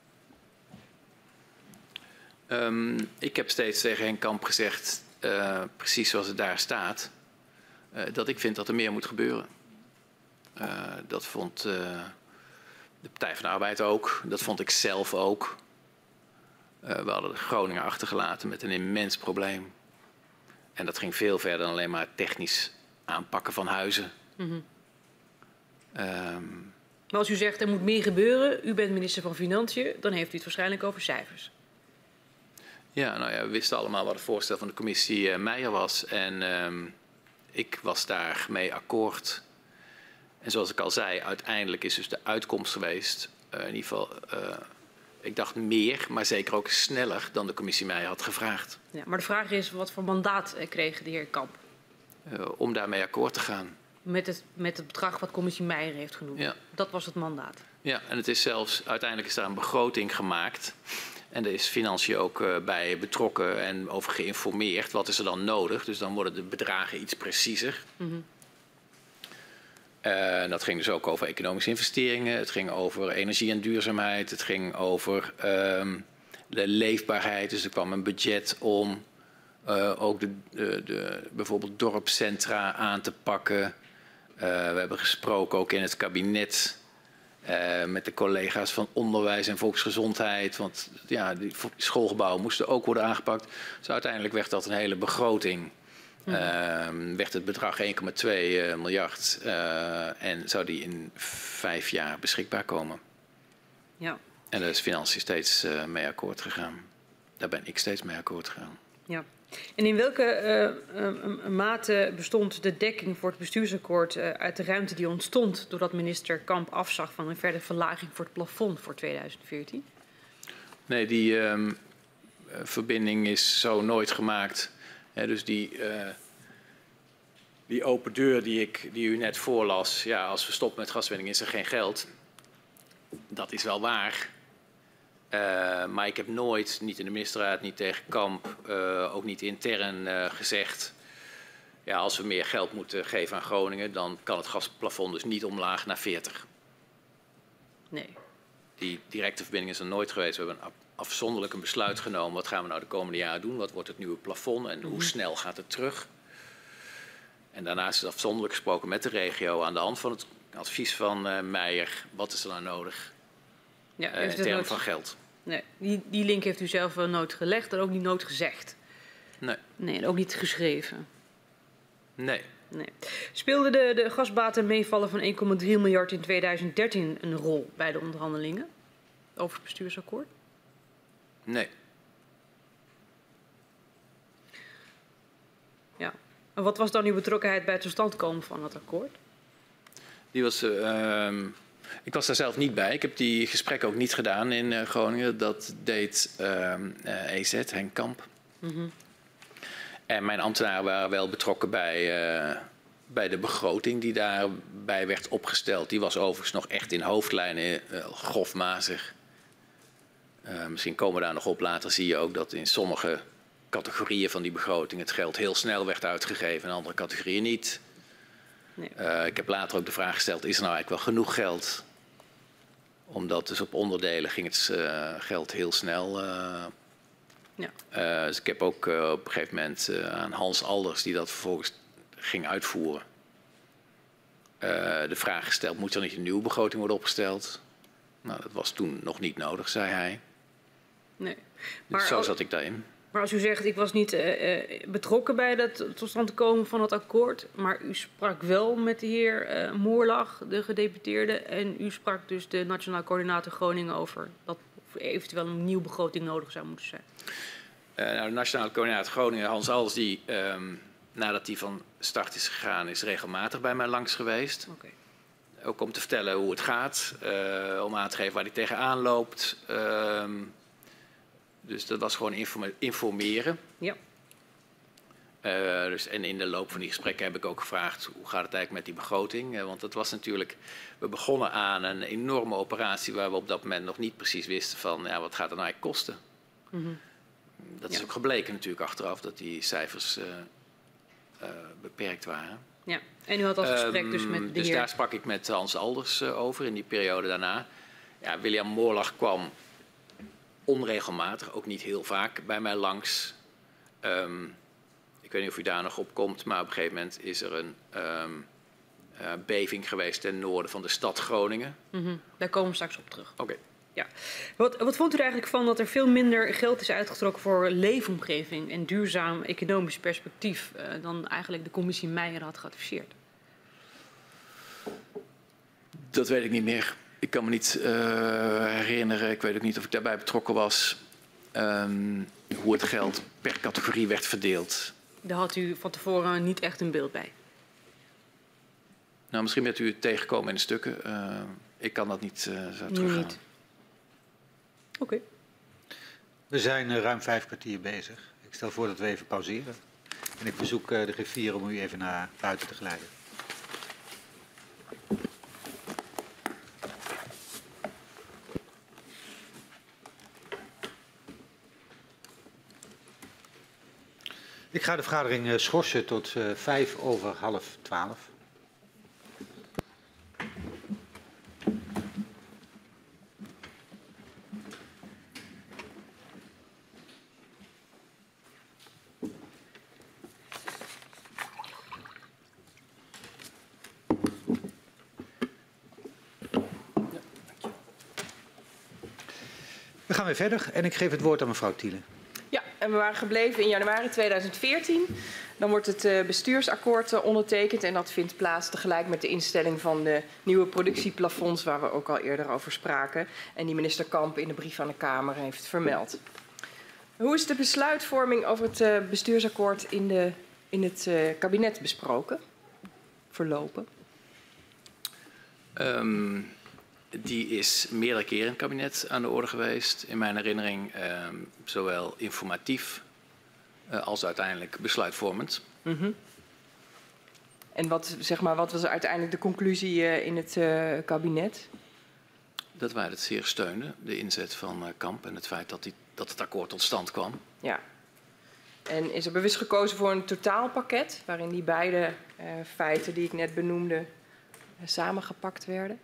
Um, ik heb steeds tegen Henk Kamp gezegd, uh, precies zoals het daar staat, uh, dat ik vind dat er meer moet gebeuren. Uh, dat vond uh, de Partij van de Arbeid ook, dat vond ik zelf ook. Uh, we hadden Groningen achtergelaten met een immens probleem. En dat ging veel verder dan alleen maar technisch aanpakken van huizen. Mm-hmm. um, maar als u zegt er moet meer gebeuren, u bent minister van Financiën, dan heeft u het waarschijnlijk over cijfers. Ja, nou ja, we wisten allemaal wat het voorstel van de commissie uh, Meijer was. En um, ik was daarmee akkoord. En zoals ik al zei, uiteindelijk is dus de uitkomst geweest, uh, in ieder geval, uh, ik dacht meer, maar zeker ook sneller dan de commissie Meijer had gevraagd. Ja, maar de vraag is, wat voor mandaat kreeg de heer Kamp? Uh, om daarmee akkoord te gaan. Met het, met het bedrag wat commissie Meijer heeft genoemd. Ja. Dat was het mandaat. Ja, en het is zelfs, uiteindelijk is daar een begroting gemaakt. En er is Financiën ook uh, bij betrokken en over geïnformeerd. Wat is er dan nodig? Dus dan worden de bedragen iets preciezer. Mm-hmm. Uh, dat ging dus ook over economische investeringen. Het ging over energie en duurzaamheid. Het ging over um, de leefbaarheid. Dus er kwam een budget om uh, ook de, de, de, bijvoorbeeld dorpscentra aan te pakken. Uh, we hebben gesproken ook in het kabinet uh, met de collega's van onderwijs en volksgezondheid. Want ja, die schoolgebouwen moesten ook worden aangepakt. Dus uiteindelijk werd dat een hele begroting. Uh, werd het bedrag één komma twee miljard uh, en zou die in vijf jaar beschikbaar komen. Ja. En daar is Financiën steeds uh, mee akkoord gegaan. Daar ben ik steeds mee akkoord gegaan. Ja. En in welke uh, uh, mate bestond de dekking voor het bestuursakkoord uh, uit de ruimte die ontstond doordat minister Kamp afzag van een verdere verlaging voor het plafond voor tweeduizend veertien? Nee, die uh, verbinding is zo nooit gemaakt. Ja, dus die, uh, die open deur die, ik, die u net voorlas, ja, als we stoppen met gaswinning is er geen geld. Dat is wel waar. Uh, maar ik heb nooit, niet in de ministerraad, niet tegen Kamp, uh, ook niet intern uh, gezegd, ja, als we meer geld moeten geven aan Groningen, dan kan het gasplafond dus niet omlaag naar veertig. Nee. Die directe verbinding is er nooit geweest. We hebben een afzonderlijk een besluit genomen. Wat gaan we nou de komende jaren doen? Wat wordt het nieuwe plafond en hoe snel gaat het terug? En daarnaast is afzonderlijk gesproken met de regio aan de hand van het advies van uh, Meijer. Wat is er nou nodig Ja, uh, in termen nooit... van geld? Nee, die, die link heeft u zelf wel nooit gelegd en ook niet nooit gezegd. Nee. Nee, en ook niet geschreven. Nee. Nee. Speelde de, de gasbaten meevallen van één komma drie miljard in tweeduizend dertien een rol bij de onderhandelingen over het bestuursakkoord? Nee. Ja. En wat was dan uw betrokkenheid bij het tot stand komen van het akkoord? Die was, uh, ik was daar zelf niet bij. Ik heb die gesprekken ook niet gedaan in uh, Groningen. Dat deed uh, uh, E Z, Henk Kamp. Mm-hmm. En mijn ambtenaren waren wel betrokken bij, uh, bij de begroting die daarbij werd opgesteld. Die was overigens nog echt in hoofdlijnen uh, grofmazig. Uh, misschien komen we daar nog op. Later zie je ook dat in sommige categorieën van die begroting het geld heel snel werd uitgegeven en andere categorieën niet. Nee. Uh, ik heb later ook de vraag gesteld, is er nou eigenlijk wel genoeg geld? Omdat dus op onderdelen ging het uh, geld heel snel. Uh, ja. uh, dus ik heb ook uh, op een gegeven moment uh, aan Hans Alders, die dat vervolgens ging uitvoeren, uh, de vraag gesteld, moet er niet een nieuwe begroting worden opgesteld? Nou, dat was toen nog niet nodig, zei hij. Nee. Maar dus zo zat ik daarin. Maar als u zegt, ik was niet uh, betrokken bij het tot stand komen van het akkoord, maar u sprak wel met de heer uh, Moorlag, de gedeputeerde, en u sprak dus de Nationaal Coördinator Groningen over dat eventueel een nieuwe begroting nodig zou moeten zijn. Uh, nou, de Nationale Coördinator Groningen, Hans Alders, die um, nadat hij van start is gegaan, is regelmatig bij mij langs geweest. Okay. Ook om te vertellen hoe het gaat, uh, om aan te geven waar hij tegenaan loopt. Uh, dus dat was gewoon informe informeren. Ja. Uh, dus, en in de loop van die gesprekken heb ik ook gevraagd, hoe gaat het eigenlijk met die begroting? Uh, want het was natuurlijk, we begonnen aan een enorme operatie waar we op dat moment nog niet precies wisten van, ja, wat gaat het nou eigenlijk kosten? Mm-hmm. Dat ja. is ook gebleken natuurlijk achteraf, dat die cijfers uh, uh, beperkt waren. Ja, en u had dat gesprek um, dus met de Dus heer... daar sprak ik met Hans Alders uh, over in die periode daarna. Ja, William Moorlag kwam onregelmatig, ook niet heel vaak, bij mij langs. Um, ik weet niet of u daar nog op komt, maar op een gegeven moment is er een um, uh, beving geweest ten noorden van de stad Groningen. Mm-hmm. Daar komen we straks op terug. Oké. Okay. Ja. Wat, wat vond u er eigenlijk van dat er veel minder geld is uitgetrokken voor leefomgeving en duurzaam economisch perspectief uh, dan eigenlijk de commissie Meijer had geadviseerd? Dat weet ik niet meer. Ik kan me niet uh, herinneren, ik weet ook niet of ik daarbij betrokken was, um, hoe het geld per categorie werd verdeeld. Daar had u van tevoren niet echt een beeld bij? Nou, misschien bent u het tegengekomen in de stukken. Uh, ik kan dat niet uh, zo teruggaan. Oké. Okay. We zijn uh, ruim vijf kwartier bezig. Ik stel voor dat we even pauzeren. En ik verzoek uh, de griffier om u even naar buiten te geleiden. Ik ga de vergadering uh, schorsen tot uh, vijf over half twaalf. We gaan weer verder en ik geef het woord aan mevrouw Thiele. Ja, en we waren gebleven in januari tweeduizend veertien. Dan wordt het bestuursakkoord ondertekend en dat vindt plaats tegelijk met de instelling van de nieuwe productieplafonds waar we ook al eerder over spraken. En die minister Kamp in de brief aan de Kamer heeft vermeld. Hoe is de besluitvorming over het bestuursakkoord in, de, in het kabinet besproken? Verlopen? Um... Die is meerdere keren in het kabinet aan de orde geweest. In mijn herinnering eh, zowel informatief uh, als uiteindelijk besluitvormend. Mm-hmm. En wat, zeg maar, wat was uiteindelijk de conclusie uh, in het uh, kabinet? Dat wij het zeer steunden, de inzet van uh, Kamp en het feit dat, die, dat het akkoord tot stand kwam. Ja. En is er bewust gekozen voor een totaalpakket waarin die beide uh, feiten die ik net benoemde uh, samengepakt werden?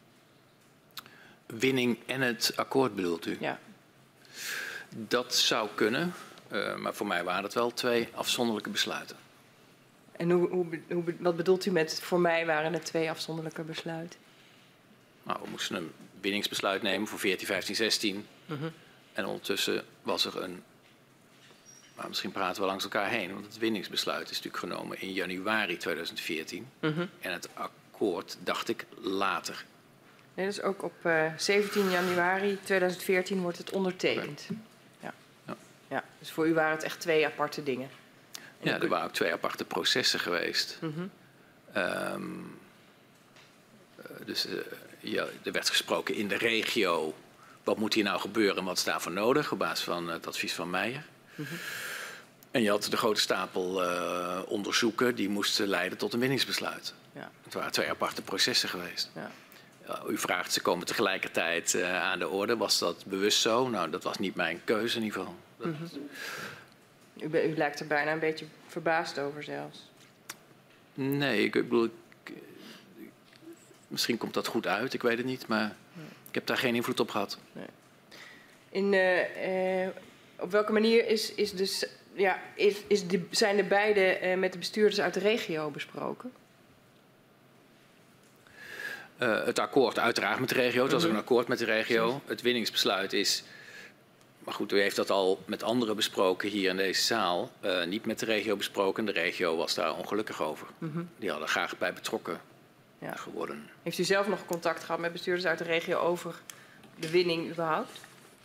Winning en het akkoord bedoelt u? Ja. Dat zou kunnen, uh, maar voor mij waren het wel twee afzonderlijke besluiten. En hoe, hoe, hoe, wat bedoelt u met voor mij waren het twee afzonderlijke besluiten? Nou, we moesten een winningsbesluit nemen voor veertien, vijftien, zestien. Uh-huh. En ondertussen was er een... Maar misschien praten we langs elkaar heen, want het winningsbesluit is natuurlijk genomen in januari tweeduizend veertien. Uh-huh. En het akkoord dacht ik later. Nee, dus ook op uh, zeventien januari tweeduizend veertien wordt het ondertekend. Ja. Ja. Ja, dus voor u waren het echt twee aparte dingen. En ja, er waren ook twee aparte processen geweest. Mm-hmm. um, uh, dus uh, ja, er werd gesproken in de regio. Wat moet hier nou gebeuren en wat is daarvoor nodig? Op basis van het advies van Meijer. Mm-hmm. En je had de grote stapel uh, onderzoeken die moesten leiden tot een winningsbesluit. Ja. Het waren twee aparte processen geweest. Ja. U vraagt, ze komen tegelijkertijd uh, aan de orde. Was dat bewust zo? Nou, dat was niet mijn keuze in ieder geval. Dat... Mm-hmm. u, be, u lijkt er bijna een beetje verbaasd over zelfs. Nee, ik, ik bedoel... Ik, misschien komt dat goed uit, ik weet het niet. Maar nee. Ik heb daar geen invloed op gehad. Nee. In, uh, uh, op welke manier is, is dus, ja, is, is de, zijn de beide uh, met de bestuurders uit de regio besproken? Uh, het akkoord uiteraard met de regio. Het was ook een akkoord met de regio. Het winningsbesluit is... Maar goed, u heeft dat al met anderen besproken hier in deze zaal. Uh, niet met de regio besproken. De regio was daar ongelukkig over. Mm-hmm. Die hadden graag bij betrokken ja. geworden. Heeft u zelf nog contact gehad met bestuurders uit de regio over de winning überhaupt?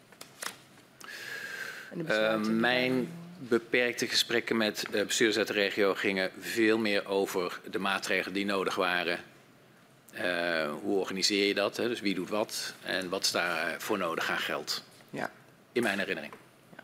En de uh, mijn beperkte gesprekken met uh, bestuurders uit de regio gingen veel meer over de maatregelen die nodig waren... Uh, hoe organiseer je dat? Hè? Dus wie doet wat? En wat is daarvoor nodig aan geld? Ja. In mijn herinnering. Ja.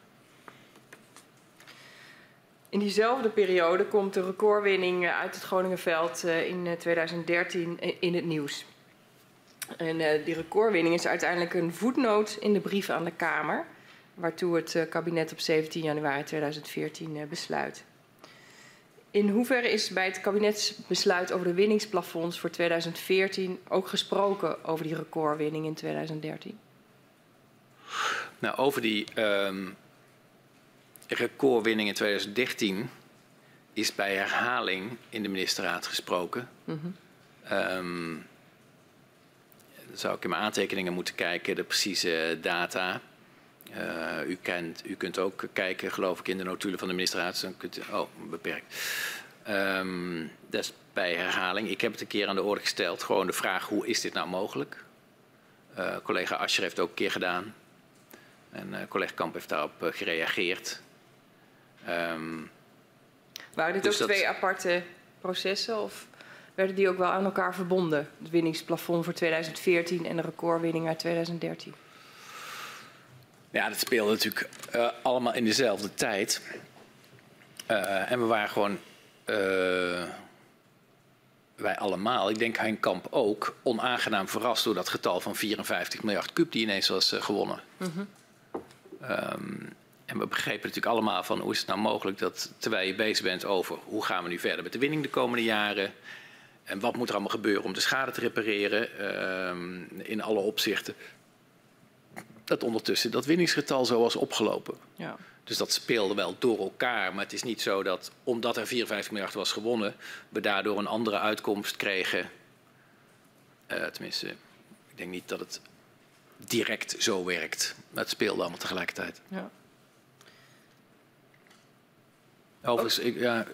In diezelfde periode komt de recordwinning uit het Groningenveld uh, in tweeduizend dertien in het nieuws. En uh, die recordwinning is uiteindelijk een voetnoot in de brief aan de Kamer, waartoe het uh, kabinet op zeventien januari tweeduizend veertien uh, besluit. In hoeverre is bij het kabinetsbesluit over de winningsplafonds voor tweeduizend veertien ook gesproken over die recordwinning in tweeduizend dertien? Nou, over die um, recordwinning in tweeduizend dertien is bij herhaling in de ministerraad gesproken. Mm-hmm. um, dan zou ik in mijn aantekeningen moeten kijken, de precieze data. Uh, u, kent, u kunt ook kijken, geloof ik, in de notulen van de ministerraad. Dan kunt u, oh, beperkt. Um, dat is bij herhaling. Ik heb het een keer aan de orde gesteld. Gewoon de vraag, hoe is dit nou mogelijk? Uh, collega Ascher heeft het ook een keer gedaan. En uh, collega Kamp heeft daarop uh, gereageerd. Um, Waren dit dus ook dat... twee aparte processen? Of werden die ook wel aan elkaar verbonden? Het winningsplafond voor tweeduizend veertien en de recordwinning uit tweeduizend dertien? Ja, dat speelde natuurlijk uh, allemaal in dezelfde tijd. Uh, en we waren gewoon, uh, wij allemaal, ik denk Hein Kamp ook, onaangenaam verrast door dat getal van vierenvijftig miljard kuub die ineens was uh, gewonnen. Mm-hmm. um, en we begrepen natuurlijk allemaal van hoe is het nou mogelijk dat terwijl je bezig bent over hoe gaan we nu verder met de winning de komende jaren en wat moet er allemaal gebeuren om de schade te repareren uh, in alle opzichten, dat ondertussen dat winningsgetal zo was opgelopen. Ja. Dus dat speelde wel door elkaar. Maar het is niet zo dat, omdat er vierenvijftig miljard was gewonnen, we daardoor een andere uitkomst kregen. Uh, tenminste, ik denk niet dat het direct zo werkt. Maar het speelde allemaal tegelijkertijd. Ja. Overigens, ik, ja,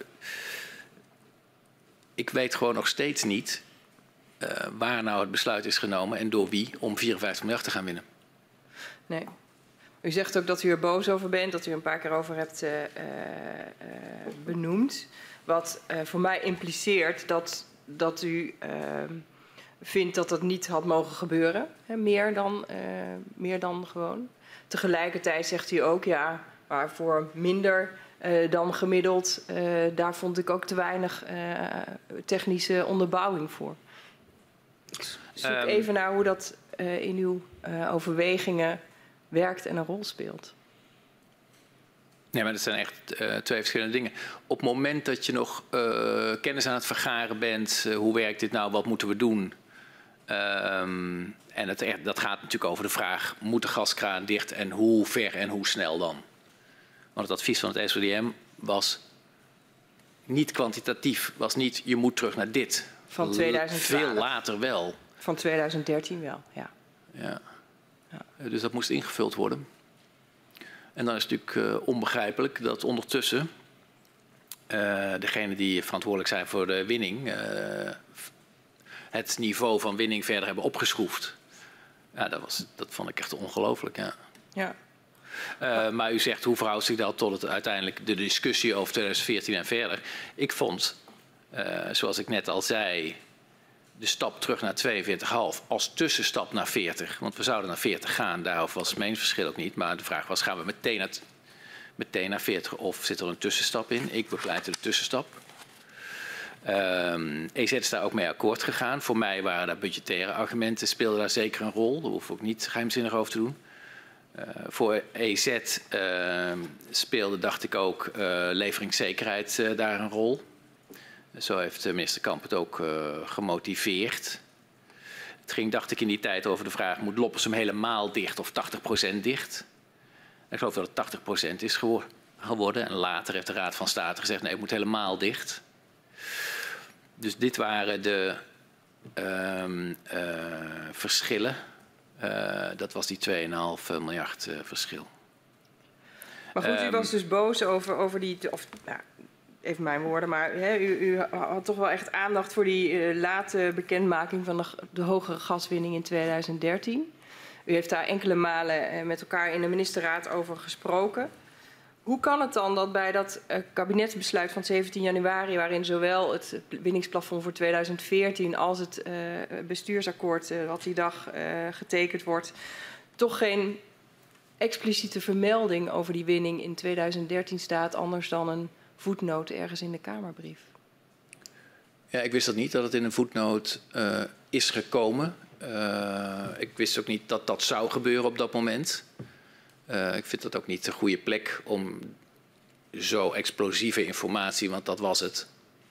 ik weet gewoon nog steeds niet uh, waar nou het besluit is genomen en door wie om vierenvijftig miljard te gaan winnen. Nee. U zegt ook dat u er boos over bent, dat u er een paar keer over hebt uh, uh, benoemd. Wat uh, voor mij impliceert dat, dat u uh, vindt dat dat niet had mogen gebeuren. Hè, meer, dan, uh, meer dan gewoon. Tegelijkertijd zegt u ook, ja, maar voor minder uh, dan gemiddeld, uh, daar vond ik ook te weinig uh, technische onderbouwing voor. Ik zoek um, even naar hoe dat uh, in uw uh, overwegingen werkt en een rol speelt. Nee, maar dat zijn echt uh, twee verschillende dingen. Op het moment dat je nog uh, kennis aan het vergaren bent, uh, hoe werkt dit nou, wat moeten we doen? Um, en het, dat gaat natuurlijk over de vraag, moet de gaskraan dicht en hoe ver en hoe snel dan? Want het advies van het S O D M was niet kwantitatief, was niet je moet terug naar dit. Van tweeduizend twaalf. Veel later wel. Van tweeduizend dertien wel, ja. Ja. Ja. Dus dat moest ingevuld worden. En dan is het natuurlijk uh, onbegrijpelijk dat ondertussen uh, degenen die verantwoordelijk zijn voor de winning uh, het niveau van winning verder hebben opgeschroefd. Ja, dat, was, dat vond ik echt ongelooflijk. Ja. Ja. Uh, maar u zegt hoe verhoudt zich dat tot het, uiteindelijk de discussie over tweeduizend veertien en verder. Ik vond, uh, zoals ik net al zei, de stap terug naar tweeënveertig komma vijf als tussenstap naar veertig. Want we zouden naar veertig gaan, daarover was het meningsverschil ook niet. Maar de vraag was, gaan we meteen naar, meteen naar veertig of zit er een tussenstap in? Ik bepleitte de tussenstap. Um, E Z is daar ook mee akkoord gegaan. Voor mij waren daar budgettaire argumenten, speelden daar zeker een rol. Daar hoef ik ook niet geheimzinnig over te doen. Uh, voor E Z uh, speelde, dacht ik ook, uh, leveringszekerheid uh, daar een rol. Zo heeft minister Kamp het ook uh, gemotiveerd. Het ging, dacht ik, in die tijd over de vraag, moet Loppersum helemaal dicht of tachtig procent dicht? Ik geloof dat het tachtig procent is geworden. En later heeft de Raad van State gezegd, nee, het moet helemaal dicht. Dus dit waren de uh, uh, verschillen. Uh, dat was die twee komma vijf miljard uh, verschil. Maar goed, u um, was dus boos over, over die... Of, nou, even mijn woorden, maar hè, u, u had toch wel echt aandacht voor die uh, late bekendmaking van de, de hogere gaswinning in tweeduizend dertien. U heeft daar enkele malen uh, met elkaar in de ministerraad over gesproken. Hoe kan het dan dat bij dat uh, kabinetsbesluit van zeventien januari... waarin zowel het winningsplafond voor tweeduizend veertien als het uh, bestuursakkoord uh, wat die dag uh, getekend wordt... toch geen expliciete vermelding over die winning in tweeduizend dertien staat... anders dan een voetnoot ergens in de Kamerbrief? Ja, ik wist dat niet, dat het in een voetnoot uh, is gekomen. Uh, ik wist ook niet dat dat zou gebeuren op dat moment... Uh, ik vind dat ook niet de goede plek om zo explosieve informatie, want dat was het.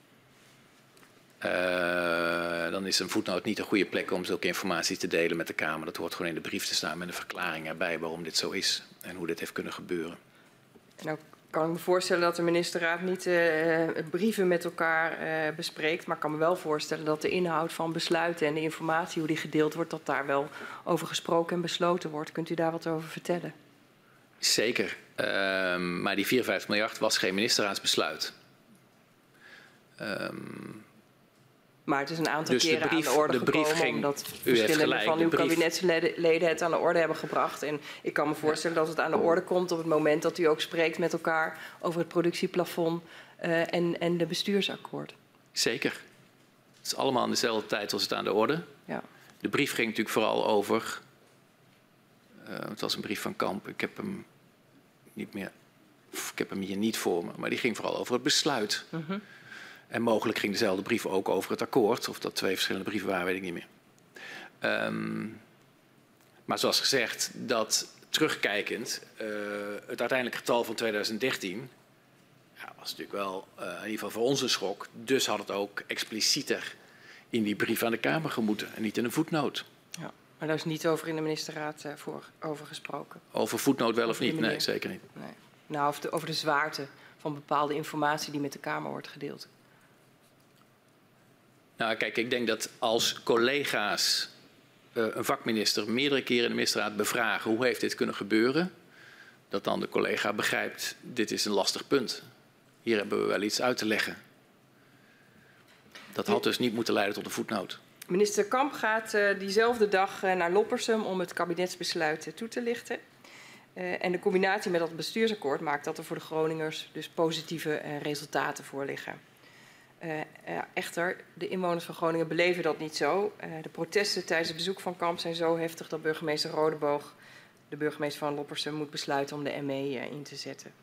Uh, dan is een voetnoot niet een goede plek om zulke informatie te delen met de Kamer. Dat hoort gewoon in de brief te staan met een verklaring erbij waarom dit zo is en hoe dit heeft kunnen gebeuren. En ook kan ik me voorstellen dat de ministerraad niet uh, brieven met elkaar uh, bespreekt. Maar ik kan me wel voorstellen dat de inhoud van besluiten en de informatie, hoe die gedeeld wordt, dat daar wel over gesproken en besloten wordt. Kunt u daar wat over vertellen? Zeker. Uh, maar die vierenvijftig miljard was geen ministerraadsbesluit. Um, Maar het is een aantal dus keren de brief, aan de orde de gekomen, brief ging, omdat u verschillende gelijk, van uw brief, kabinetsleden het aan de orde hebben gebracht. En ik kan me voorstellen dat het aan de orde komt op het moment dat u ook spreekt met elkaar over het productieplafond uh, en, en de bestuursakkoord. Zeker. Het is allemaal aan dezelfde tijd als het aan de orde. Ja. De brief ging natuurlijk vooral over... Uh, het was een brief van Kamp. Ik heb hem niet meer... Ik heb hem hier niet voor me. Maar die ging vooral over het besluit. Uh-huh. En mogelijk ging dezelfde brief ook over het akkoord. Of dat twee verschillende brieven waren, weet ik niet meer. Um, maar zoals gezegd, dat terugkijkend... Uh, het uiteindelijke getal van tweeduizend dertien... Ja, was natuurlijk wel uh, in ieder geval voor ons een schok. Dus had het ook explicieter in die brief aan de Kamer gemoeten. En niet in een voetnoot. Ja, maar daar is niet over in de ministerraad uh, voor, over gesproken. Over voetnoot wel of niet? Nee, zeker niet. Nee. Nou, over de, over de zwaarte van bepaalde informatie die met de Kamer wordt gedeeld. Nou, kijk, ik denk dat als collega's uh, een vakminister meerdere keren in de ministerraad bevragen hoe heeft dit kunnen gebeuren, dat dan de collega begrijpt, dit is een lastig punt. Hier hebben we wel iets uit te leggen. Dat had dus niet moeten leiden tot een voetnoot. Minister Kamp gaat uh, diezelfde dag uh, naar Loppersum om het kabinetsbesluit uh, toe te lichten. Uh, en de combinatie met dat bestuursakkoord maakt dat er voor de Groningers dus positieve uh, resultaten voor liggen. Uh, uh, echter, de inwoners van Groningen beleven dat niet zo. Uh, de protesten tijdens het bezoek van Kamp zijn zo heftig dat burgemeester Rodeboog, de burgemeester van Loppersum, moet besluiten om de M E uh, in te zetten.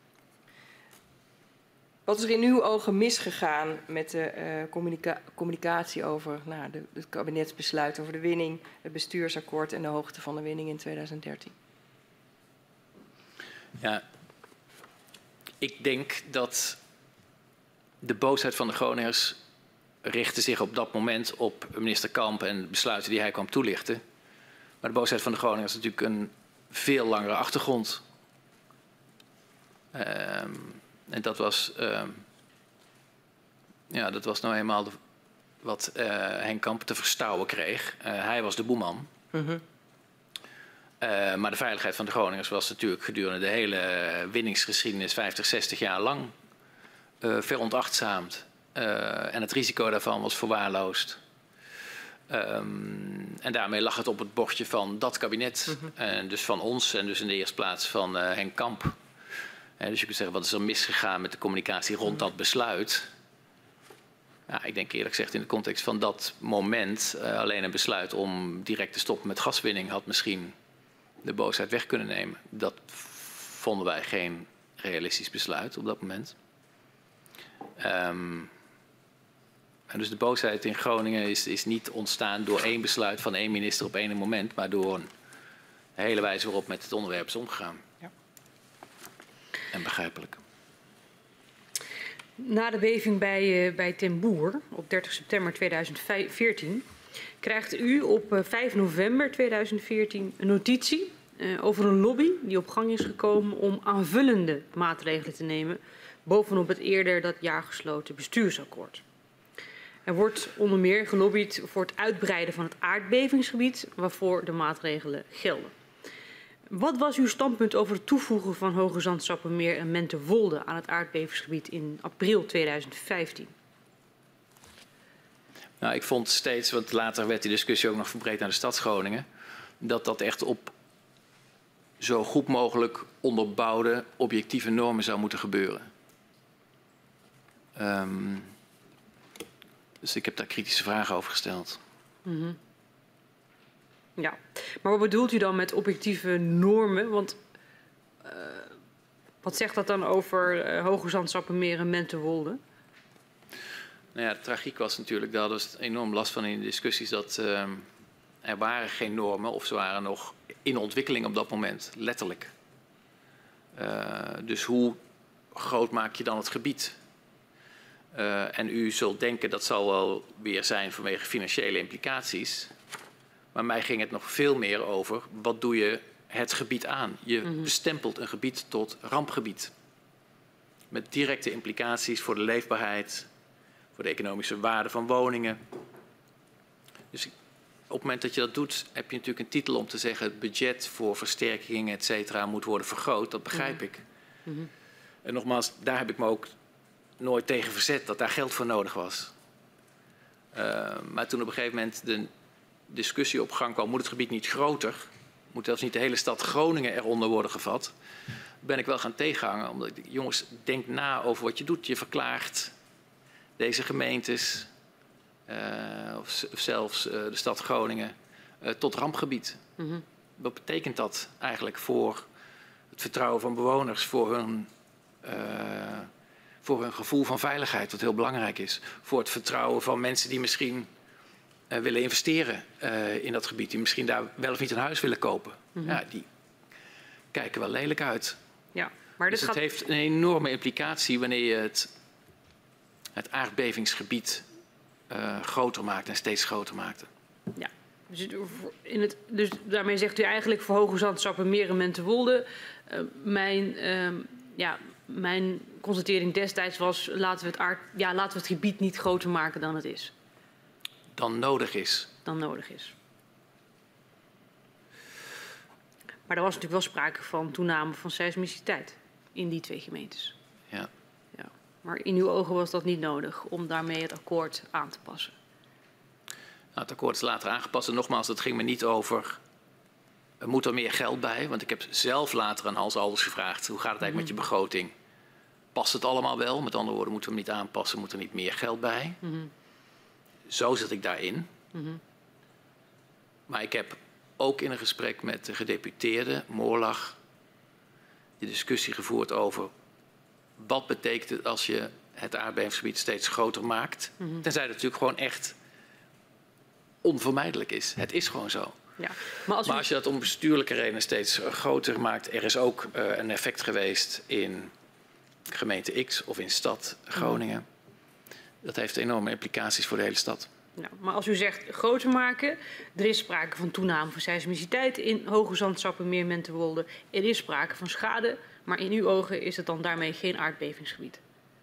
Wat is er in uw ogen misgegaan met de uh, communica communicatie over nou, de, het kabinetsbesluit over de winning, het bestuursakkoord en de hoogte van de winning in tweeduizend dertien? Ja, ik denk dat de boosheid van de Groningers richtte zich op dat moment op minister Kamp en de besluiten die hij kwam toelichten. Maar de boosheid van de Groningers is natuurlijk een veel langere achtergrond. Um, en dat was, um, ja, dat was nou eenmaal de, wat uh, Henk Kamp te verstouwen kreeg. Uh, hij was de boeman. Mm-hmm. Uh, maar de veiligheid van de Groningers was natuurlijk gedurende de hele winningsgeschiedenis vijftig, zestig jaar lang uh, veronachtzaamd. Uh, en het risico daarvan was verwaarloosd. Um, en daarmee lag het op het bordje van dat kabinet. Mm-hmm. En dus van ons en dus in de eerste plaats van uh, Henk Kamp. Uh, dus je kunt zeggen, wat is er misgegaan met de communicatie rond mm-hmm. dat besluit? Ja, ik denk eerlijk gezegd in de context van dat moment uh, alleen een besluit om direct te stoppen met gaswinning had misschien de boosheid weg kunnen nemen. Dat vonden wij geen realistisch besluit op dat moment. Um, en dus de boosheid in Groningen is, is niet ontstaan door één besluit van één minister op één moment, maar door een hele wijze waarop met het onderwerp is omgegaan. Ja. En begrijpelijk. Na de beving bij, uh, bij Ten Boer op dertig september tweeduizend veertien krijgt u op uh, vijf november tweeduizend veertien een notitie uh, over een lobby die op gang is gekomen om aanvullende maatregelen te nemen bovenop het eerder dat jaar gesloten bestuursakkoord. Er wordt onder meer gelobbyd voor het uitbreiden van het aardbevingsgebied waarvoor de maatregelen gelden. Wat was uw standpunt over het toevoegen van Hoge Zand, Sappemeer en Menterwolde aan het aardbevingsgebied in april tweeduizend vijftien? Nou, ik vond steeds, want later werd die discussie ook nog verbreed naar de stad Groningen, dat dat echt op zo goed mogelijk onderbouwde objectieve normen zou moeten gebeuren. Um, dus ik heb daar kritische vragen over gesteld. Mm-hmm. Ja, maar wat bedoelt u dan met objectieve normen? Want uh, wat zegt dat dan over uh, Hoge Zand, Sappemeer en Menterwolde? Nou ja, de tragiek was natuurlijk, daar hadden we het enorm last van in de discussies, dat uh, er waren geen normen of ze waren nog in ontwikkeling op dat moment, letterlijk. Uh, dus hoe groot maak je dan het gebied? Uh, en u zult denken dat zal wel weer zijn vanwege financiële implicaties. Maar mij ging het nog veel meer over, wat doe je het gebied aan? Je mm-hmm. bestempelt een gebied tot rampgebied. Met directe implicaties voor de leefbaarheid, voor de economische waarde van woningen. Dus op het moment dat je dat doet, heb je natuurlijk een titel om te zeggen... het budget voor versterkingen, et cetera, moet worden vergroot. Dat begrijp mm-hmm. ik. Mm-hmm. En nogmaals, daar heb ik me ook nooit tegen verzet dat daar geld voor nodig was. Uh, maar toen op een gegeven moment de discussie op gang kwam... moet het gebied niet groter? Moet zelfs niet de hele stad Groningen eronder worden gevat? Ben ik wel gaan tegenhangen. Omdat ik, jongens, denk na over wat je doet. Je verklaart deze gemeentes... Uh, of, of zelfs uh, de stad Groningen, uh, tot rampgebied. Mm-hmm. Wat betekent dat eigenlijk voor het vertrouwen van bewoners, voor hun, uh, voor hun gevoel van veiligheid, wat heel belangrijk is, voor het vertrouwen van mensen die misschien uh, willen investeren uh, in dat gebied, die misschien daar wel of niet een huis willen kopen. Mm-hmm. Ja, die kijken wel lelijk uit. Ja, maar dus het gaat... heeft een enorme implicatie wanneer je het, het aardbevingsgebied Uh, groter maakt en steeds groter maakte. Ja, dus, in het, dus daarmee zegt u eigenlijk voor Hoge Zand, Sappemeer en Menterwolde... Uh, mijn, uh, ja, mijn constatering destijds was... Laten we, het aard, ja, laten we het gebied niet groter maken dan het is. Dan nodig is. Dan nodig is. Maar er was natuurlijk wel sprake van toename van seismiciteit in die twee gemeentes. Ja. Maar in uw ogen was dat niet nodig om daarmee het akkoord aan te passen? Nou, het akkoord is later aangepast. En nogmaals, het ging me niet over... er moet er meer geld bij. Want ik heb zelf later aan Hans Alders gevraagd... hoe gaat het eigenlijk mm-hmm. met je begroting? Past het allemaal wel? Met andere woorden, moeten we hem niet aanpassen? Moet er niet meer geld bij? Mm-hmm. Zo zit ik daarin. Mm-hmm. Maar ik heb ook in een gesprek met de gedeputeerde Moorlag... de discussie gevoerd over... wat betekent het als je het aardbevingsgebied steeds groter maakt? Mm-hmm. Tenzij het natuurlijk gewoon echt onvermijdelijk is. Het is gewoon zo. Ja. Maar, als, maar als je dat om bestuurlijke redenen steeds groter maakt... er is ook uh, een effect geweest in gemeente X of in stad Groningen. Mm-hmm. Dat heeft enorme implicaties voor de hele stad. Nou, maar als u zegt groter maken... er is sprake van toename van seismiciteit in Hoge Zand, Sappemeer, Menterwolde. Er is sprake van schade... Maar in uw ogen is het dan daarmee geen aardbevingsgebied.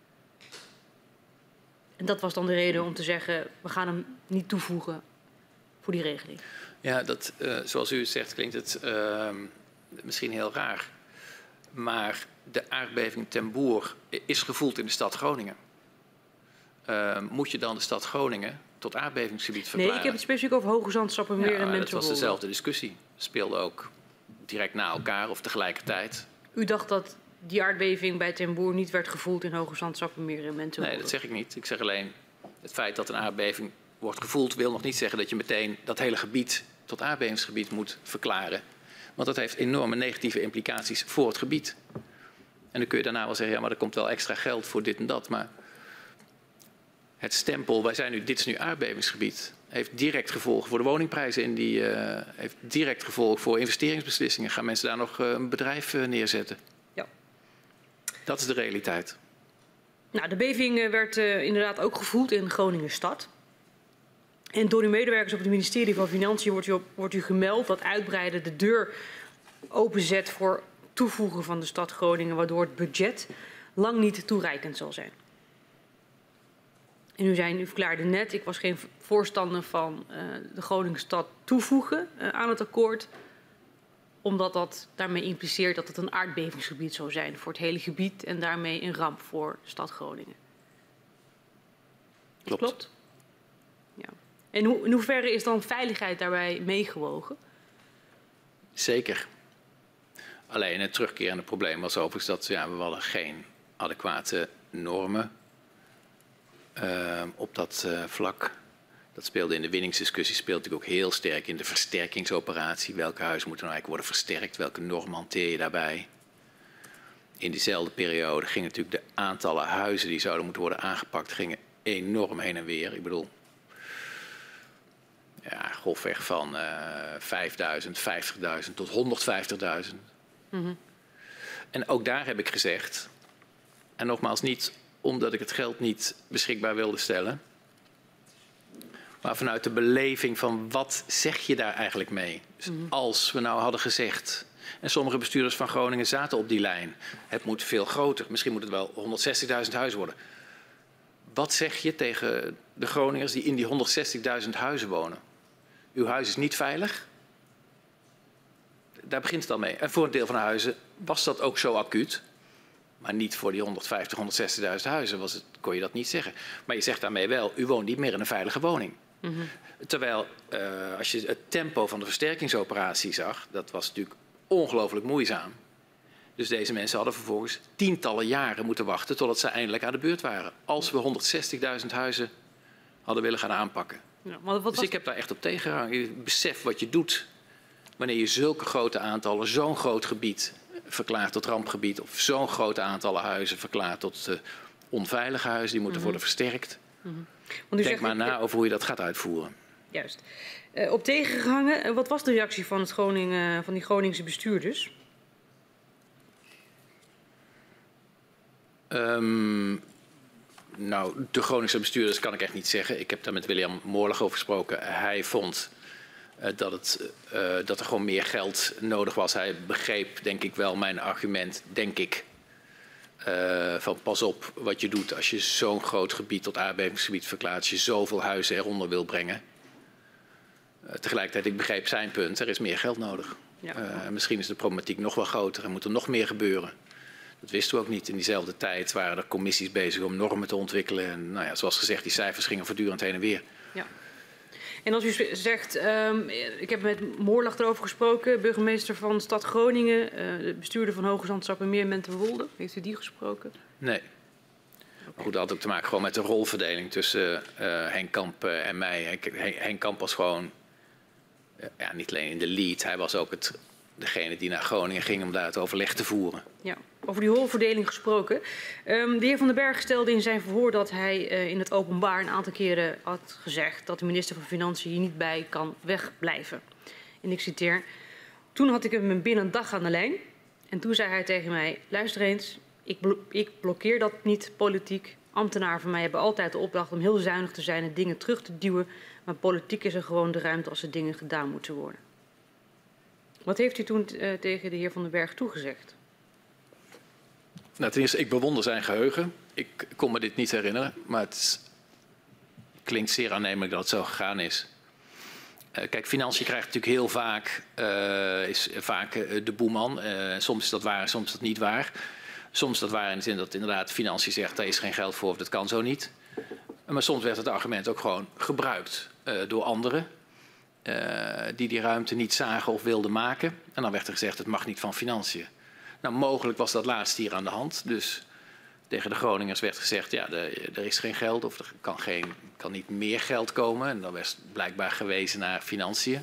En dat was dan de reden om te zeggen... we gaan hem niet toevoegen voor die regeling. Ja, dat, uh, zoals u het zegt klinkt het uh, misschien heel raar. Maar de aardbeving ten Boer is gevoeld in de stad Groningen. Uh, moet je dan de stad Groningen tot aardbevingsgebied verklaren? Nee, ik heb het specifiek over Hoge Zand, Sappemeer ja, en Menterwolde. Dat was dezelfde discussie. Speelde ook direct na elkaar of tegelijkertijd... U dacht dat die aardbeving bij ten Boer niet werd gevoeld in Hoge Zand, Sappemeer en Menterwolde? Nee, dat zeg ik niet. Ik zeg alleen, het feit dat een aardbeving wordt gevoeld... wil nog niet zeggen dat je meteen dat hele gebied tot aardbevingsgebied moet verklaren. Want dat heeft enorme negatieve implicaties voor het gebied. En dan kun je daarna wel zeggen, ja, maar er komt wel extra geld voor dit en dat. Maar het stempel, wij zijn nu, dit is nu aardbevingsgebied... heeft direct gevolgen voor de woningprijzen in die, uh, heeft direct gevolgen voor investeringsbeslissingen. Gaan mensen daar nog uh, een bedrijf uh, neerzetten? Ja. Dat is de realiteit. Nou, de beving uh, werd uh, inderdaad ook gevoeld in Groningen stad. En door uw medewerkers op het ministerie van Financiën wordt u, op, wordt u gemeld dat uitbreiden de deur openzet voor toevoegen van de stad Groningen, waardoor het budget lang niet toereikend zal zijn. En u, zei, u verklaarde net, ik was geen voorstander van uh, de Groningse stad toevoegen uh, aan het akkoord. Omdat dat daarmee impliceert dat het een aardbevingsgebied zou zijn voor het hele gebied. En daarmee een ramp voor de stad Groningen. Klopt. Klopt? Ja. En hoe, in hoeverre is dan veiligheid daarbij meegewogen? Zeker. Alleen het terugkerende probleem was overigens dat ja, we hadden geen adequate normen. Uh, op dat uh, vlak. Dat speelde in de winningsdiscussie, speelt natuurlijk ook heel sterk in de versterkingsoperatie. Welke huizen moeten nou eigenlijk worden versterkt? Welke norm hanteer je daarbij? In diezelfde periode gingen natuurlijk de aantallen huizen die zouden moeten worden aangepakt, gingen enorm heen en weer. Ik bedoel, ja, grofweg van uh, vijfduizend, vijftigduizend tot honderdvijftigduizend. Mm-hmm. En ook daar heb ik gezegd, en nogmaals niet omdat ik het geld niet beschikbaar wilde stellen, maar vanuit de beleving van wat zeg je daar eigenlijk mee? Dus mm-hmm. als we nou hadden gezegd, En sommige bestuurders van Groningen zaten op die lijn. Het moet veel groter. Misschien moet het wel honderdzestigduizend huizen worden. Wat zeg je tegen de Groningers die in die honderdzestigduizend huizen wonen? Uw huis is niet veilig. Daar begint het al mee. En voor een deel van de huizen was dat ook zo acuut. Maar niet voor die honderdvijftig, honderdzestigduizend huizen was het, kon je dat niet zeggen. Maar je zegt daarmee wel, u woont niet meer in een veilige woning. Mm-hmm. Terwijl, uh, als je het tempo van de versterkingsoperatie zag, dat was natuurlijk ongelooflijk moeizaam. Dus deze mensen hadden vervolgens tientallen jaren moeten wachten totdat ze eindelijk aan de beurt waren. Als we honderdzestigduizend huizen hadden willen gaan aanpakken. Ja, maar wat dus was... ik heb daar echt op tegengehangen. Je beseft wat je doet wanneer je zulke grote aantallen, zo'n groot gebied verklaart tot rampgebied, of zo'n grote aantallen huizen verklaart tot uh, onveilige huizen, die moeten mm-hmm. worden versterkt. Mm-hmm. Want Denk maar na over hoe je dat gaat uitvoeren. Juist. Uh, op tegengehangen, uh, wat was de reactie van, het Groningen, van die Groningse bestuurders? Um, nou, de Groningse bestuurders kan ik echt niet zeggen. Ik heb daar met William Moorlag over gesproken. Hij vond uh, dat, het, uh, dat er gewoon meer geld nodig was. Hij begreep, denk ik wel, mijn argument, denk ik. Uh, van pas op wat je doet als je zo'n groot gebied tot aardbevingsgebied verklaart. Als je zoveel huizen eronder wil brengen. Uh, tegelijkertijd, ik begreep zijn punt. Er is meer geld nodig. Ja. Uh, misschien is de problematiek nog wel groter en moet er nog meer gebeuren. Dat wisten we ook niet. In diezelfde tijd waren er commissies bezig om normen te ontwikkelen. En nou ja, zoals gezegd, die cijfers gingen voortdurend heen en weer. Ja. En als u zegt, um, ik heb met Moorlag erover gesproken, burgemeester van stad Groningen, uh, de bestuurder van Hoge Zand, Sappemeer, Menterwolde. Heeft u die gesproken? Nee. Okay. Goed, dat had ook te maken gewoon met de rolverdeling tussen uh, Henk Kamp uh, en mij. Henk, Henk Kamp was gewoon, uh, ja, niet alleen in de lead, hij was ook het, degene die naar Groningen ging om daar het overleg te voeren. Ja. Over die rolverdeling gesproken. Um, de heer Van den Berg stelde in zijn verhoor dat hij uh, in het openbaar een aantal keren had gezegd dat de minister van Financiën hier niet bij kan wegblijven. En ik citeer, toen had ik hem binnen een dag aan de lijn en toen zei hij tegen mij, luister eens, ik, blo ik blokkeer dat niet politiek. Ambtenaren van mij hebben altijd de opdracht om heel zuinig te zijn en dingen terug te duwen, maar politiek is er gewoon de ruimte als er dingen gedaan moeten worden. Wat heeft u toen uh, tegen de heer Van den Berg toegezegd? Nou, ten eerste, ik bewonder zijn geheugen. Ik kon me dit niet herinneren, maar het is, klinkt zeer aannemelijk dat het zo gegaan is. Uh, kijk, financiën krijgt natuurlijk heel vaak, uh, is vaak uh, de boeman. Uh, soms is dat waar, soms is dat niet waar. Soms is dat waar in de zin dat inderdaad financiën zegt, daar is geen geld voor of dat kan zo niet. Maar soms werd het argument ook gewoon gebruikt uh, door anderen. Uh, die die ruimte niet zagen of wilden maken. En dan werd er gezegd, het mag niet van financiën. Nou, mogelijk was dat laatst hier aan de hand. Dus tegen de Groningers werd gezegd, ja, er, er is geen geld of er kan, geen, kan niet meer geld komen. En dan werd blijkbaar gewezen naar financiën.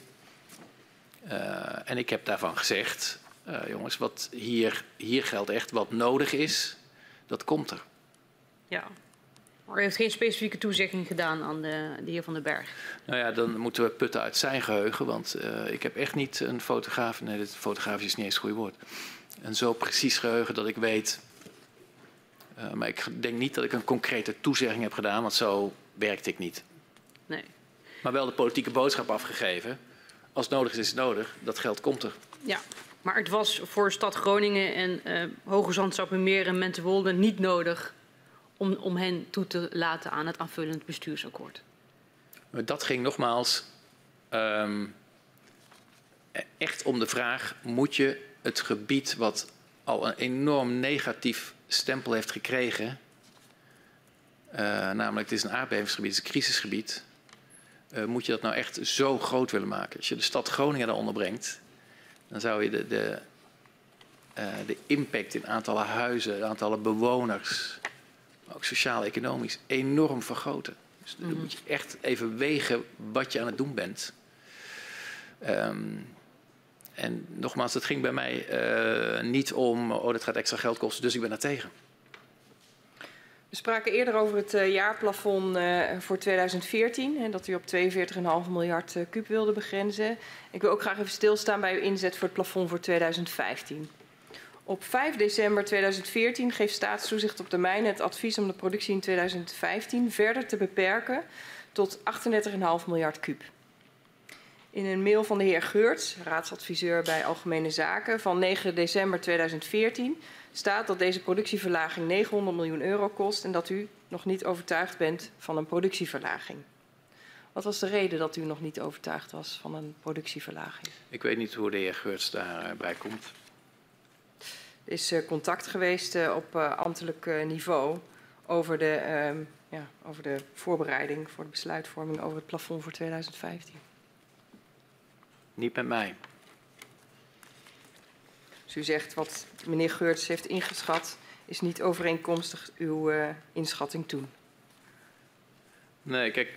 Uh, en ik heb daarvan gezegd, uh, jongens, wat hier, hier geldt echt wat nodig is, dat komt er. Ja. Maar u heeft geen specifieke toezegging gedaan aan de, de heer Van den Berg? Nou ja, dan moeten we putten uit zijn geheugen. Want uh, ik heb echt niet een fotograaf, nee, dit fotografisch is niet eens het goede woord. Een zo precies geheugen dat ik weet. Uh, maar ik denk niet dat ik een concrete toezegging heb gedaan, want zo werkte ik niet. Nee. Maar wel de politieke boodschap afgegeven. Als het nodig is, is het nodig. Dat geld komt er. Ja, maar het was voor stad Groningen en uh, Hoge Zand, Sappemeer en Menterwolde niet nodig om, om hen toe te laten aan het aanvullend bestuursakkoord. Dat ging nogmaals um, echt om de vraag, moet je het gebied wat al een enorm negatief stempel heeft gekregen, uh, namelijk het is een aardbevingsgebied, het is een crisisgebied, uh, moet je dat nou echt zo groot willen maken? Als je de stad Groningen daaronder brengt, dan zou je de, de, uh, de impact in aantallen huizen, aantallen bewoners, ook sociaal-economisch, enorm vergroten. Dus dan moet je echt even wegen wat je aan het doen bent. Um, en nogmaals, het ging bij mij uh, niet om, oh, dat gaat extra geld kosten, dus ik ben daar tegen. We spraken eerder over het uh, jaarplafond uh, voor tweeduizend veertien. En dat u op tweeënveertig komma vijf miljard uh, kuub wilde begrenzen. Ik wil ook graag even stilstaan bij uw inzet voor het plafond voor tweeduizend vijftien. Op vijf december tweeduizend veertien geeft Staatstoezicht op de mijnen het advies om de productie in tweeduizend vijftien verder te beperken tot achtendertig komma vijf miljard kuub. In een mail van de heer Geurts, raadsadviseur bij Algemene Zaken, van negen december tweeduizend veertien... staat dat deze productieverlaging negenhonderd miljoen euro kost en dat u nog niet overtuigd bent van een productieverlaging. Wat was de reden dat u nog niet overtuigd was van een productieverlaging? Ik weet niet hoe de heer Geurts daarbij komt. Er is uh, contact geweest uh, op uh, ambtelijk uh, niveau over de, uh, ja, over de voorbereiding voor de besluitvorming over het plafond voor tweeduizend vijftien. Niet met mij. Dus u zegt wat meneer Geurts heeft ingeschat is niet overeenkomstig uw uh, inschatting toen. Nee, kijk.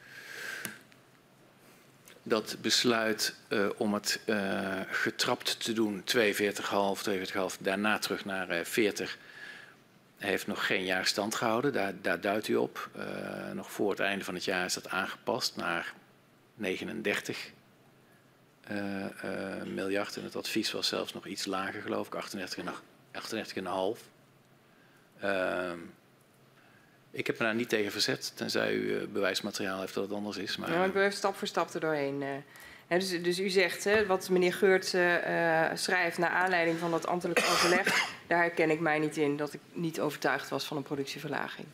Dat besluit uh, om het uh, getrapt te doen, tweeënveertig komma vijf, tweeënveertig komma vijf, daarna terug naar uh, veertig, heeft nog geen jaar stand gehouden. Daar, daar duidt u op. Uh, nog voor het einde van het jaar is dat aangepast naar negenendertig uh, uh, miljard. En het advies was zelfs nog iets lager, geloof ik, achtendertig komma vijf. Uh, Ik heb me daar niet tegen verzet, tenzij u uh, bewijsmateriaal heeft dat het anders is. Maar... Ja, ik ben stap voor stap er doorheen. Uh, hè, dus, dus u zegt, hè, wat meneer Geurts uh, schrijft naar aanleiding van dat ambtelijk overleg, daar herken ik mij niet in dat ik niet overtuigd was van een productieverlaging.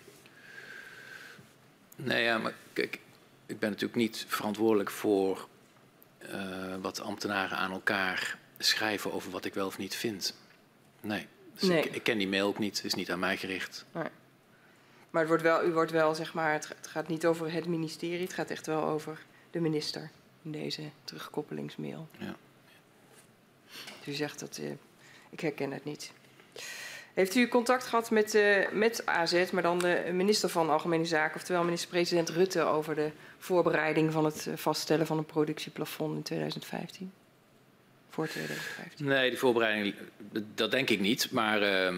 Nee, ja, maar kijk, ik ben natuurlijk niet verantwoordelijk voor uh, wat ambtenaren aan elkaar schrijven over wat ik wel of niet vind. Nee, dus nee. Ik, ik ken die mail ook niet, het is niet aan mij gericht. Nee. Maar het wordt wel, u wordt wel, zeg maar, het gaat niet over het ministerie, het gaat echt wel over de minister in deze terugkoppelingsmail. Ja. Dus u zegt dat, uh, ik herken het niet. Heeft u contact gehad met, uh, met A Z, maar dan de minister van Algemene Zaken, oftewel minister-president Rutte, over de voorbereiding van het vaststellen van een productieplafond in tweeduizend vijftien? Voor tweeduizend vijftien? Nee, die voorbereiding, dat denk ik niet, maar... Uh,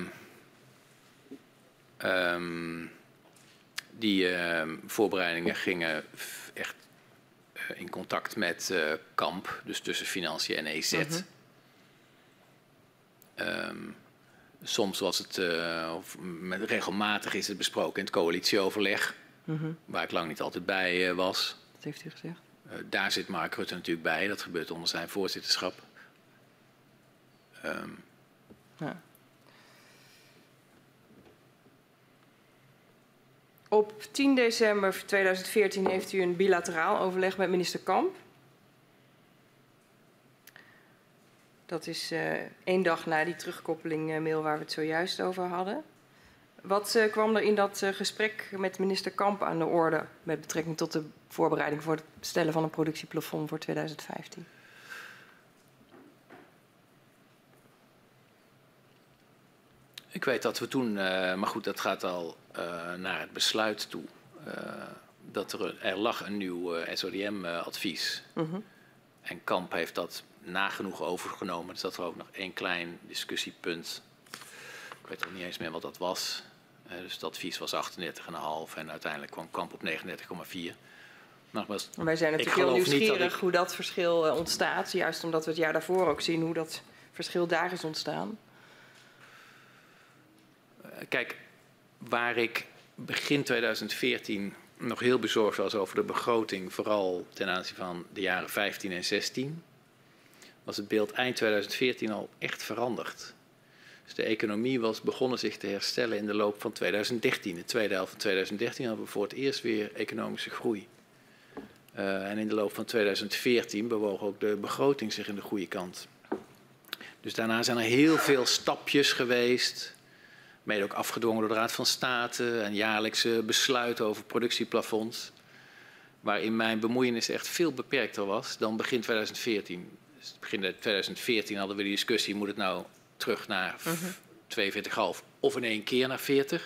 um, Die uh, voorbereidingen gingen echt uh, in contact met uh, Kamp, dus tussen Financiën en E Z. Uh-huh. um, soms was het, uh, of met, regelmatig is het besproken in het coalitieoverleg, uh-huh. waar ik lang niet altijd bij uh, was. Wat heeft u gezegd? Uh, daar zit Mark Rutte natuurlijk bij, dat gebeurt onder zijn voorzitterschap. Um, ja. Op tien december tweeduizend veertien heeft u een bilateraal overleg met minister Kamp. Dat is uh, één dag na die terugkoppeling uh, mail waar we het zojuist over hadden. Wat uh, kwam er in dat uh, gesprek met minister Kamp aan de orde met betrekking tot de voorbereiding voor het stellen van een productieplafond voor tweeduizend vijftien? Ik weet dat we toen, uh, maar goed, dat gaat al uh, naar het besluit toe, uh, dat er, er lag een nieuw uh, S O D M-advies. Uh, uh-huh. En Kamp heeft dat nagenoeg overgenomen. Er zat er ook nog één klein discussiepunt. Ik weet ook niet eens meer wat dat was. Uh, dus het advies was achtendertig komma vijf en uiteindelijk kwam Kamp op negenendertig komma vier. Nogmaals, wij zijn natuurlijk heel nieuwsgierig dat ik... hoe dat verschil uh, ontstaat. Juist omdat we het jaar daarvoor ook zien hoe dat verschil daar is ontstaan. Kijk, waar ik begin tweeduizend veertien nog heel bezorgd was over de begroting, vooral ten aanzien van de jaren vijftien en zestien, was het beeld eind tweeduizend veertien al echt veranderd. Dus de economie was begonnen zich te herstellen in de loop van tweeduizend dertien. De tweede helft van tweeduizend dertien hadden we voor het eerst weer economische groei. Uh, en in de loop van tweeduizend veertien bewoog ook de begroting zich in de goede kant. Dus daarna zijn er heel veel stapjes geweest, mede ook afgedwongen door de Raad van State en jaarlijkse besluiten over productieplafonds, waarin mijn bemoeienis echt veel beperkter was dan begin tweeduizend veertien. Dus begin tweeduizend veertien hadden we die discussie, moet het nou terug naar uh-huh. tweeënveertig komma vijf of in één keer naar veertig.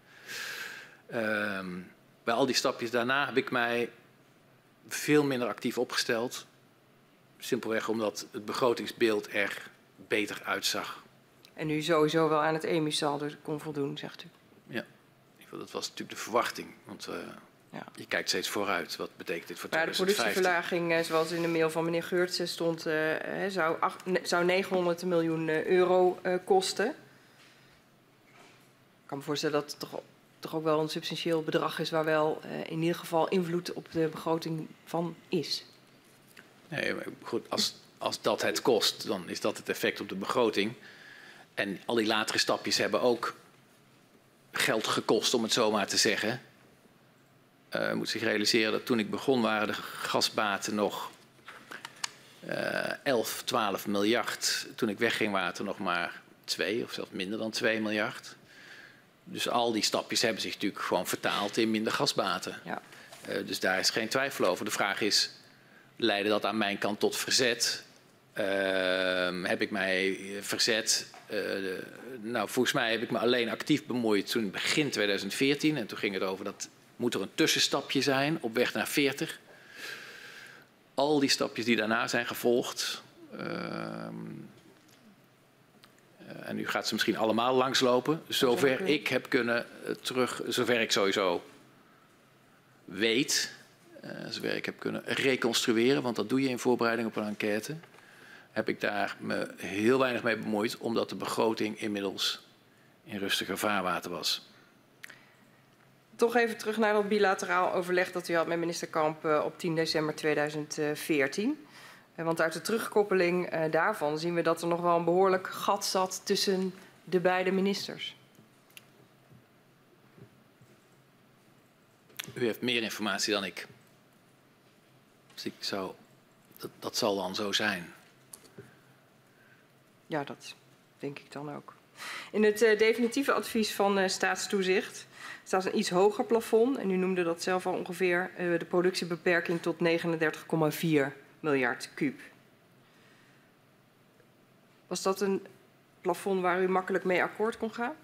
Um, bij al die stapjes daarna heb ik mij veel minder actief opgesteld. Simpelweg omdat het begrotingsbeeld er beter uitzag. En u sowieso wel aan het E M U-saldo kon voldoen, zegt u? Ja, dat was natuurlijk de verwachting. Want uh, ja. je kijkt steeds vooruit. Wat betekent dit voor maar tweeduizend vijftien? De productieverlaging, zoals in de mail van meneer Geurts stond, uh, zou, acht, zou negenhonderd miljoen euro uh, kosten. Ik kan me voorstellen dat het toch, toch ook wel een substantieel bedrag is waar wel uh, in ieder geval invloed op de begroting van is. Nee, maar goed, als, als dat het kost, dan is dat het effect op de begroting. En al die latere stapjes hebben ook geld gekost, om het zo maar te zeggen. Uh, je moet zich realiseren dat toen ik begon waren de gasbaten nog uh, elf, twaalf miljard. Toen ik wegging waren het er nog maar twee of zelfs minder dan twee miljard. Dus al die stapjes hebben zich natuurlijk gewoon vertaald in minder gasbaten. Ja. Uh, dus daar is geen twijfel over. De vraag is, leidde dat aan mijn kant tot verzet? Uh, heb ik mij verzet? Uh, de, nou, volgens mij heb ik me alleen actief bemoeid toen begin tweeduizend veertien. En toen ging het over dat moet er een tussenstapje zijn op weg naar veertig. Al die stapjes die daarna zijn gevolgd. Uh, uh, en u gaat ze misschien allemaal langslopen. Zover ik heb kunnen uh, terug, zover ik sowieso weet, uh, zover ik heb kunnen reconstrueren, want dat doe je in voorbereiding op een enquête, heb ik daar me heel weinig mee bemoeid, omdat de begroting inmiddels in rustiger vaarwater was. Toch even terug naar dat bilateraal overleg dat u had met minister Kamp uh, op tien december tweeduizend veertien. Uh, want uit de terugkoppeling uh, daarvan zien we dat er nog wel een behoorlijk gat zat tussen de beide ministers. U heeft meer informatie dan ik. Dus ik zou, dat, dat zal dan zo zijn. Ja, dat denk ik dan ook. In het uh, definitieve advies van uh, Staatstoezicht staat een iets hoger plafond. En u noemde dat zelf al ongeveer uh, de productiebeperking tot negenendertig komma vier miljard kuub. Was dat een plafond waar u makkelijk mee akkoord kon gaan?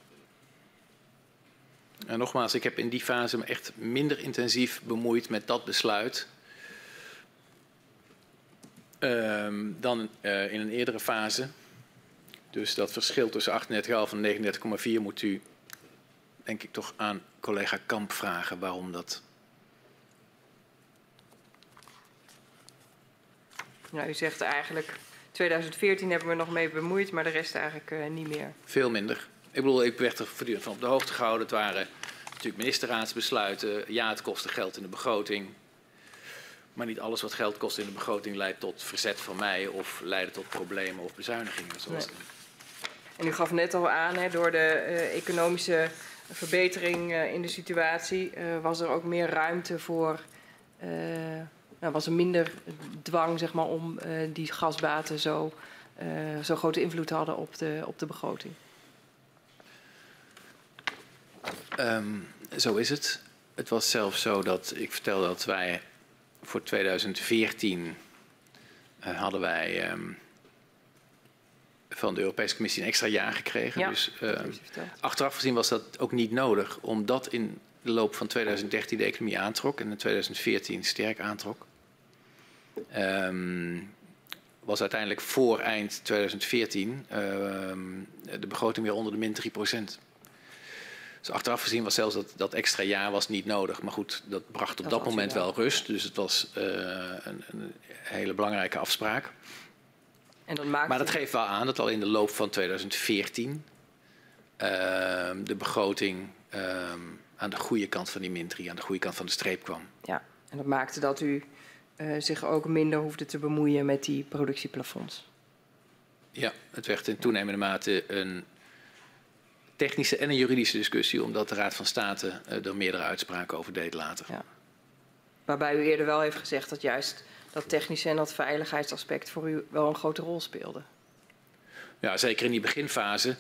En nogmaals, ik heb in die fase me echt minder intensief bemoeid met dat besluit uh, dan uh, in een eerdere fase. Dus dat verschil tussen achtendertig komma elf en negenendertig komma vier moet u, denk ik, toch aan collega Kamp vragen waarom dat. Nou, u zegt eigenlijk, tweeduizend veertien hebben we nog mee bemoeid, maar de rest eigenlijk uh, niet meer. Veel minder. Ik bedoel, ik werd er voortdurend van op de hoogte gehouden. Het waren natuurlijk ministerraadsbesluiten. Ja, het kostte geld in de begroting. Maar niet alles wat geld kost in de begroting leidt tot verzet van mij of leidt tot problemen of bezuinigingen. Zoals nee. En u gaf net al aan, hè, door de uh, economische verbetering uh, in de situatie uh, was er ook meer ruimte voor, uh, nou, was er minder dwang, zeg maar, om uh, die gasbaten zo, uh, zo grote invloed hadden op de, op de begroting. Um, zo is het. Het was zelfs zo dat ik vertelde dat wij voor tweeduizend veertien uh, hadden wij um, van de Europese Commissie een extra jaar gekregen. Ja, dus uh, achteraf gezien was dat ook niet nodig, omdat in de loop van tweeduizend dertien de economie aantrok en in tweeduizend veertien sterk aantrok. Um, was uiteindelijk voor eind tweeduizend veertien uh, de begroting weer onder de min drie procent. Dus achteraf gezien was zelfs dat, dat extra jaar was niet nodig. Maar goed, dat bracht op dat, dat moment wel rust. Dus het was uh, een, een hele belangrijke afspraak. En dat maakte... Maar dat geeft wel aan dat al in de loop van tweeduizend veertien uh, de begroting uh, aan de goede kant van die min drie, aan de goede kant van de streep kwam. Ja, en dat maakte dat u uh, zich ook minder hoefde te bemoeien met die productieplafonds. Ja, het werd in toenemende mate een technische en een juridische discussie, omdat de Raad van State uh, er meerdere uitspraken over deed later. Ja. Waarbij u eerder wel heeft gezegd dat juist dat technische en dat veiligheidsaspect voor u wel een grote rol speelde. Ja, zeker in die beginfase.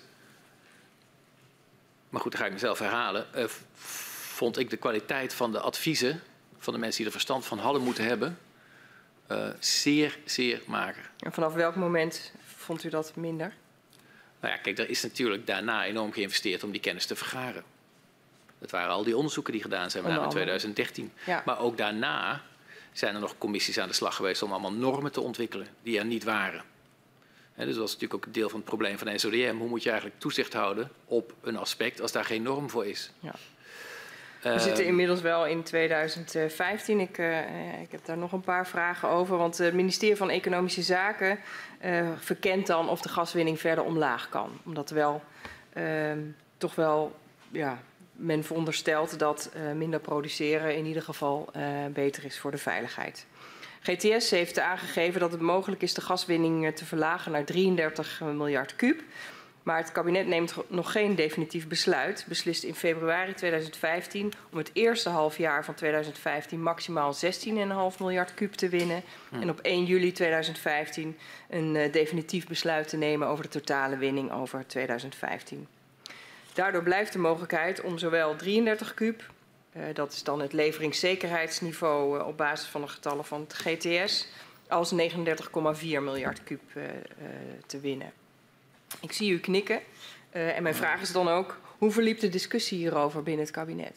Maar goed, dan ga ik mezelf herhalen. Uh, vond ik de kwaliteit van de adviezen van de mensen die er verstand van hadden moeten hebben uh, zeer, zeer mager. En vanaf welk moment vond u dat minder? Nou ja, kijk, er is natuurlijk daarna enorm geïnvesteerd om die kennis te vergaren. Dat waren al die onderzoeken die gedaan zijn, met name in tweeduizend dertien. Ja. Maar ook daarna zijn er nog commissies aan de slag geweest om allemaal normen te ontwikkelen die er niet waren. He, dus dat was natuurlijk ook een deel van het probleem van S O D M. Hoe moet je eigenlijk toezicht houden op een aspect als daar geen norm voor is? Ja. We uh, zitten inmiddels wel in tweeduizend vijftien. Ik, uh, ik heb daar nog een paar vragen over. Want het ministerie van Economische Zaken uh, verkent dan of de gaswinning verder omlaag kan. Omdat er wel uh, toch wel ja, men veronderstelt dat uh, minder produceren in ieder geval uh, beter is voor de veiligheid. G T S heeft aangegeven dat het mogelijk is de gaswinning te verlagen naar drieëndertig miljard kuub. Maar het kabinet neemt nog geen definitief besluit. Beslist in februari tweeduizend vijftien om het eerste halfjaar van tweeduizend vijftien maximaal zestien komma vijf miljard kuub te winnen. En op één juli tweeduizend vijftien een uh, definitief besluit te nemen over de totale winning over tweeduizend vijftien. Daardoor blijft de mogelijkheid om zowel drieëndertig kuub, uh, dat is dan het leveringszekerheidsniveau uh, op basis van de getallen van het G T S, als negenendertig komma vier miljard kuub uh, uh, te winnen. Ik zie u knikken. Uh, en mijn vraag is dan ook, hoe verliep de discussie hierover binnen het kabinet?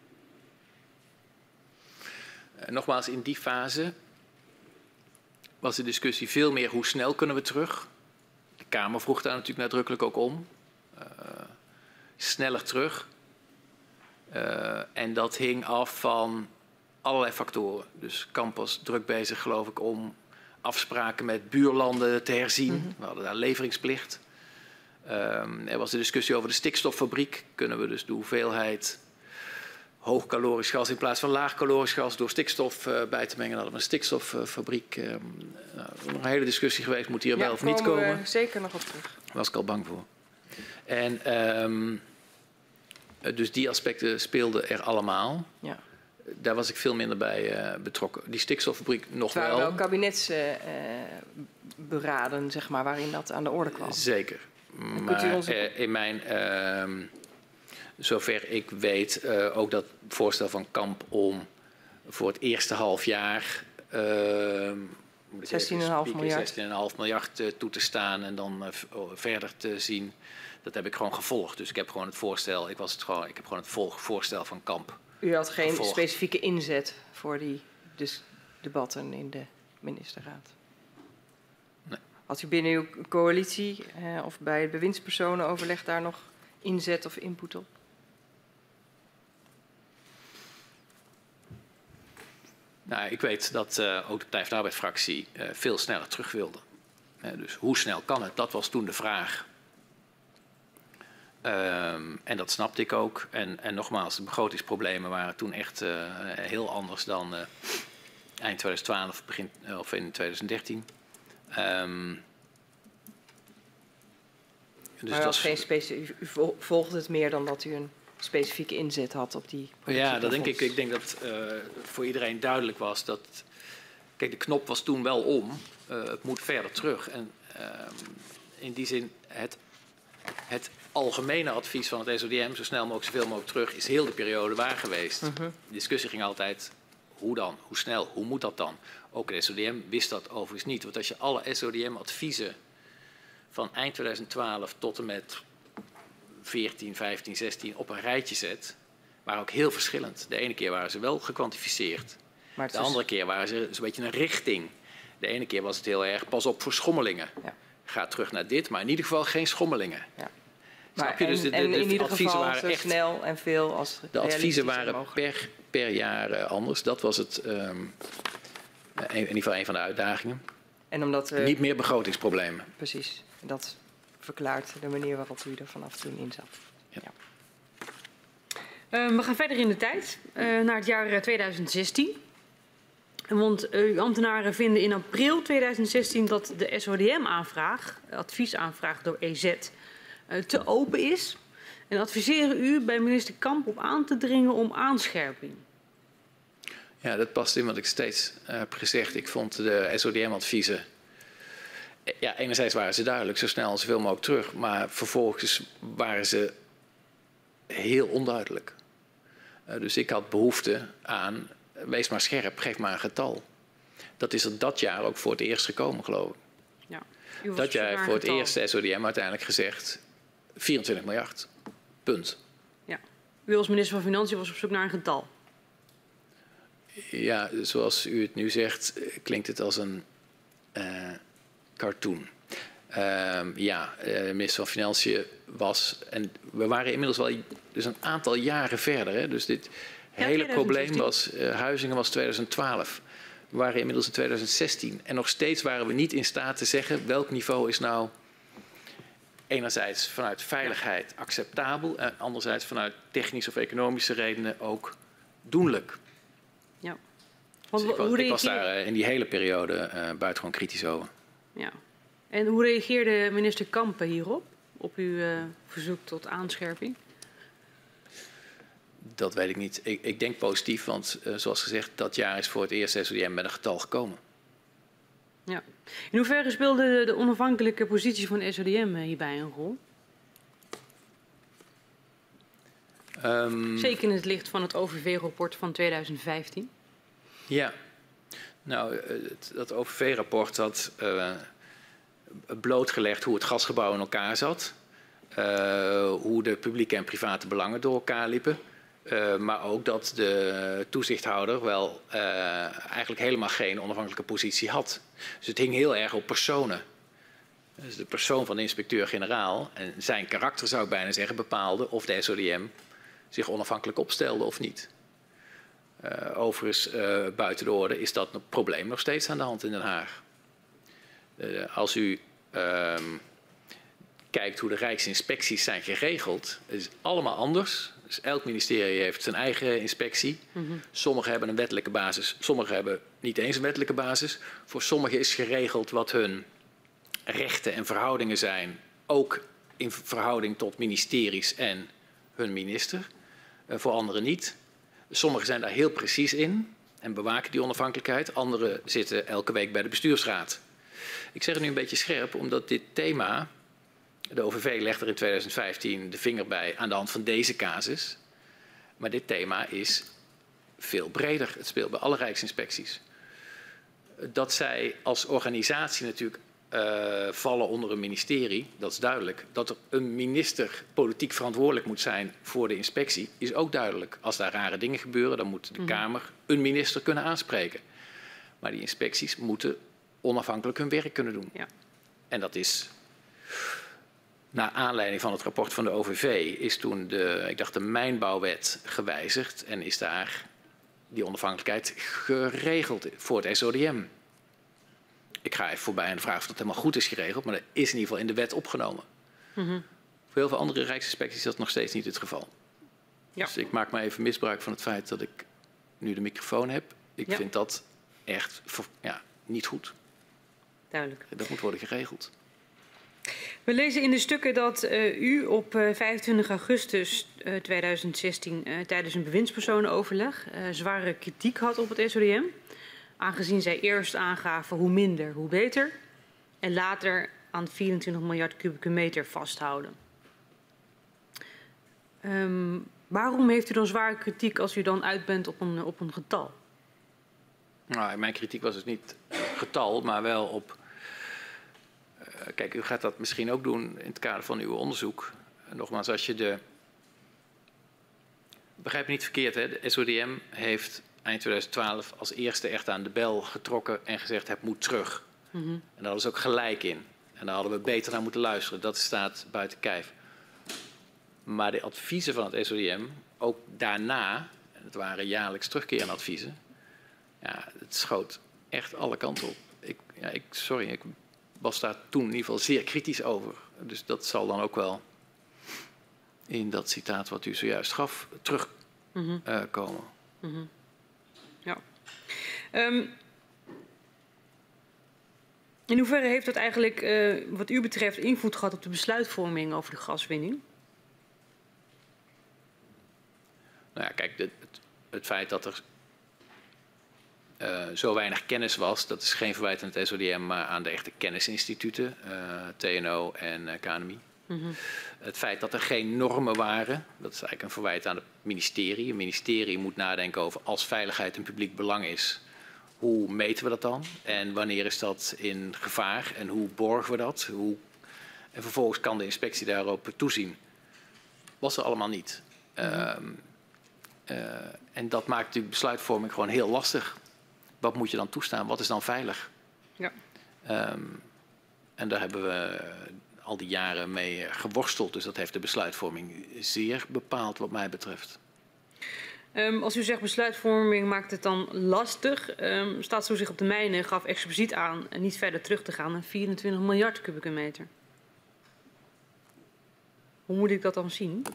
Uh, nogmaals, in die fase was de discussie veel meer hoe snel kunnen we terug. De Kamer vroeg daar natuurlijk nadrukkelijk ook om. Uh, sneller terug. Uh, en dat hing af van allerlei factoren. Dus Kamp was druk bezig, geloof ik, om afspraken met buurlanden te herzien. Mm-hmm. We hadden daar leveringsplicht. Um, er was de discussie over de stikstoffabriek. Kunnen we dus de hoeveelheid hoogcalorisch gas in plaats van laagcalorisch gas door stikstof uh, bij te mengen? Dan hadden we een stikstoffabriek. Um, nou, er is nog een hele discussie geweest, moet die er ja, wel of niet komen? We zeker nog op terug. Daar was ik al bang voor. En um, dus die aspecten speelden er allemaal. Ja. Daar was ik veel minder bij uh, betrokken. Die stikstoffabriek nog wel. Het waren wel kabinetsberaden, uh, zeg maar, waarin dat aan de orde kwam. Zeker. Maar onze... uh, in mijn, uh, zover ik weet, uh, ook dat voorstel van Kamp om voor het eerste half jaar uh, zestien komma vijf miljard, zestien komma vijf miljard uh, toe te staan en dan uh, verder te zien. Dat heb ik gewoon gevolgd. Dus ik heb gewoon het voorstel, ik was het gewoon, ik heb gewoon het volg, voorstel van Kamp. U had geen gevolgd. Specifieke inzet voor die dus debatten in de ministerraad? Nee. Had u binnen uw coalitie eh, of bij het bewindspersonenoverleg daar nog inzet of input op? Nou, ik weet dat uh, ook de Partij van de Arbeid-fractie uh, veel sneller terug wilde. Uh, dus hoe snel kan het? Dat was toen de vraag. Um, en dat snapte ik ook. En, en nogmaals, de begrotingsproblemen waren toen echt uh, heel anders dan uh, eind tweeduizend twaalf begin, uh, of in tweeduizend dertien. Um, dus maar was geen specie- u volgde het meer dan dat u een specifieke inzet had op die... Ja, dat denk ik. Ik denk dat uh, voor iedereen duidelijk was dat... Kijk, de knop was toen wel om. Uh, het moet verder terug. En uh, in die zin, het, het algemene advies van het S O D M, zo snel mogelijk, zoveel mogelijk terug, is heel de periode waar geweest. Uh-huh. De discussie ging altijd, hoe dan? Hoe snel? Hoe moet dat dan? Ook het S O D M wist dat overigens niet. Want als je alle S O D M-adviezen van eind tweeduizend twaalf tot en met veertien, vijftien, zestien op een rijtje zet, waren ook heel verschillend. De ene keer waren ze wel gekwantificeerd. Maar de andere keer waren ze een beetje een richting. De ene keer was het heel erg, pas op voor schommelingen. Ja. Ga terug naar dit, maar in ieder geval geen schommelingen. Ja. Maar en, dus de, de, en in de ieder geval waren zo echt, snel en veel als de adviezen waren per, per jaar uh, anders. Dat was het, um, in ieder geval een van de uitdagingen. En omdat we, niet meer begrotingsproblemen. Precies. Dat verklaart de manier waarop u er vanaf toen in zat. Ja. Ja. Uh, we gaan verder in de tijd, uh, naar het jaar tweeduizend zestien. Want uw ambtenaren vinden in april tweeduizend zestien dat de S O D M-aanvraag, adviesaanvraag door E Z, uh, te open is. En adviseren u bij minister Kamp op aan te dringen om aanscherping. Ja, dat past in wat ik steeds uh, heb gezegd. Ik vond de S O D M-adviezen... Ja, enerzijds waren ze duidelijk, zo snel en zoveel mogelijk terug. Maar vervolgens waren ze heel onduidelijk. Uh, dus ik had behoefte aan... Wees maar scherp, geef maar een getal. Dat is er dat jaar ook voor het eerst gekomen, geloof ik. Ja, dat jaar voor het eerst S O D M uiteindelijk gezegd vierentwintig miljard. Punt. Ja. U als minister van Financiën was op zoek naar een getal. Ja, zoals u het nu zegt, klinkt het als een uh, cartoon. Uh, ja, de minister van Financiën was... En we waren inmiddels wel dus een aantal jaren verder. Hè? Dus dit... Het hele probleem was, uh, Huizingen was tweeduizend twaalf. We waren inmiddels in tweeduizend zestien. En nog steeds waren we niet in staat te zeggen welk niveau is nou enerzijds vanuit veiligheid acceptabel en anderzijds vanuit technische of economische redenen ook doenlijk. Ja. Dus Want, ik, was, hoe ik was reageer... daar uh, in die hele periode uh, buitengewoon kritisch over. Ja. En hoe reageerde minister Kampen hierop? Op uw uh, verzoek tot aanscherping? Dat weet ik niet. Ik, ik denk positief, want uh, zoals gezegd, dat jaar is voor het eerst S O D M met een getal gekomen. Ja. In hoeverre speelde de onafhankelijke positie van S O D M hierbij een rol? Um, Zeker in het licht van het O V V-rapport van tweeduizend vijftien. Ja, nou, het, dat O V V-rapport had uh, blootgelegd hoe het gasgebouw in elkaar zat. Uh, hoe de publieke en private belangen door elkaar liepen. Uh, maar ook dat de toezichthouder wel uh, eigenlijk helemaal geen onafhankelijke positie had. Dus het hing heel erg op personen. Dus de persoon van de inspecteur-generaal en zijn karakter zou ik bijna zeggen bepaalde of de S O D M zich onafhankelijk opstelde of niet. Uh, overigens, uh, buiten de orde is dat probleem nog steeds aan de hand in Den Haag. Uh, als u uh, kijkt hoe de Rijksinspecties zijn geregeld, het is allemaal anders. Dus elk ministerie heeft zijn eigen inspectie. Mm-hmm. Sommigen hebben een wettelijke basis, sommigen hebben niet eens een wettelijke basis. Voor sommigen is geregeld wat hun rechten en verhoudingen zijn, ook in verhouding tot ministeries en hun minister. Uh, voor anderen niet. Sommigen zijn daar heel precies in en bewaken die onafhankelijkheid. Anderen zitten elke week bij de bestuursraad. Ik zeg het nu een beetje scherp, omdat dit thema, de O V V legt er in tweeduizend vijftien de vinger bij aan de hand van deze casus. Maar dit thema is veel breder. Het speelt bij alle Rijksinspecties. Dat zij als organisatie natuurlijk uh, vallen onder een ministerie, dat is duidelijk. Dat er een minister politiek verantwoordelijk moet zijn voor de inspectie, is ook duidelijk. Als daar rare dingen gebeuren, dan moet de mm-hmm. Kamer een minister kunnen aanspreken. Maar die inspecties moeten onafhankelijk hun werk kunnen doen. Ja. En dat is, naar aanleiding van het rapport van de O V V, is toen de, ik dacht, de mijnbouwwet gewijzigd en is daar die onafhankelijkheid geregeld voor het S O D M. Ik ga even voorbij aan de vraag of dat helemaal goed is geregeld, maar dat is in ieder geval in de wet opgenomen. Mm-hmm. Voor heel veel andere Rijksinspecties is dat nog steeds niet het geval. Ja. Dus ik maak maar even misbruik van het feit dat ik nu de microfoon heb. Ik ja. vind dat echt ja, niet goed. Duidelijk. Dat moet worden geregeld. We lezen in de stukken dat uh, u op uh, vijfentwintig augustus uh, tweeduizend zestien uh, tijdens een bewindspersonenoverleg uh, zware kritiek had op het S O D M. Aangezien zij eerst aangaven hoe minder, hoe beter. En later aan vierentwintig miljard kubieke meter vasthouden. Um, waarom heeft u dan zware kritiek als u dan uit bent op een, op een getal? Nou, mijn kritiek was dus niet getal, maar wel op... Uh, kijk, u gaat dat misschien ook doen in het kader van uw onderzoek. Uh, nogmaals, als je de... Begrijp me niet verkeerd, hè? De S O D M heeft eind tweeduizend twaalf als eerste echt aan de bel getrokken en gezegd het moet terug. Mm-hmm. En daar hadden ze ook gelijk in. En daar hadden we beter naar moeten luisteren. Dat staat buiten kijf. Maar de adviezen van het S O D M, ook daarna, en het waren jaarlijks terugkerende adviezen, ja, het schoot echt alle kanten op. Ik, ja, ik, sorry, ik was daar toen in ieder geval zeer kritisch over. Dus dat zal dan ook wel in dat citaat wat u zojuist gaf terugkomen. Mm-hmm. uh, komen. Mm-hmm. Ja. Um, in hoeverre heeft dat eigenlijk, uh, wat u betreft, invloed gehad op de besluitvorming over de gaswinning? Nou ja, kijk, het, het, het feit dat er uh, zo weinig kennis was, dat is geen verwijt aan het S O D M, maar aan de echte kennisinstituten, uh, T N O en uh, K N M I. Mm-hmm. Het feit dat er geen normen waren, dat is eigenlijk een verwijt aan het ministerie. Het ministerie moet nadenken over als veiligheid een publiek belang is. Hoe meten we dat dan? En wanneer is dat in gevaar? En hoe borgen we dat? Hoe... En vervolgens kan de inspectie daarop toezien. Was er allemaal niet. Mm-hmm. Uh, uh, en dat maakt natuurlijk besluitvorming gewoon heel lastig. Wat moet je dan toestaan? Wat is dan veilig? Ja. Um, en daar hebben we al die jaren mee geworsteld. Dus dat heeft de besluitvorming zeer bepaald wat mij betreft. Um, als u zegt besluitvorming maakt het dan lastig. Um, Staatsstoel zich op de mijnen gaf expliciet aan niet verder terug te gaan naar vierentwintig miljard kubieke meter. Hoe moet ik dat dan zien?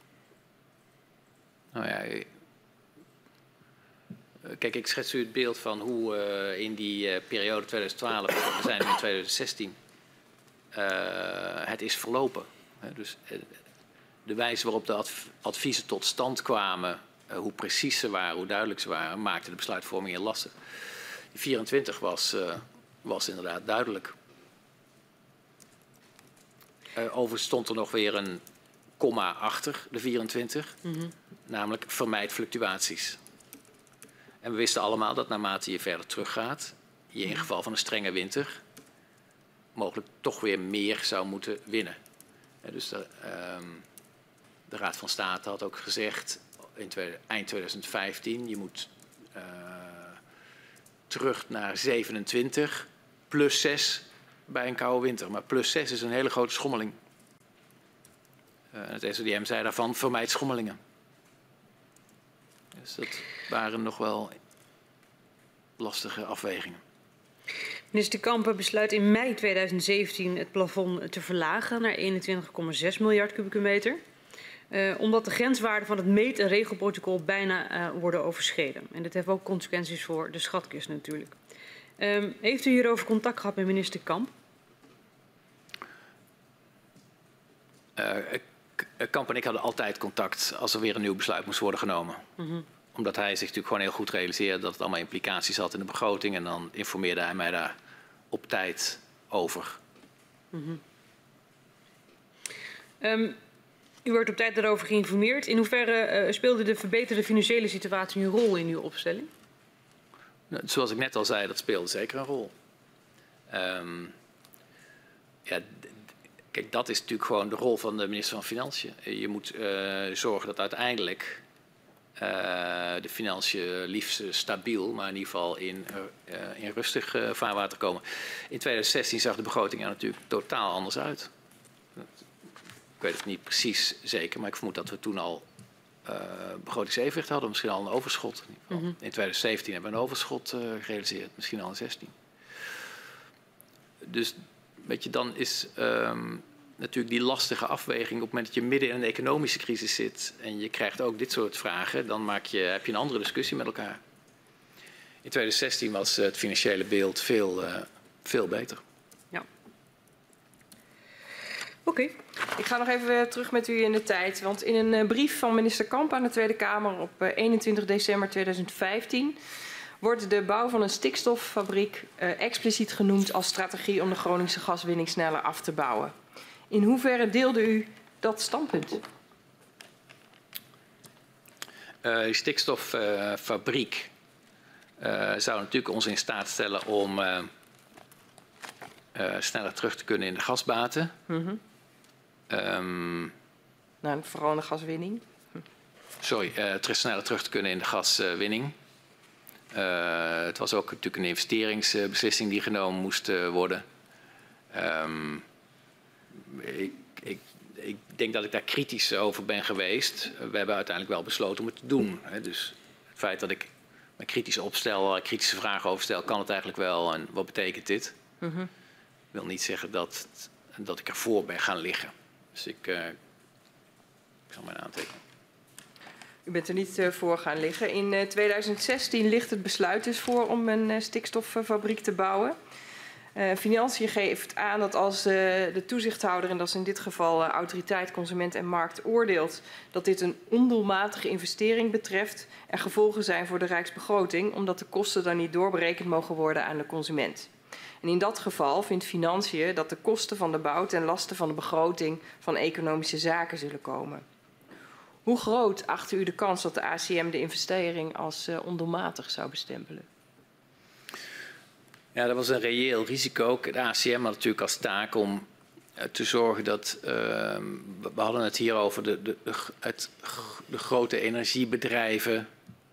Nou ja, kijk, ik schets u het beeld van hoe uh, in die uh, periode tweeduizend twaalf, we zijn nu in tweeduizend zestien, uh, het is verlopen. Dus uh, de wijze waarop de adv adviezen tot stand kwamen, uh, hoe precies ze waren, hoe duidelijk ze waren, maakte de besluitvorming heel lastig. Die vierentwintig was, uh, was inderdaad duidelijk. Uh, overigens stond er nog weer een komma achter de vierentwintig, mm-hmm. namelijk vermijd fluctuaties. En we wisten allemaal dat naarmate je verder teruggaat, je in geval van een strenge winter mogelijk toch weer meer zou moeten winnen. Ja, dus de, um, de Raad van State had ook gezegd in tweede, eind tweeduizend vijftien, je moet uh, terug naar zevenentwintig plus zes bij een koude winter. Maar plus zes is een hele grote schommeling. Uh, het S O D M zei daarvan, vermijd schommelingen. Dus dat waren nog wel lastige afwegingen. Minister Kamp besluit in mei tweeduizend zeventien het plafond te verlagen naar eenentwintig komma zes miljard kubieke meter. Uh, omdat de grenswaarden van het meet- en regelprotocol bijna uh, worden overschreden. En dit heeft ook consequenties voor de schatkist natuurlijk. Um, heeft u hierover contact gehad met minister Kamp? Uh, Kamp en ik hadden altijd contact als er weer een nieuw besluit moest worden genomen. Mm-hmm. Omdat hij zich natuurlijk gewoon heel goed realiseerde dat het allemaal implicaties had in de begroting. En dan informeerde hij mij daar op tijd over. Mm-hmm. um, u werd op tijd daarover geïnformeerd. In hoeverre uh, speelde de verbeterde financiële situatie een rol in uw opstelling? Nou, zoals ik net al zei, dat speelde zeker een rol. Um, ja, kijk, dat is natuurlijk gewoon de rol van de minister van Financiën. Je moet uh, zorgen dat uiteindelijk uh, de financiën liefst stabiel, maar in ieder geval in, uh, in rustig uh, vaarwater komen. In tweeduizend zestien zag de begroting er natuurlijk totaal anders uit. Ik weet het niet precies zeker, maar ik vermoed dat we toen al uh, begrotingsevenwicht hadden, misschien al een overschot. In, ieder geval. Mm-hmm. In tweeduizend zeventien hebben we een overschot uh, gerealiseerd, misschien al in zestien. Dus weet je, dan is um, natuurlijk die lastige afweging op het moment dat je midden in een economische crisis zit en je krijgt ook dit soort vragen, dan maak je, heb je een andere discussie met elkaar. In tweeduizend zestien was het financiële beeld veel, uh, veel beter. Ja. Oké. Okay. Ik ga nog even terug met u in de tijd. Want in een brief van minister Kamp aan de Tweede Kamer op eenentwintig december tweeduizend vijftien... wordt de bouw van een stikstoffabriek uh, expliciet genoemd als strategie om de Groningse gaswinning sneller af te bouwen. In hoeverre deelde u dat standpunt? Uh, die stikstoffabriek uh, uh, zou natuurlijk ons in staat stellen om uh, uh, sneller terug te kunnen in de gasbaten. Mm-hmm. um, nou, vooral in de gaswinning. Hm. Sorry, uh, terug, sneller terug te kunnen in de gaswinning. Uh, het was ook natuurlijk een investeringsbeslissing die genomen moest uh, worden. Um, ik, ik, ik denk dat ik daar kritisch over ben geweest. We hebben uiteindelijk wel besloten om het te doen. Hè. Dus het feit dat ik me kritisch opstel, kritische vragen over stel, kan het eigenlijk wel. En wat betekent dit? Mm-hmm. Ik wil niet zeggen dat, dat ik ervoor ben gaan liggen. Dus ik, uh, ik zal mijn aantekenen. U bent er niet uh, voor gaan liggen. In uh, tweeduizend zestien ligt het besluit dus voor om een uh, stikstoffabriek te bouwen. Uh, Financiën geeft aan dat als uh, de toezichthouder, en dat is in dit geval uh, Autoriteit Consument en Markt, oordeelt dat dit een ondoelmatige investering betreft, er gevolgen zijn voor de Rijksbegroting, omdat de kosten dan niet doorberekend mogen worden aan de consument. En in dat geval vindt Financiën dat de kosten van de bouw ten laste van de begroting van economische zaken zullen komen. Hoe groot acht u de kans dat de A C M de investering als uh, ondoelmatig zou bestempelen? Ja, dat was een reëel risico. De A C M had natuurlijk als taak om uh, te zorgen dat... Uh, we hadden het hier over de, de, de, het, de grote energiebedrijven.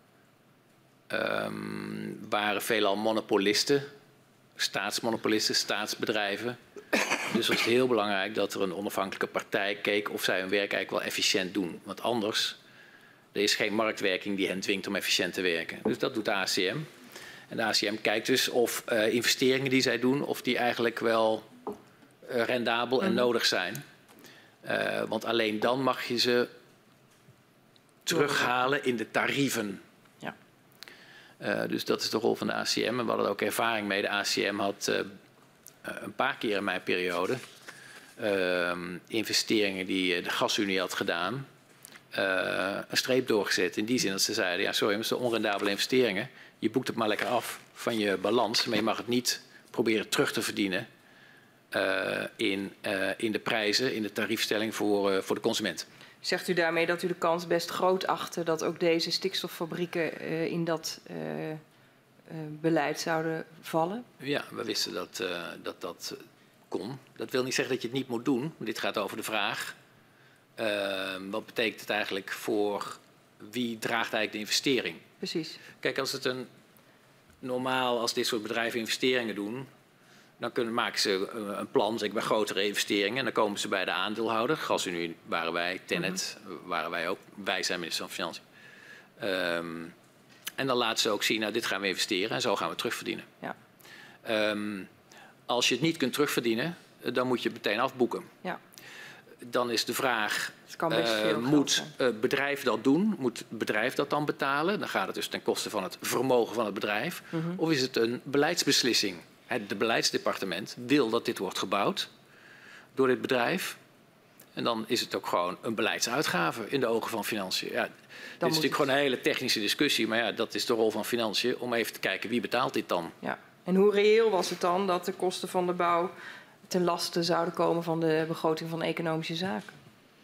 Um, waren veelal monopolisten. Staatsmonopolisten, staatsbedrijven. Dus was het heel belangrijk dat er een onafhankelijke partij keek of zij hun werk eigenlijk wel efficiënt doen. Want anders, er is geen marktwerking die hen dwingt om efficiënt te werken. Dus dat doet de A C M. En de A C M kijkt dus of uh, investeringen die zij doen, of die eigenlijk wel uh, rendabel en nodig zijn. Uh, want alleen dan mag je ze terughalen in de tarieven. Ja. Uh, dus dat is de rol van de A C M. En we hadden ook ervaring mee. De A C M had uh, een paar keer in mijn periode uh, investeringen die de Gasunie had gedaan, uh, een streep doorgezet. In die zin dat ze zeiden, ja sorry, maar het zijn onrendabele investeringen. Je boekt het maar lekker af van je balans, maar je mag het niet proberen terug te verdienen uh, in, uh, in de prijzen, in de tariefstelling voor, uh, voor de consument. Zegt u daarmee dat u de kans best groot achtte dat ook deze stikstoffabrieken uh, in dat uh, uh, beleid zouden vallen? Ja, we wisten dat uh, dat, dat kon. Dat wil niet zeggen dat je het niet moet doen. Dit gaat over de vraag. Uh, wat betekent het eigenlijk voor wie draagt eigenlijk de investering? Precies. Kijk, als het een normaal, als dit soort bedrijven investeringen doen, dan kunnen, maken ze een plan, zeg bij grotere investeringen. En dan komen ze bij de aandeelhouder. Gasunie waren wij, Tennet mm-hmm. waren wij ook. Wij zijn minister van Financiën. Um, en dan laten ze ook zien, nou dit gaan we investeren en zo gaan we terugverdienen. Ja. Um, als je het niet kunt terugverdienen, dan moet je het meteen afboeken. Ja. Dan is de vraag, uh, moet het bedrijf dat doen? Moet het bedrijf dat dan betalen? Dan gaat het dus ten koste van het vermogen van het bedrijf. Mm-hmm. Of is het een beleidsbeslissing? Het beleidsdepartement wil dat dit wordt gebouwd door dit bedrijf. En dan is het ook gewoon een beleidsuitgave in de ogen van financiën. Ja, dit is natuurlijk het... gewoon een hele technische discussie. Maar ja, dat is de rol van financiën om even te kijken wie betaalt dit dan. Ja. En hoe reëel was het dan dat de kosten van de bouw ten laste zouden komen van de begroting van Economische Zaken?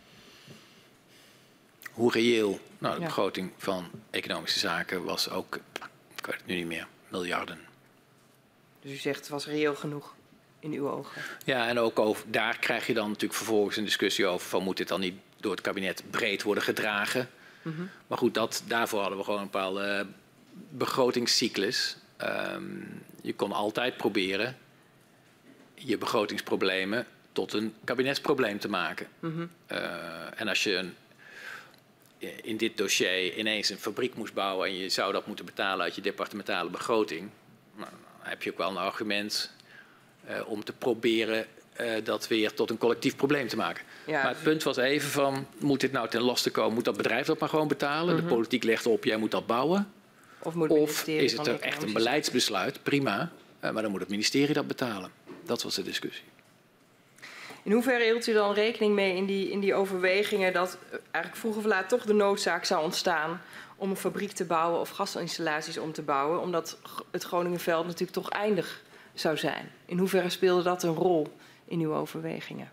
Hoe reëel? Nou, de ja. begroting van Economische Zaken was ook, ik weet het nu niet meer, miljarden. Dus u zegt het was reëel genoeg in uw ogen? Ja, en ook over, daar krijg je dan natuurlijk vervolgens een discussie over van moet dit dan niet door het kabinet breed worden gedragen. Mm-hmm. Maar goed, dat, daarvoor hadden we gewoon een bepaalde begrotingscyclus. Um, je kon altijd proberen je begrotingsproblemen tot een kabinetsprobleem te maken. Mm-hmm. Uh, en als je een, in dit dossier ineens een fabriek moest bouwen en je zou dat moeten betalen uit je departementale begroting, nou, dan heb je ook wel een argument uh, om te proberen uh, dat weer tot een collectief probleem te maken. Ja, maar het punt was even van, moet dit nou ten laste komen? Moet dat bedrijf dat maar gewoon betalen? Mm-hmm. De politiek legt op, jij moet dat bouwen. Of, moet of is het er echt een beleidsbesluit? Prima, uh, maar dan moet het ministerie dat betalen. Dat was de discussie. In hoeverre hield u dan rekening mee in die, in die overwegingen dat eigenlijk vroeg of laat toch de noodzaak zou ontstaan om een fabriek te bouwen of gasinstallaties om te bouwen, omdat het Groningenveld natuurlijk toch eindig zou zijn? In hoeverre speelde dat een rol in uw overwegingen?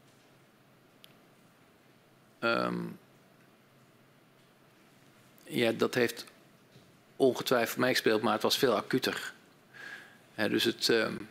Um, ja, dat heeft ongetwijfeld meegespeeld, maar het was veel acuter. Ja, dus het, um,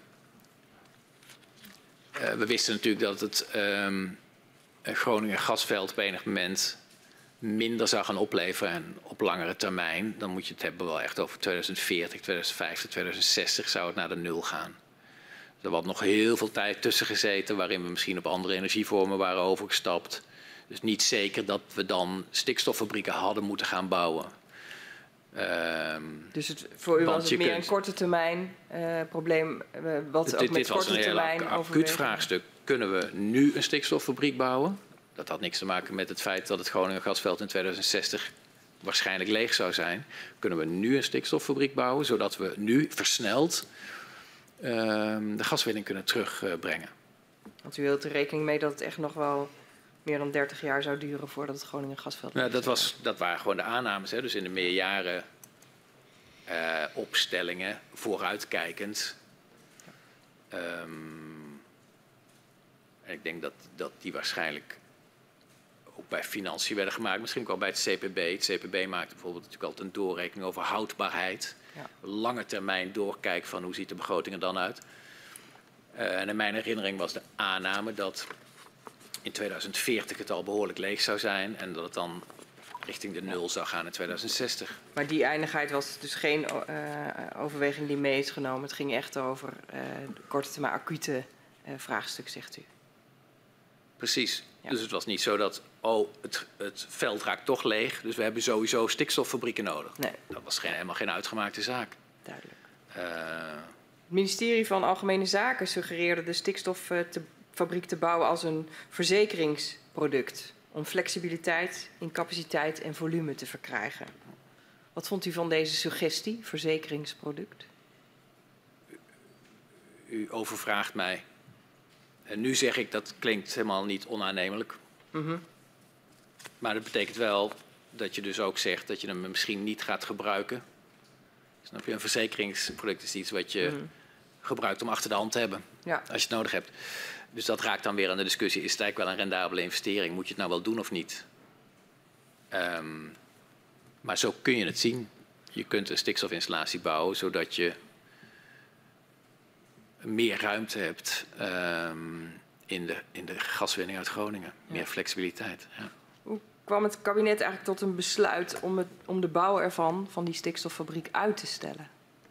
uh, we wisten natuurlijk dat het um, Groningen gasveld op enig moment minder zou gaan opleveren en op langere termijn. Dan moet je het hebben wel echt over tweeduizend veertig, tweeduizend vijftig, tweeduizend zestig zou het naar de nul gaan. Er had nog heel veel tijd tussen gezeten waarin we misschien op andere energievormen waren overgestapt. Dus niet zeker dat we dan stikstoffabrieken hadden moeten gaan bouwen. Um, dus het, voor u was het meer kunt, een korte termijn uh, probleem, uh, wat dit, ook met dit korte was een termijn heel acuut vraagstuk. Kunnen we nu een stikstoffabriek bouwen? Dat had niks te maken met het feit dat het Groningen gasveld in tweeduizend zestig waarschijnlijk leeg zou zijn. Kunnen we nu een stikstoffabriek bouwen, zodat we nu versneld uh, de gaswinning kunnen terugbrengen? Uh, Want u hield er rekening mee dat het echt nog wel meer dan dertig jaar zou duren voordat het Groningen gasveld... Nou, dat, was, dat waren gewoon de aannames. Hè? Dus in de meerjaren uh, opstellingen, vooruitkijkend. Um, en ik denk dat, dat die waarschijnlijk ook bij financiën werden gemaakt. Misschien ook wel bij het C P B. Het C P B maakte bijvoorbeeld natuurlijk altijd een doorrekening over houdbaarheid. Ja. Lange termijn doorkijk van hoe ziet de begroting er dan uit. Uh, en in mijn herinnering was de aanname dat in tweeduizend veertig het al behoorlijk leeg zou zijn en dat het dan richting de nul zou gaan in tweeduizend zestig. Maar die eindigheid was dus geen uh, overweging die mee is genomen. Het ging echt over uh, korte termijn acute uh, vraagstuk, zegt u. Precies. Ja. Dus het was niet zo dat, oh, het, het veld raakt toch leeg, dus we hebben sowieso stikstoffabrieken nodig. Nee. Dat was geen, helemaal geen uitgemaakte zaak. Duidelijk. Uh, het ministerie van Algemene Zaken suggereerde de stikstof uh, te stikstoffabriek te bouwen als een verzekeringsproduct. Om flexibiliteit in capaciteit en volume te verkrijgen. Wat vond u van deze suggestie, verzekeringsproduct? U overvraagt mij. En nu zeg ik dat klinkt helemaal niet onaannemelijk. Mm-hmm. Maar dat betekent wel dat je dus ook zegt dat je hem misschien niet gaat gebruiken. Snap je? Een verzekeringsproduct is iets wat je mm. gebruikt om achter de hand te hebben. Ja. Als je het nodig hebt. Dus dat raakt dan weer aan de discussie. Is het eigenlijk wel een rendabele investering? Moet je het nou wel doen of niet? Um, maar zo kun je het zien. Je kunt een stikstofinstallatie bouwen zodat je meer ruimte hebt um, in, de, in de gaswinning uit Groningen. Meer ja. flexibiliteit. Ja. Hoe kwam het kabinet eigenlijk tot een besluit om, het, om de bouw ervan, van die stikstoffabriek, uit te stellen?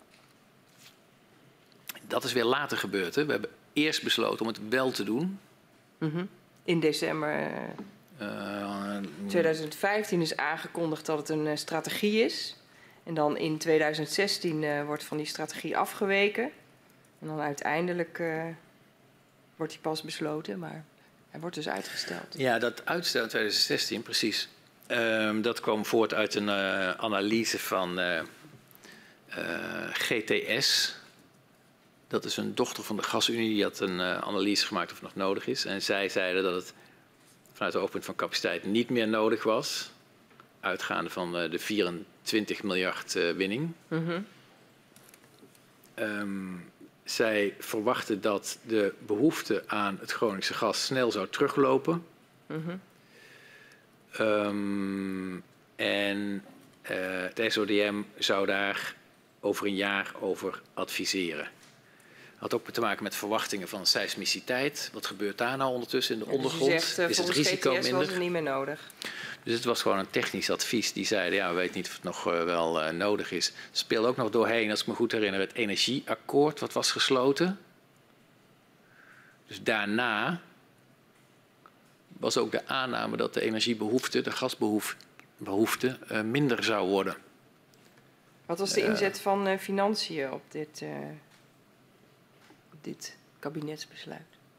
Dat is weer later gebeurd. Hè. We hebben eerst besloten om het wel te doen. Mm-hmm. In december uh, twintig vijftien is aangekondigd dat het een uh, strategie is. En dan in twintig zestien uh, wordt van die strategie afgeweken. En dan uiteindelijk uh, wordt die pas besloten, maar hij wordt dus uitgesteld. Ja, dat uitstel in twintig zestien, precies. Um, dat kwam voort uit een uh, analyse van uh, uh, G T S. Dat is een dochter van de Gasunie. Die had een uh, analyse gemaakt of het nog nodig is. En zij zeiden dat het vanuit het oogpunt van capaciteit niet meer nodig was. Uitgaande van uh, de vierentwintig miljard uh, winning. Mm-hmm. Um, zij verwachten dat de behoefte aan het Groningse gas snel zou teruglopen. Mm-hmm. Um, en uh, het S O D M zou daar over een jaar over adviseren. Had ook te maken met verwachtingen van seismiciteit. Wat gebeurt daar nou ondertussen in de ja, dus ondergrond? Zegt, uh, is het risico G T S minder? Was er niet meer nodig. Dus het was gewoon een technisch advies. Die zeiden, ja, we weten niet of het nog uh, wel uh, nodig is. Er speelde ook nog doorheen, als ik me goed herinner, het energieakkoord wat was gesloten. Dus daarna was ook de aanname dat de energiebehoefte, de gasbehoefte, uh, minder zou worden. Wat was de inzet uh, van uh, financiën op dit, uh, op dit kabinetsbesluit?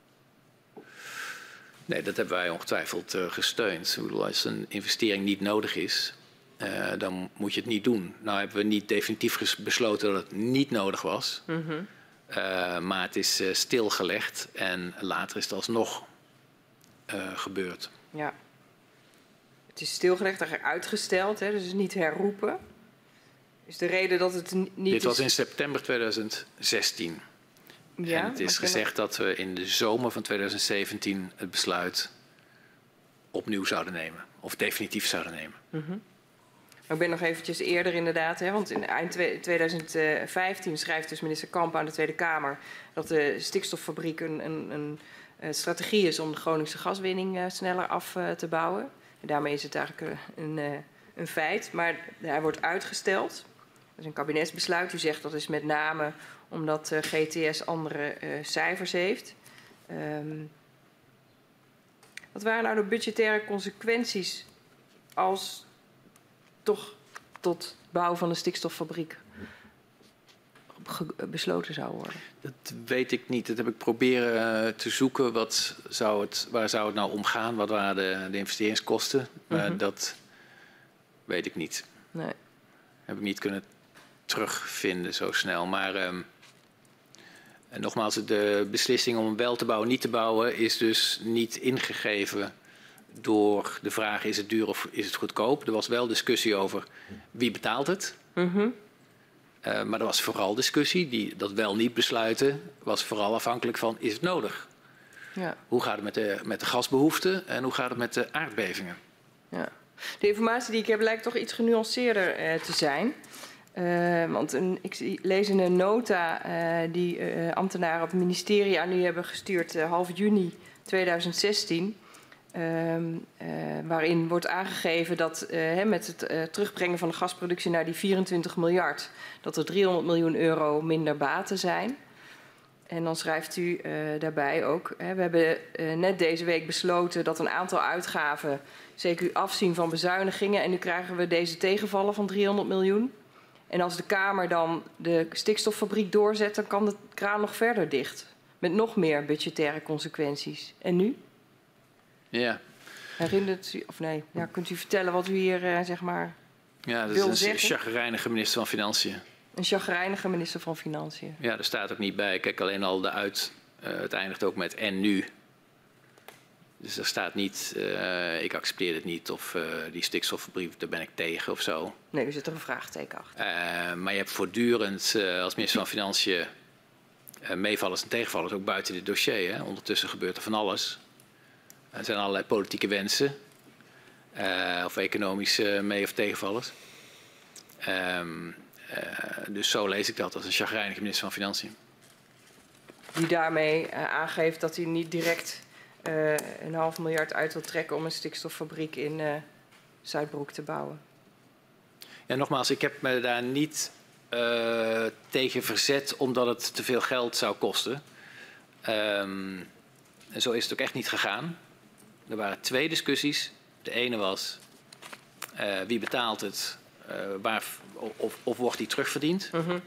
Nee, dat hebben wij ongetwijfeld uh, gesteund. Ik bedoel, als een investering niet nodig is, uh, dan moet je het niet doen. Nou hebben we niet definitief besloten dat het niet nodig was. Mm-hmm. Uh, maar het is uh, stilgelegd en later is het alsnog uh, gebeurd. Ja. Het is stilgelegd en uitgesteld, hè, dus niet herroepen. Is de reden dat het niet Dit is... was in september twintig zestien. Ja, en het is gezegd dat we in de zomer van twintig zeventien het besluit opnieuw zouden nemen. Of definitief zouden nemen. Mm-hmm. Ik ben nog eventjes eerder inderdaad, hè, want in eind twintig vijftien schrijft dus minister Kamp aan de Tweede Kamer dat de stikstoffabriek een, een, een, een strategie is om de Groningse gaswinning uh, sneller af uh, te bouwen. En daarmee is het eigenlijk een, een, een feit, maar hij wordt uitgesteld. Dat is een kabinetsbesluit. U zegt dat is met name omdat uh, G T S andere uh, cijfers heeft. Um, wat waren nou de budgettaire consequenties als toch tot bouw van een stikstoffabriek besloten zou worden? Dat weet ik niet. Dat heb ik proberen uh, te zoeken. Wat zou het, waar zou het nou om gaan? Wat waren de, de investeringskosten? Mm-hmm. uh, dat weet ik niet. Nee. Heb ik niet kunnen terugvinden zo snel. Maar um, en nogmaals, de beslissing om hem wel te bouwen, niet te bouwen, is dus niet ingegeven door de vraag: is het duur of is het goedkoop? Er was wel discussie over wie betaalt het. Mm-hmm. Uh, maar er was vooral discussie, die dat wel niet besluiten, was vooral afhankelijk van: is het nodig? Ja. Hoe gaat het met de, met de gasbehoefte en hoe gaat het met de aardbevingen? Ja. De informatie die ik heb lijkt toch iets genuanceerder uh, te zijn. Uh, want een, ik lees in een nota uh, die uh, ambtenaren op het ministerie aan u hebben gestuurd uh, half juni twintig zestien. Uh, uh, waarin wordt aangegeven dat uh, he, met het uh, terugbrengen van de gasproductie naar die vierentwintig miljard... dat er driehonderd miljoen euro minder baten zijn. En dan schrijft u uh, daarbij ook: hè, we hebben uh, net deze week besloten dat een aantal uitgaven C Q afzien van bezuinigingen. En nu krijgen we deze tegenvallen van driehonderd miljoen. En als de Kamer dan de stikstoffabriek doorzet, dan kan de kraan nog verder dicht. met nog meer budgettaire consequenties. En nu? Ja. Herinnert u, of nee, ja, kunt u vertellen wat u hier uh, zeg maar Ja, dat wil is een zeggen? chagrijnige minister van Financiën. Een chagrijnige minister van Financiën. Ja, daar staat ook niet bij. Kijk, alleen al de uit, uh, het eindigt ook met en nu. Dus er staat niet, uh, ik accepteer het niet of uh, die stikstoffabriek, daar ben ik tegen of zo. Nee, er zit er een vraagteken achter. Uh, maar je hebt voortdurend uh, als minister van Financiën uh, meevallers en tegenvallers, ook buiten dit dossier. Hè. Ondertussen gebeurt er van alles. Er zijn allerlei politieke wensen. Uh, of economische mee- of tegenvallers. Um, uh, dus zo lees ik dat als een chagrijnige minister van Financiën. Die daarmee uh, aangeeft dat hij niet direct uh, een half miljard uit wil trekken om een stikstoffabriek in uh, Zuidbroek te bouwen. Ja, nogmaals, ik heb me daar niet uh, tegen verzet omdat het te veel geld zou kosten. Um, en zo is het ook echt niet gegaan. Er waren twee discussies. De ene was, uh, wie betaalt het, uh, waar, of, of wordt die terugverdiend? Mm-hmm.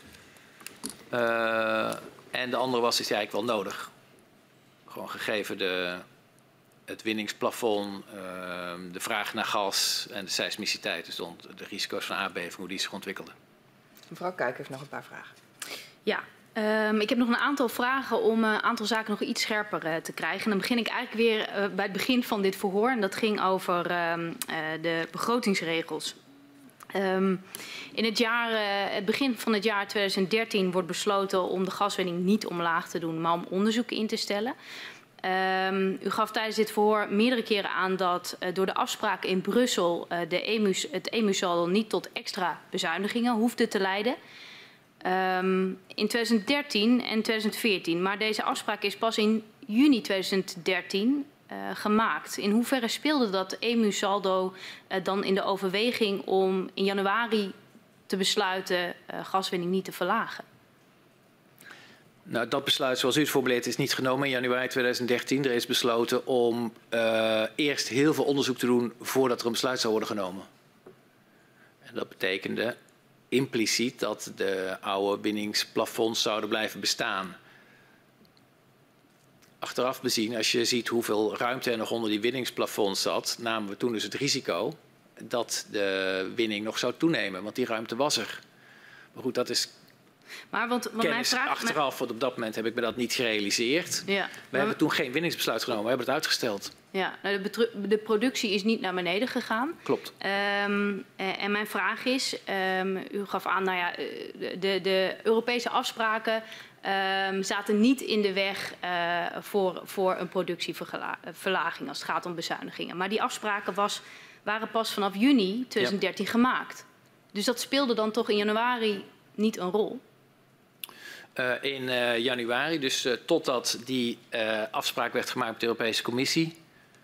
uh, en de andere was, is die eigenlijk wel nodig. Gewoon gegeven de, het winningsplafond, uh, de vraag naar gas en de seismiciteit. Dus de, de risico's van aardbeving, hoe die zich ontwikkelden. Mevrouw Kuik heeft nog een paar vragen. Ja. Um, ik heb nog een aantal vragen om een uh, aantal zaken nog iets scherper uh, te krijgen. En dan begin ik eigenlijk weer uh, bij het begin van dit verhoor. En dat ging over um, uh, de begrotingsregels. Um, in het, jaar, uh, het begin van het jaar twintig dertien wordt besloten om de gaswinning niet omlaag te doen, maar om onderzoek in te stellen. Um, u gaf tijdens dit verhoor meerdere keren aan dat uh, door de afspraken in Brussel uh, de E M U, het E M U-saldo niet tot extra bezuinigingen hoefde te leiden. Um, in twintig dertien en twintig veertien. Maar deze afspraak is pas in juni twintig dertien uh, gemaakt. In hoeverre speelde dat E M U-saldo uh, dan in de overweging om in januari te besluiten uh, gaswinning niet te verlagen? Nou, dat besluit zoals u het formuleert is niet genomen in januari twintig dertien. Er is besloten om uh, eerst heel veel onderzoek te doen voordat er een besluit zou worden genomen. En dat betekende impliciet dat de oude winningsplafonds zouden blijven bestaan. Achteraf bezien, als je ziet hoeveel ruimte er nog onder die winningsplafonds zat, namen we toen dus het risico dat de winning nog zou toenemen, want die ruimte was er. Maar goed, dat is maar want, want kennis mijn vraag, achteraf, want op dat moment heb ik me dat niet gerealiseerd. Ja, we hebben toen geen winningsbesluit genomen, we hebben het uitgesteld. Ja, nou de, de productie is niet naar beneden gegaan. Klopt. Um, en mijn vraag is, um, u gaf aan, nou ja, de, de Europese afspraken um, zaten niet in de weg uh, voor, voor een productieverlaging als het gaat om bezuinigingen. Maar die afspraken was, waren pas vanaf juni twintig dertien ja. gemaakt. Dus dat speelde dan toch in januari niet een rol? Uh, in uh, januari, dus uh, totdat die uh, afspraak werd gemaakt met de Europese Commissie.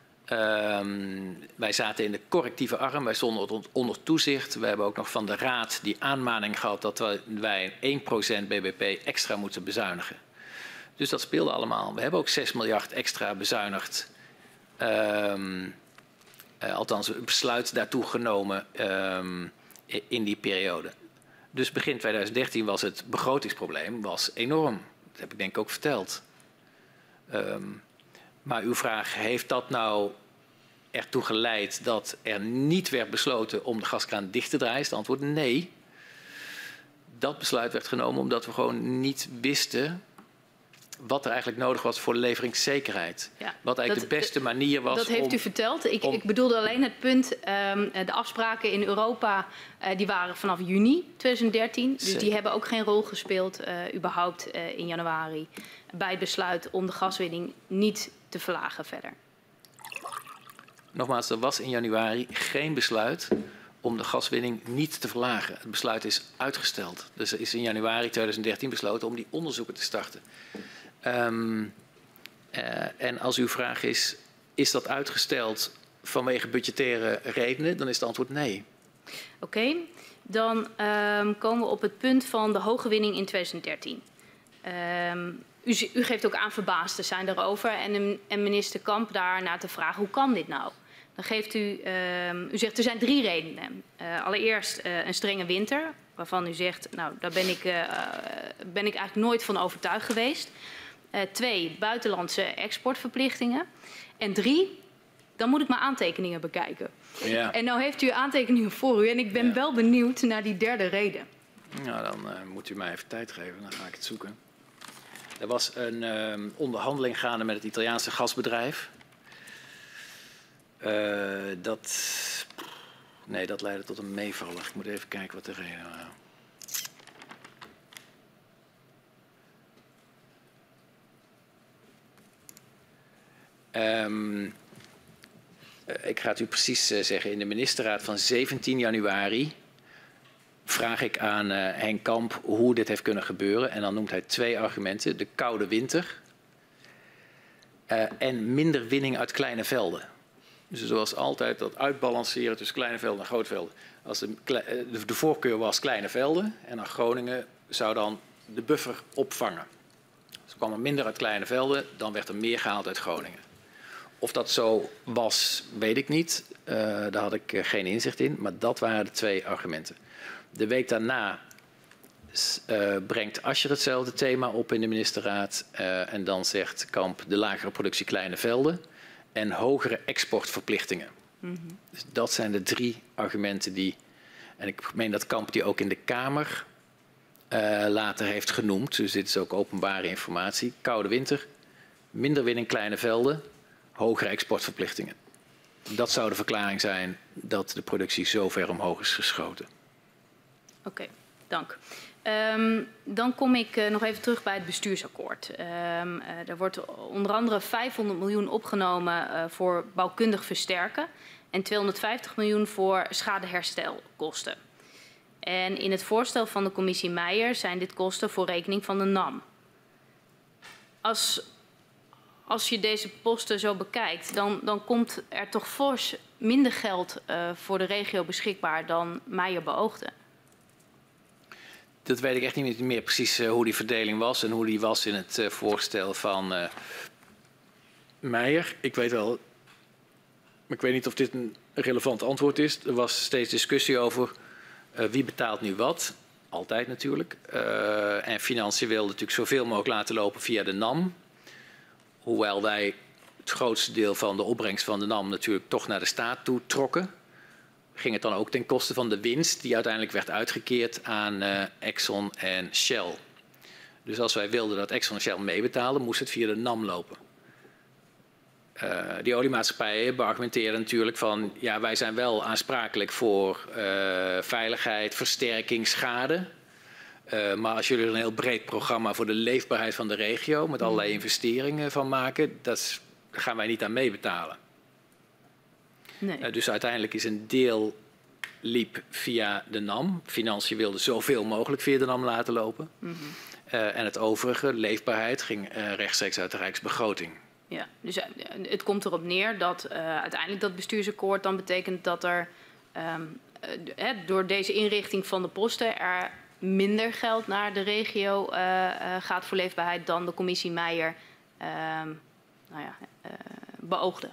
Um, wij zaten in de correctieve arm, wij stonden onder toezicht. We hebben ook nog van de Raad die aanmaning gehad dat wij één procent B B P extra moeten bezuinigen. Dus dat speelde allemaal. We hebben ook zes miljard extra bezuinigd. Um, uh, althans, een besluit daartoe genomen um, in die periode. Dus begin twintig dertien was het begrotingsprobleem was enorm. Dat heb ik denk ik ook verteld. Um, maar uw vraag, heeft dat nou ertoe geleid dat er niet werd besloten om de gaskraan dicht te draaien? Is het antwoord nee. Dat besluit werd genomen omdat we gewoon niet wisten wat er eigenlijk nodig was voor de leveringszekerheid. Ja, wat eigenlijk dat, de beste manier was. Dat heeft om, u verteld. Ik, om, ik bedoelde alleen het punt, um, de afspraken in Europa uh, die waren vanaf juni twintig dertien. Dus zeker. Die hebben ook geen rol gespeeld uh, überhaupt uh, in januari bij het besluit om de gaswinning niet te verlagen verder. Nogmaals, er was in januari geen besluit om de gaswinning niet te verlagen. Het besluit is uitgesteld. Dus er is in januari twintig dertien besloten om die onderzoeken te starten. Um, uh, en als uw vraag is, is dat uitgesteld vanwege budgettaire redenen? Dan is het antwoord nee. Oké, okay. Dan um, komen we op het punt van de hoge winning in twintig dertien. Um, u, u geeft ook aan verbaasd te zijn daarover en, en minister Kamp daarna te vragen, hoe kan dit nou? Dan geeft u, um, u zegt er zijn drie redenen. Uh, allereerst uh, een strenge winter, waarvan u zegt, nou daar ben ik, uh, ben ik eigenlijk nooit van overtuigd geweest. Uh, twee, buitenlandse exportverplichtingen. En drie, dan moet ik mijn aantekeningen bekijken. Ja. En nou heeft u aantekeningen voor u en ik ben ja. wel benieuwd naar die derde reden. Nou, dan uh, moet u mij even tijd geven, dan ga ik het zoeken. Er was een uh, onderhandeling gaande met het Italiaanse gasbedrijf. Uh, dat... Nee, dat leidde tot een meevaller. Ik moet even kijken wat de reden was. Um, ik ga het u precies uh, zeggen. In de ministerraad van zeventien januari vraag ik aan uh, Henk Kamp hoe dit heeft kunnen gebeuren. En dan noemt hij twee argumenten. De koude winter uh, en minder winning uit kleine velden. Dus zoals altijd dat uitbalanceren tussen kleine velden en grote velden. Als de, de, de voorkeur was kleine velden en dan Groningen zou dan de buffer opvangen. Dus kwam er minder uit kleine velden, dan werd er meer gehaald uit Groningen. Of dat zo was, weet ik niet. Uh, daar had ik uh, geen inzicht in. Maar dat waren de twee argumenten. De week daarna uh, brengt Asscher hetzelfde thema op in de ministerraad. Uh, en dan zegt Kamp de lagere productie kleine velden en hogere exportverplichtingen. Mm-hmm. Dus dat zijn de drie argumenten die... En ik meen dat Kamp die ook in de Kamer uh, later heeft genoemd. Dus dit is ook openbare informatie. Koude winter, minder winning kleine velden, hogere exportverplichtingen. Dat zou de verklaring zijn dat de productie zo ver omhoog is geschoten. Oké, okay, dank. Um, dan kom ik uh, nog even terug bij het bestuursakkoord. Um, uh, er wordt onder andere vijfhonderd miljoen opgenomen uh, voor bouwkundig versterken en tweehonderdvijftig miljoen voor schadeherstelkosten. En in het voorstel van de commissie Meijer zijn dit kosten voor rekening van de N A M. Als, als je deze posten zo bekijkt, dan, dan komt er toch fors minder geld uh, voor de regio beschikbaar dan Meijer beoogde. Dat weet ik echt niet meer precies uh, hoe die verdeling was en hoe die was in het uh, voorstel van uh, Meijer. Ik weet wel, maar ik weet niet of dit een relevant antwoord is. Er was steeds discussie over uh, wie betaalt nu wat. Altijd natuurlijk. Uh, en Financiën wilde natuurlijk zoveel mogelijk laten lopen via de N A M. Hoewel wij het grootste deel van de opbrengst van de N A M natuurlijk toch naar de staat toe trokken. Ging het dan ook ten koste van de winst die uiteindelijk werd uitgekeerd aan uh, Exxon en Shell. Dus als wij wilden dat Exxon en Shell meebetalen, moest het via de N A M lopen. Uh, die oliemaatschappijen beargumenteerden natuurlijk van, ja, wij zijn wel aansprakelijk voor uh, veiligheid, versterking, schade. Uh, maar als jullie er een heel breed programma voor de leefbaarheid van de regio met allerlei investeringen van maken, dat gaan wij niet aan meebetalen. Nee. Uh, dus uiteindelijk is een deel liep via de N A M. Financiën wilde zoveel mogelijk via de N A M laten lopen. Mm-hmm. uh, en het overige, leefbaarheid, ging uh, rechtstreeks uit de Rijksbegroting. Ja, dus uh, het komt erop neer dat uh, uiteindelijk dat bestuursakkoord dan betekent dat er um, uh, door deze inrichting van de posten er minder geld naar de regio uh, uh, gaat voor leefbaarheid dan de commissie Meijer uh, nou ja, uh, beoogde.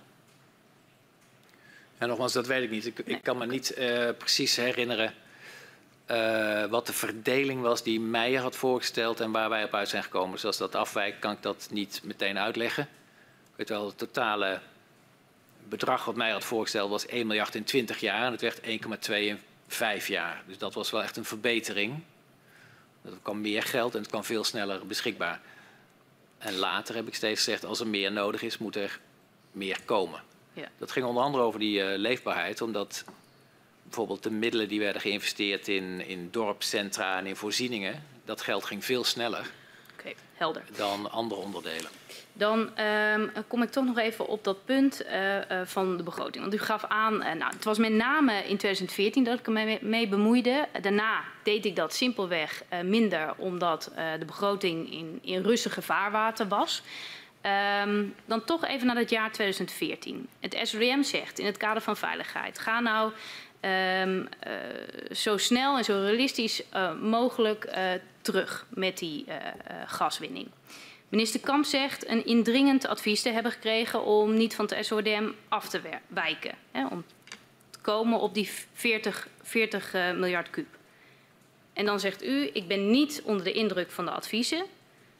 En nogmaals, dat weet ik niet. Ik, nee. ik kan me niet uh, precies herinneren uh, wat de verdeling was die Meijer had voorgesteld en waar wij op uit zijn gekomen. Dus als dat afwijkt, kan ik dat niet meteen uitleggen. Ik weet wel, het totale bedrag wat Meijer had voorgesteld was één miljard in twintig jaar en het werd één komma twee in vijf jaar. Dus dat was wel echt een verbetering. Er kwam meer geld en het kwam veel sneller beschikbaar. En later heb ik steeds gezegd, als er meer nodig is, moet er meer komen. Ja. Dat ging onder andere over die uh, leefbaarheid, omdat bijvoorbeeld de middelen die werden geïnvesteerd in, in dorpscentra en in voorzieningen, dat geld ging veel sneller okay, helder. dan andere onderdelen. Dan um, kom ik toch nog even op dat punt uh, uh, van de begroting. Want u gaf aan, uh, nou, het was met name in twintig veertien dat ik er mee, mee bemoeide. Daarna deed ik dat simpelweg uh, minder, omdat uh, de begroting in, in rustige vaarwater was. Um, dan toch even naar het jaar twintig veertien. Het S R I M zegt in het kader van veiligheid, ga nou um, uh, zo snel en zo realistisch uh, mogelijk uh, terug met die uh, uh, gaswinning. Minister Kamp zegt een indringend advies te hebben gekregen om niet van het S O D M af te wijken. Hè, om te komen op die veertig, veertig uh, miljard kuub. En dan zegt u, ik ben niet onder de indruk van de adviezen.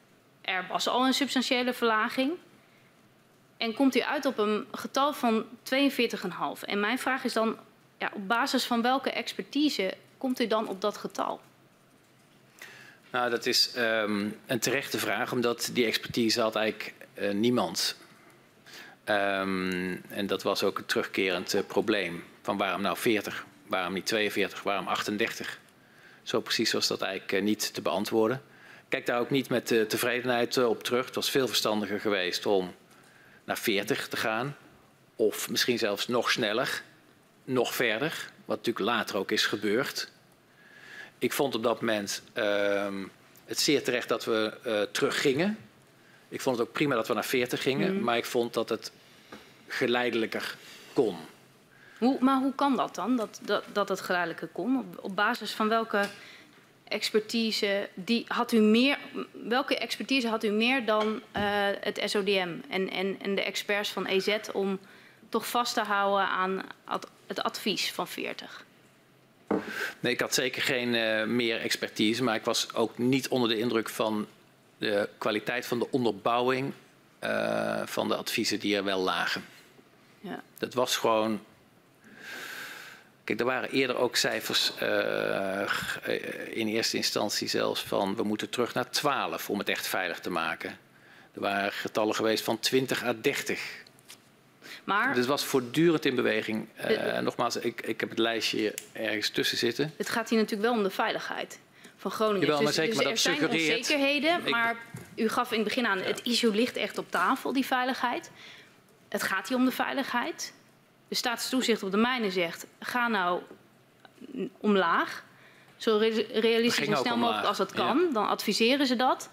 er was al een substantiële verlaging. En komt u uit op een getal van tweeënveertig komma vijf. En mijn vraag is dan, ja, op basis van welke expertise komt u dan op dat getal? Nou, dat is um, een terechte vraag, omdat die expertise had eigenlijk uh, niemand. Um, en dat was ook een terugkerend uh, probleem. Van waarom nou veertig? Waarom niet tweeënveertig? Waarom achtendertig? Zo precies was dat eigenlijk uh, niet te beantwoorden. Kijk daar ook niet met uh, tevredenheid uh, op terug. Het was veel verstandiger geweest om naar veertig te gaan. Of misschien zelfs nog sneller, nog verder. Wat natuurlijk later ook is gebeurd. Ik vond op dat moment uh, het zeer terecht dat we uh, teruggingen. Ik vond het ook prima dat we naar veertig gingen. Mm. Maar ik vond dat het geleidelijker kon. Hoe, maar hoe kan dat dan, dat, dat, dat het geleidelijker kon? Op, op basis van welke expertise, die had u meer, welke expertise had u meer dan uh, het S O D M en, en, en de experts van E Z om toch vast te houden aan ad, het advies van veertig? Nee, ik had zeker geen uh, meer expertise, maar ik was ook niet onder de indruk van de kwaliteit van de onderbouwing uh, van de adviezen die er wel lagen. Ja. Dat was gewoon... Kijk, er waren eerder ook cijfers uh, in eerste instantie zelfs van we moeten terug naar twaalf om het echt veilig te maken. Er waren getallen geweest van twintig à dertig. Maar dus het was voortdurend in beweging. Uh, de, nogmaals, ik, ik heb het lijstje ergens tussen zitten. Het gaat hier natuurlijk wel om de veiligheid van Groningen. Jawel, maar dus, zeker, dus maar er dat zijn onzekerheden, ik, maar u gaf in het begin aan, ja. Het issue ligt echt op tafel, die veiligheid. Het gaat hier om de veiligheid. De staatstoezicht op de mijnen zegt, ga nou omlaag. Zo realistisch en snel mogelijk als dat kan. Ja. Dan adviseren ze dat.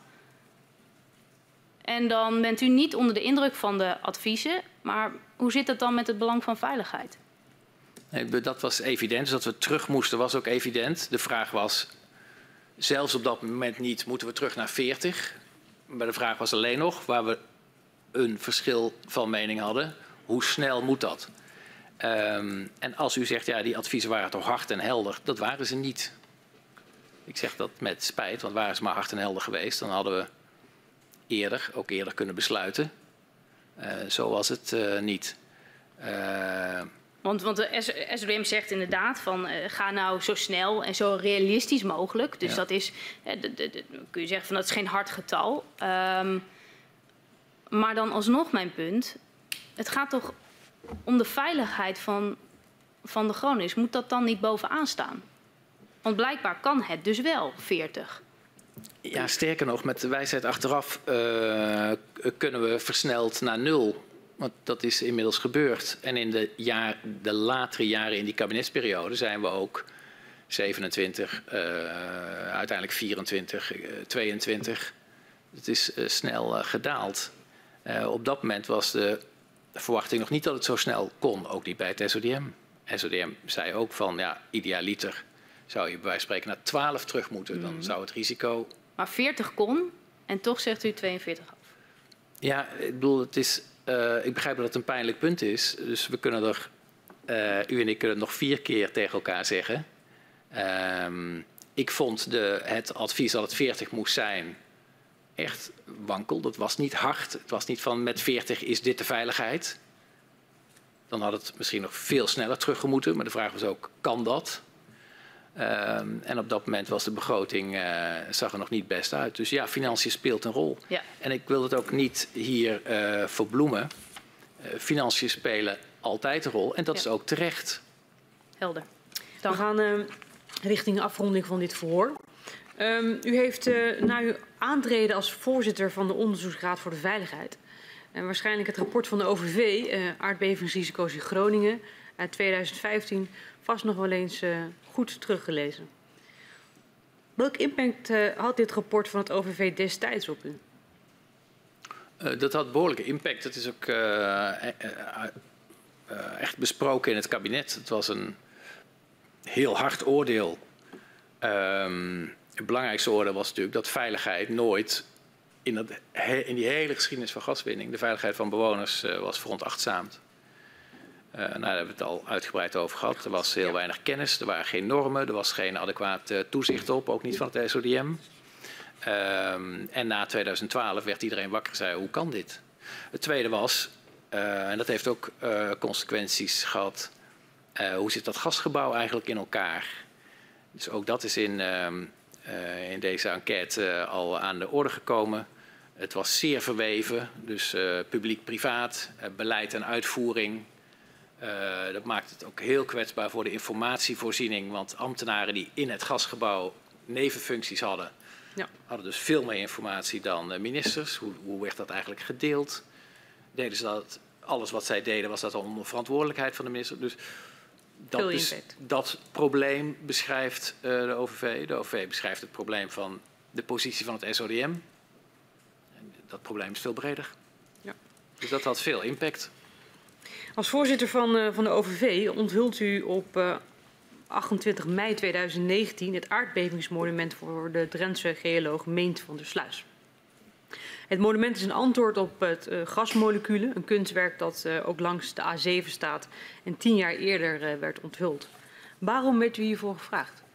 En dan bent u niet onder de indruk van de adviezen. Maar hoe zit het dan met het belang van veiligheid? Nee, dat was evident. Dus dat we terug moesten was ook evident. De vraag was, zelfs op dat moment niet, moeten we terug naar veertig? Maar de vraag was alleen nog, waar we een verschil van mening hadden, hoe snel moet dat? Um, en als u zegt, ja, die adviezen waren toch hard en helder, dat waren ze niet. Ik zeg dat met spijt, want waren ze maar hard en helder geweest, dan hadden we eerder, ook eerder kunnen besluiten. Uh, zo was het uh, niet. Uh, want, want de S O D M zegt inderdaad van uh, ga nou zo snel en zo realistisch mogelijk. Dus ja. dat is, uh, de, de, de, kun je zeggen van dat is geen hard getal. Um, maar dan alsnog mijn punt, het gaat toch om de veiligheid van, van de Groningers. Moet dat dan niet bovenaan staan? Want blijkbaar kan het dus wel, veertig. Ja, sterker nog, met de wijsheid achteraf uh, kunnen we versneld naar nul. Want dat is inmiddels gebeurd. En in de, jaar, de latere jaren in die kabinetsperiode zijn we ook zevenentwintig, uh, uiteindelijk vierentwintig, uh, tweeëntwintig. Het is uh, snel uh, gedaald. Uh, op dat moment was de verwachting nog niet dat het zo snel kon, ook niet bij het S O D M. S O D M zei ook van, ja, idealiter zou je bij wijze van spreken naar twaalf terug moeten. Dan mm. zou het risico... Maar veertig kon en toch zegt u tweeënveertig af. Ja, ik bedoel, het is, uh, ik begrijp dat het een pijnlijk punt is. Dus we kunnen er, uh, u en ik kunnen het nog vier keer tegen elkaar zeggen. Um, ik vond de, het advies dat het veertig moest zijn echt wankel. Dat was niet hard. Het was niet van met veertig is dit de veiligheid. Dan had het misschien nog veel sneller teruggemoeten. Maar de vraag was ook, kan dat? Um, en op dat moment was de begroting, uh, zag er nog niet best uit. Dus ja, financiën speelt een rol. Ja. En ik wil het ook niet hier uh, verbloemen. Uh, financiën spelen altijd een rol. En dat ja. is ook terecht. Helder. Dan we gaan uh, richting de afronding van dit verhoor. Um, u heeft uh, na uw aantreden als voorzitter van de Onderzoeksraad voor de Veiligheid en waarschijnlijk het rapport van de O V V, uh, aardbevingsrisico's in Groningen uit tweeduizend vijftien, vast nog wel eens uh, goed teruggelezen. Welk impact uh, had dit rapport van het O V V destijds op u? Uh, dat had behoorlijke impact. Dat is ook uh, uh, uh, echt besproken in het kabinet. Het was een heel hard oordeel. Um, het belangrijkste oordeel was natuurlijk dat veiligheid nooit in, dat, in die hele geschiedenis van gaswinning, de veiligheid van bewoners uh, was veronachtzaamd. Uh, nou, daar hebben we het al uitgebreid over gehad. Er was heel weinig kennis, er waren geen normen, er was geen adequaat uh, toezicht op, ook niet van het S O D M. Um, en na tweeduizend twaalf werd iedereen wakker en zei, hoe kan dit? Het tweede was, uh, en dat heeft ook uh, consequenties gehad, uh, hoe zit dat gasgebouw eigenlijk in elkaar? Dus ook dat is in, uh, uh, in deze enquête uh, al aan de orde gekomen. Het was zeer verweven, dus uh, publiek-privaat, uh, beleid en uitvoering. Uh, dat maakt het ook heel kwetsbaar voor de informatievoorziening, want ambtenaren die in het gasgebouw nevenfuncties hadden, ja. hadden dus veel meer informatie dan uh, ministers. Hoe, hoe werd dat eigenlijk gedeeld? Deden ze dat, alles wat zij deden was dat onder verantwoordelijkheid van de minister. Dus dat, bes, dat probleem beschrijft uh, de O V V. De O V V beschrijft het probleem van de positie van het S O D M. En dat probleem is veel breder. Ja. Dus dat had veel impact. Als voorzitter van, uh, van de O V V onthult u op uh, achtentwintig mei tweeduizend negentien het aardbevingsmonument voor de Drentse geoloog Meent van der Sluis. Het monument is een antwoord op het uh, gasmoleculen, een kunstwerk dat uh, ook langs de A zeven staat en tien jaar eerder uh, werd onthuld. Waarom werd u hiervoor gevraagd?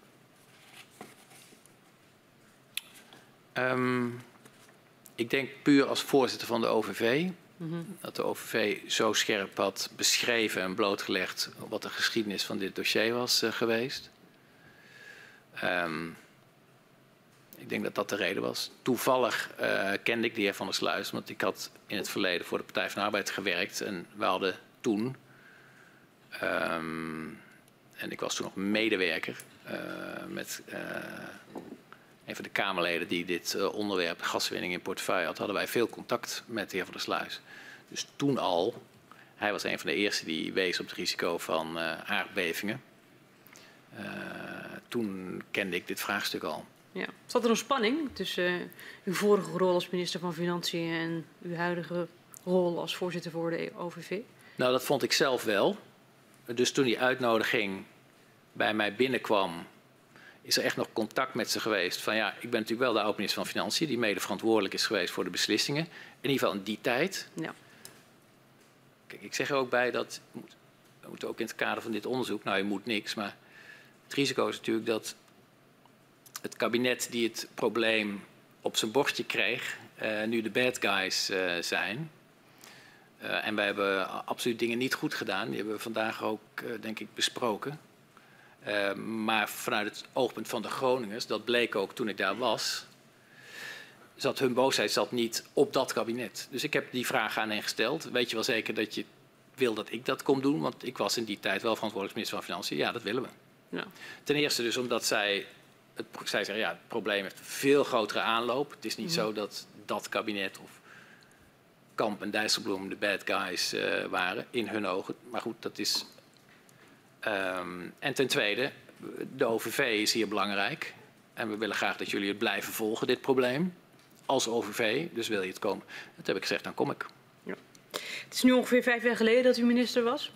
Um, ik denk puur als voorzitter van de O V V. Mm-hmm. Dat de O V V zo scherp had beschreven en blootgelegd wat de geschiedenis van dit dossier was uh, geweest. Um, ik denk dat dat de reden was. Toevallig uh, kende ik de heer Van der Sluis, want ik had in het verleden voor de Partij van de Arbeid gewerkt. En we hadden toen, um, en ik was toen nog medewerker uh, met uh, een van de Kamerleden die dit uh, onderwerp gaswinning in portefeuille had, hadden wij veel contact met de heer Van der Sluis. Dus toen al, hij was een van de eerste die wees op het risico van uh, aardbevingen. Uh, toen kende ik dit vraagstuk al. Ja. Zat er een spanning tussen uh, uw vorige rol als minister van Financiën en uw huidige rol als voorzitter voor de O V V? Nou, dat vond ik zelf wel. Dus toen die uitnodiging bij mij binnenkwam, is er echt nog contact met ze geweest. Van ja, ik ben natuurlijk wel de oud-minister van Financiën, die mede verantwoordelijk is geweest voor de beslissingen. In ieder geval in die tijd. Ja. Kijk, ik zeg er ook bij dat, we moeten ook in het kader van dit onderzoek, nou je moet niks, maar het risico is natuurlijk dat het kabinet die het probleem op zijn bordje kreeg, uh, nu de bad guys uh, zijn. Uh, en wij hebben absoluut dingen niet goed gedaan. Die hebben we vandaag ook, uh, denk ik, besproken. Uh, maar vanuit het oogpunt van de Groningers, dat bleek ook toen ik daar was, zat hun boosheid zat niet op dat kabinet. Dus ik heb die vraag aan hen gesteld. Weet je wel zeker dat je wil dat ik dat kom doen? Want ik was in die tijd wel verantwoordelijk minister van Financiën. Ja, dat willen we. Ja. Ten eerste dus omdat zij, het, zij zeggen, ja, het probleem heeft een veel grotere aanloop. Het is niet mm-hmm. zo dat dat kabinet of Kamp en Dijsselbloem de bad guys uh, waren, in hun ogen. Maar goed, dat is... Um, en ten tweede, de O V V is hier belangrijk. En we willen graag dat jullie het blijven volgen, dit probleem. Als O V V, dus wil je het komen. Dat heb ik gezegd, dan kom ik. Ja. Het is nu ongeveer vijf jaar geleden dat u minister was.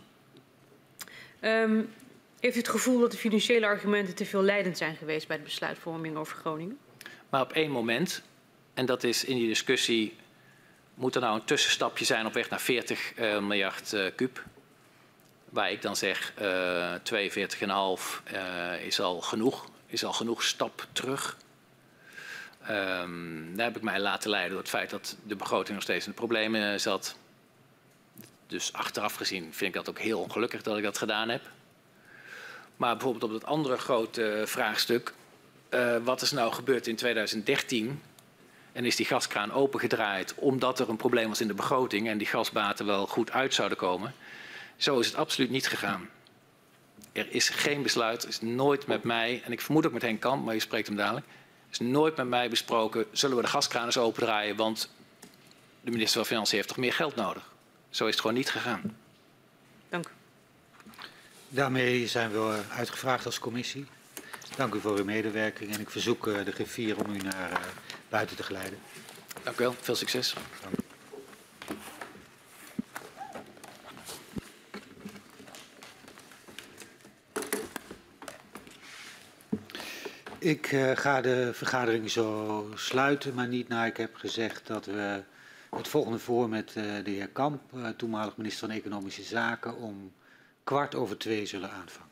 Um, heeft u het gevoel dat de financiële argumenten te veel leidend zijn geweest bij de besluitvorming over Groningen? Maar op één moment, en dat is in die discussie, moet er nou een tussenstapje zijn op weg naar veertig uh, miljard uh, kuub. Waar ik dan zeg, uh, tweeënveertig komma vijf uh, is al genoeg, is al genoeg stap terug. Um, daar heb ik mij laten leiden door het feit dat de begroting nog steeds in de problemen zat. Dus achteraf gezien vind ik dat ook heel ongelukkig dat ik dat gedaan heb. Maar bijvoorbeeld op dat andere grote vraagstuk, uh, wat is nou gebeurd in tweeduizend dertien... en is die gaskraan opengedraaid omdat er een probleem was in de begroting en die gasbaten wel goed uit zouden komen. Zo is het absoluut niet gegaan. Er is geen besluit, er is nooit met mij, en ik vermoed ook met Henk Kamp, maar je spreekt hem dadelijk, er is nooit met mij besproken, zullen we de gaskraan eens opendraaien, want de minister van Financiën heeft toch meer geld nodig. Zo is het gewoon niet gegaan. Dank u. Daarmee zijn we uitgevraagd als commissie. Dank u voor uw medewerking en ik verzoek de griffier om u naar uh, buiten te geleiden. Dank u wel, veel succes. Dank u. Ik uh, ga de vergadering zo sluiten, maar niet na ik heb gezegd dat we het volgende voor met uh, de heer Kamp, uh, toenmalig minister van Economische Zaken, om kwart over twee zullen aanvangen.